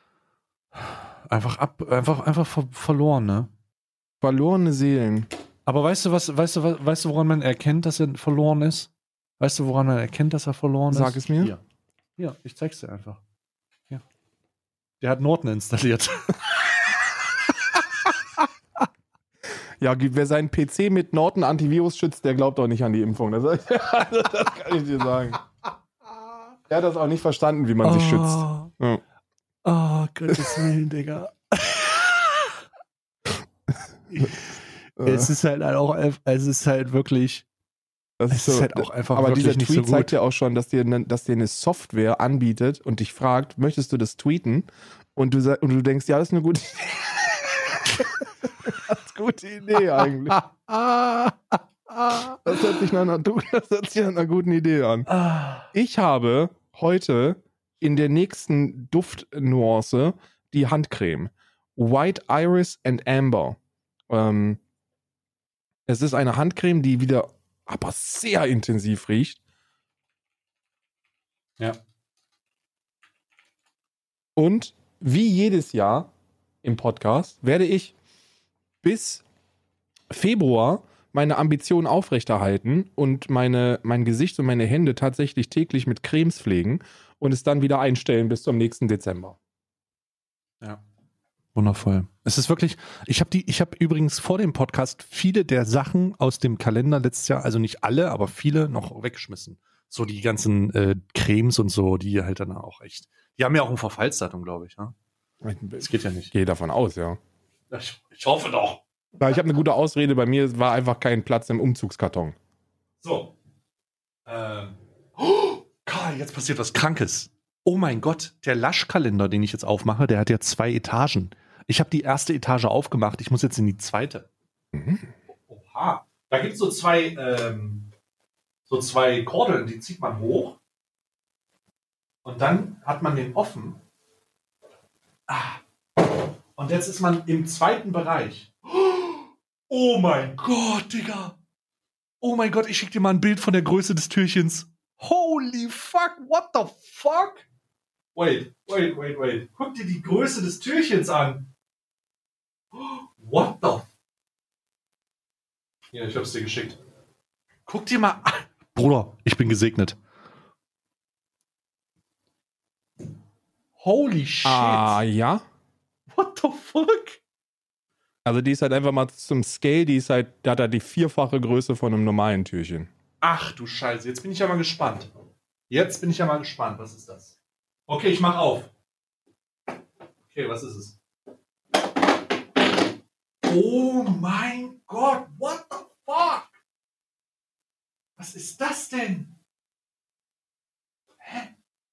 verloren, ne? Verlorene Seelen. Aber weißt du, woran man erkennt, dass er verloren ist? Weißt du, woran man erkennt, dass er verloren ist? Sag es mir. Ja, ich zeig's dir einfach. Ja. Der hat Norton installiert. Ja, wer seinen PC mit Norton Antivirus schützt, der glaubt auch nicht an die Impfung. Das kann ich dir sagen. Er hat das auch nicht verstanden, wie man sich schützt. Ja. Oh, Gottes Willen, Digga. Es ist halt auch, wirklich. Das ist halt auch einfach. Aber dieser Tweet so zeigt ja auch schon, dass dir eine Software anbietet und dich fragt, möchtest du das tweeten? Und du denkst, ja, das ist eine gute Idee. Das ist eine gute Idee eigentlich. Das hört sich nach einer guten Idee an. Ich habe heute in der nächsten Duftnuance die Handcreme. White Iris and Amber. Es ist eine Handcreme, die wieder aber sehr intensiv riecht. Ja. Und wie jedes Jahr im Podcast werde ich bis Februar meine Ambitionen aufrechterhalten und mein Gesicht und meine Hände tatsächlich täglich mit Cremes pflegen und es dann wieder einstellen bis zum nächsten Dezember. Ja. Wundervoll. Es ist wirklich, ich habe übrigens vor dem Podcast viele der Sachen aus dem Kalender letztes Jahr, also nicht alle, aber viele noch weggeschmissen. So die ganzen Cremes und so, die halt dann auch echt, die haben ja auch ein Verfallsdatum, glaube ich. Ne? Das geht ja nicht. Ich gehe davon aus, ja. Ich hoffe doch. Ja, ich habe eine gute Ausrede, bei mir war einfach kein Platz im Umzugskarton. So. Oh, Karl, jetzt passiert was Krankes. Oh mein Gott, der Laschkalender, den ich jetzt aufmache, der hat ja 2 Etagen. Ich habe die erste Etage aufgemacht, ich muss jetzt in die zweite. Oha. Da gibt es so zwei Kordeln, die zieht man hoch. Und dann hat man den offen. Und jetzt ist man im zweiten Bereich. Oh mein Gott, Digga. Oh mein Gott, ich schicke dir mal ein Bild von der Größe des Türchens. Holy fuck, what the fuck? Wait. Guck dir die Größe des Türchens an. What the? Ja, ich hab's dir geschickt. Guck dir mal an. Bruder, ich bin gesegnet. Holy shit. Ja. What the fuck? Also die ist halt einfach mal zum Scale, da hat er die 4-fache Größe von einem normalen Türchen. Ach du Scheiße, jetzt bin ich ja mal gespannt. Was ist das? Okay, ich mach auf. Okay, was ist es? Oh mein Gott, what the fuck? Was ist das denn? Hä?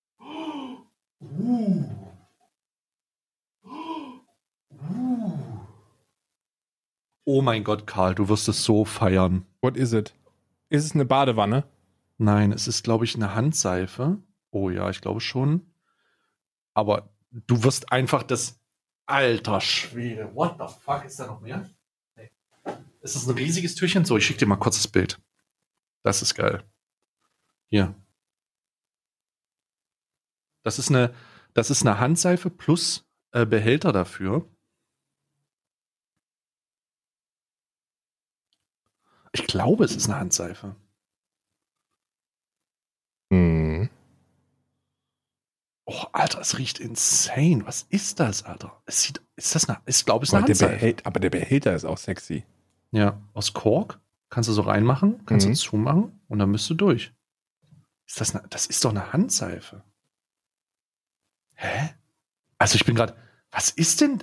Oh mein Gott, Karl, du wirst es so feiern. What is it? Ist es eine Badewanne? Nein, es ist, glaube ich, eine Handseife. Oh ja, ich glaube schon. Aber du wirst einfach das... Alter Schwede, what the fuck? Ist da noch mehr? Nee. Ist das ein riesiges Türchen? So, ich schicke dir mal kurz das Bild. Das ist geil. Hier. Das ist eine Handseife plus Behälter dafür. Ich glaube, es ist eine Handseife. Oh, Alter, es riecht insane. Was ist das, Alter? Ich glaube, es ist eine Handseife. Aber der Behälter ist auch sexy. Ja, aus Kork. Kannst du so reinmachen, kannst du zumachen und dann bist du durch. Das ist doch eine Handseife. Hä? Also ich bin gerade, was ist denn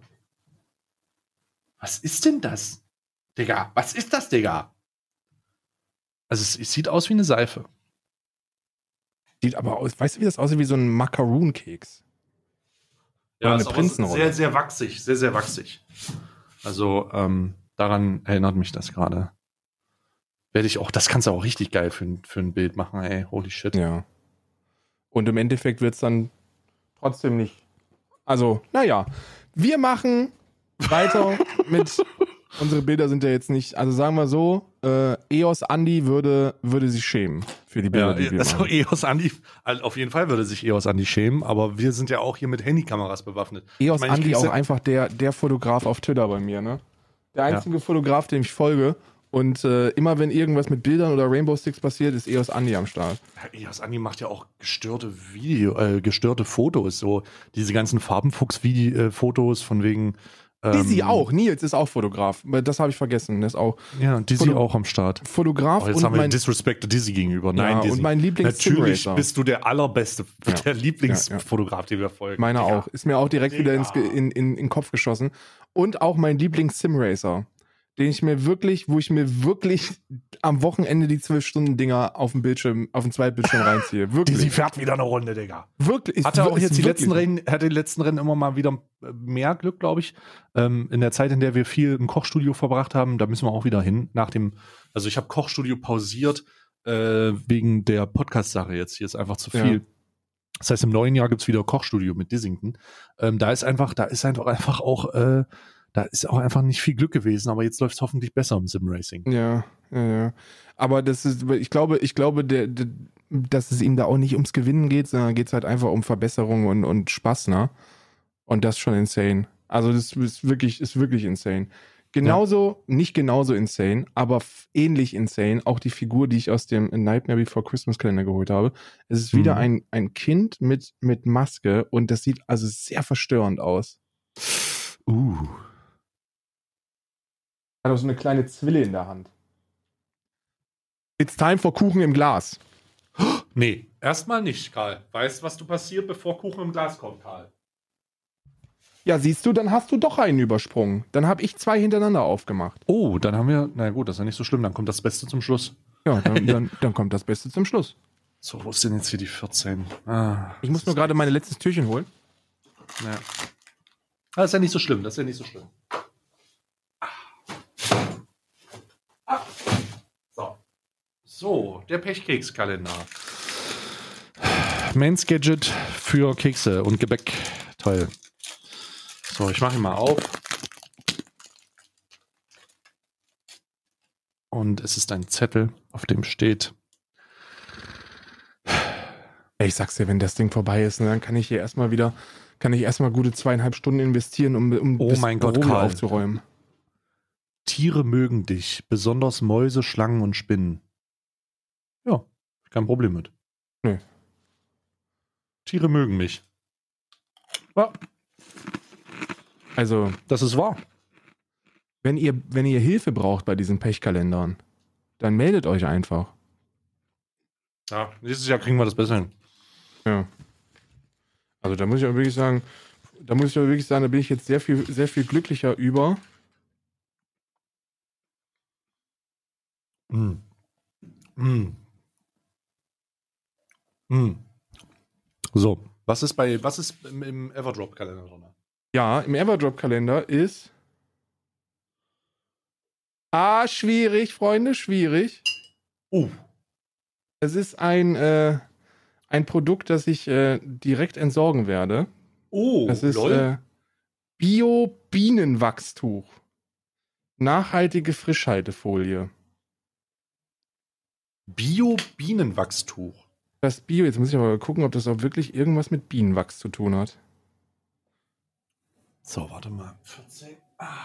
das? Digga, was ist das, Digga? Also es sieht aus wie eine Seife. Sieht aber aus, weißt du, wie das aussieht? Wie so ein Macaroon-Keks. Ja, eine ist aber Prinzenrolle. sehr, sehr wachsig. Sehr, sehr wachsig. Also, daran erinnert mich das gerade. Das kannst du auch richtig geil für ein Bild machen, ey. Holy shit. Ja. Und im Endeffekt wird es dann trotzdem nicht. Also, naja. Wir machen weiter mit. Unsere Bilder sind ja jetzt nicht. Also sagen wir so, EOS Andi würde sich schämen für die Bilder, die wir machen. EOS Andi, also auf jeden Fall würde sich EOS Andi schämen, aber wir sind ja auch hier mit Handykameras bewaffnet. EOS Andi auch einfach der Fotograf auf Twitter bei mir, ne? Der einzige Fotograf, dem ich folge. Und immer wenn irgendwas mit Bildern oder Rainbow Sticks passiert, ist EOS Andi am Start. Ja, EOS Andi macht ja auch gestörte Fotos, so diese ganzen Farbenfuchs-Fotos von wegen. Dizzy auch. Nils ist auch Fotograf. Das habe ich vergessen. Der ist auch. Ja, Dizzy auch am Start. Fotograf. Jetzt haben wir Disrespect Dizzy gegenüber. Nein, Dizzy. Und mein Natürlich bist du der allerbeste, der Lieblingsfotograf, den wir folgen. Meiner auch. Ist mir auch direkt wieder in den Kopf geschossen. Und auch mein Lieblings-Simracer. Wo ich mir wirklich am Wochenende die 12-Stunden-Dinger auf dem Zweitbildschirm reinziehe. Wirklich. Dizzy fährt wieder eine Runde, Digga. Wirklich. Hat er auch jetzt die letzten Rennen immer mal wieder mehr Glück, glaube ich. In der Zeit, in der wir viel im Kochstudio verbracht haben, da müssen wir auch wieder hin. Also ich habe Kochstudio pausiert, wegen der Podcast-Sache jetzt. Hier ist einfach zu viel. Ja. Das heißt, im neuen Jahr gibt's wieder Kochstudio mit Dissington. Da ist auch einfach nicht viel Glück gewesen, aber jetzt läuft es hoffentlich besser im Sim-Racing. Ja. Aber ich glaube, dass es ihm da auch nicht ums Gewinnen geht, sondern geht es halt einfach um Verbesserung und Spaß, ne? Und das ist schon insane. Also das ist wirklich insane. Nicht genauso insane, aber ähnlich insane, auch die Figur, die ich aus dem Nightmare Before Christmas Kalender geholt habe. Es ist wieder ein Kind mit Maske und das sieht also sehr verstörend aus. Hat auch so eine kleine Zwille in der Hand. It's time for Kuchen im Glas. Nee, erstmal nicht, Karl. Weißt du, was passiert, bevor Kuchen im Glas kommt, Karl? Ja, siehst du, dann hast du doch einen übersprungen. Dann habe ich 2 hintereinander aufgemacht. Oh, dann haben wir, na gut, das ist ja nicht so schlimm, dann kommt das Beste zum Schluss. Ja, dann kommt das Beste zum Schluss. So, wo ist denn jetzt hier die 14? Ich muss nur gerade mein letztes Türchen holen. Ja. Das ist ja nicht so schlimm, So, der Pechkekskalender. Mans Gadget für Kekse und Gebäck. Toll. So, ich mache ihn mal auf. Und es ist ein Zettel, auf dem steht. Ich sag's dir, wenn das Ding vorbei ist, dann kann ich hier erstmal gute 2,5 Stunden investieren, um Oh das mein Gott, Büro Karl. aufzuräumen. Tiere mögen dich, besonders Mäuse, Schlangen und Spinnen. Ja, kein Problem mit. Nö. Tiere mögen mich. Ja, Also, das ist wahr. wenn ihr Hilfe braucht bei diesen Pechkalendern, dann meldet euch einfach. Ja, nächstes Jahr kriegen wir das besser hin. Ja. Also da muss ich aber wirklich sagen, da bin ich jetzt sehr viel glücklicher über. So, was ist im Everdrop-Kalender drin? Ja, im Everdrop-Kalender ist schwierig, Freunde, schwierig. Es ist ein Produkt, das ich direkt entsorgen werde. Das ist Bio-Bienenwachstuch. Nachhaltige Frischhaltefolie. Bio-Bienenwachstuch. Das Bio, jetzt muss ich aber gucken, ob das auch wirklich irgendwas mit Bienenwachs zu tun hat. So, warte mal. 14.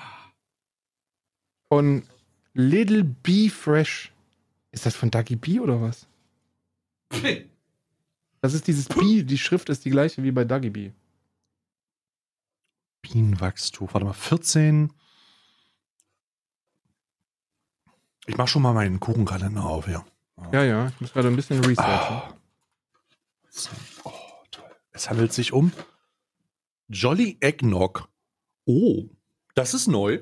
Von Little Bee Fresh. Ist das von Dagi Bee oder was? Das ist dieses Bee, die Schrift ist die gleiche wie bei Dagi Bee. Bienenwachstuch, warte mal, 14. Ich mach schon mal meinen Kuchenkalender auf, ja. Ja, ich muss gerade ein bisschen researchen. Oh, toll. Es handelt sich um Jolly Eggnog. Oh, das ist neu.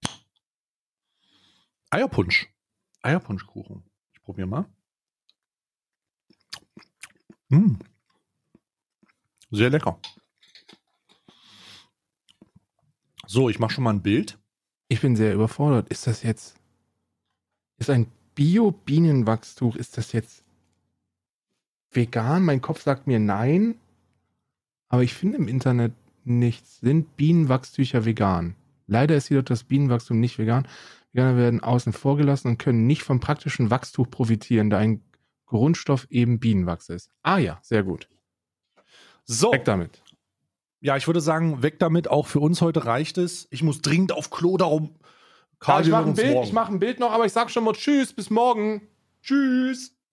Eierpunsch. Eierpunschkuchen. Ich probiere mal. Sehr lecker. So, ich mache schon mal ein Bild. Ich bin sehr überfordert. Ist ein Bio-Bienenwachstuch, ist das jetzt vegan? Mein Kopf sagt mir nein. Aber ich finde im Internet nichts. Sind Bienenwachstücher vegan? Leider ist jedoch das Bienenwachstum nicht vegan. Veganer werden außen vor gelassen und können nicht vom praktischen Wachstuch profitieren, da ein Grundstoff eben Bienenwachs ist. Ah ja, sehr gut. So. Weg damit. Ja, ich würde sagen, weg damit. Auch für uns heute reicht es. Ich muss dringend auf Klo, darum. Ich mache ein Bild noch, aber ich sag schon mal Tschüss, bis morgen. Tschüss.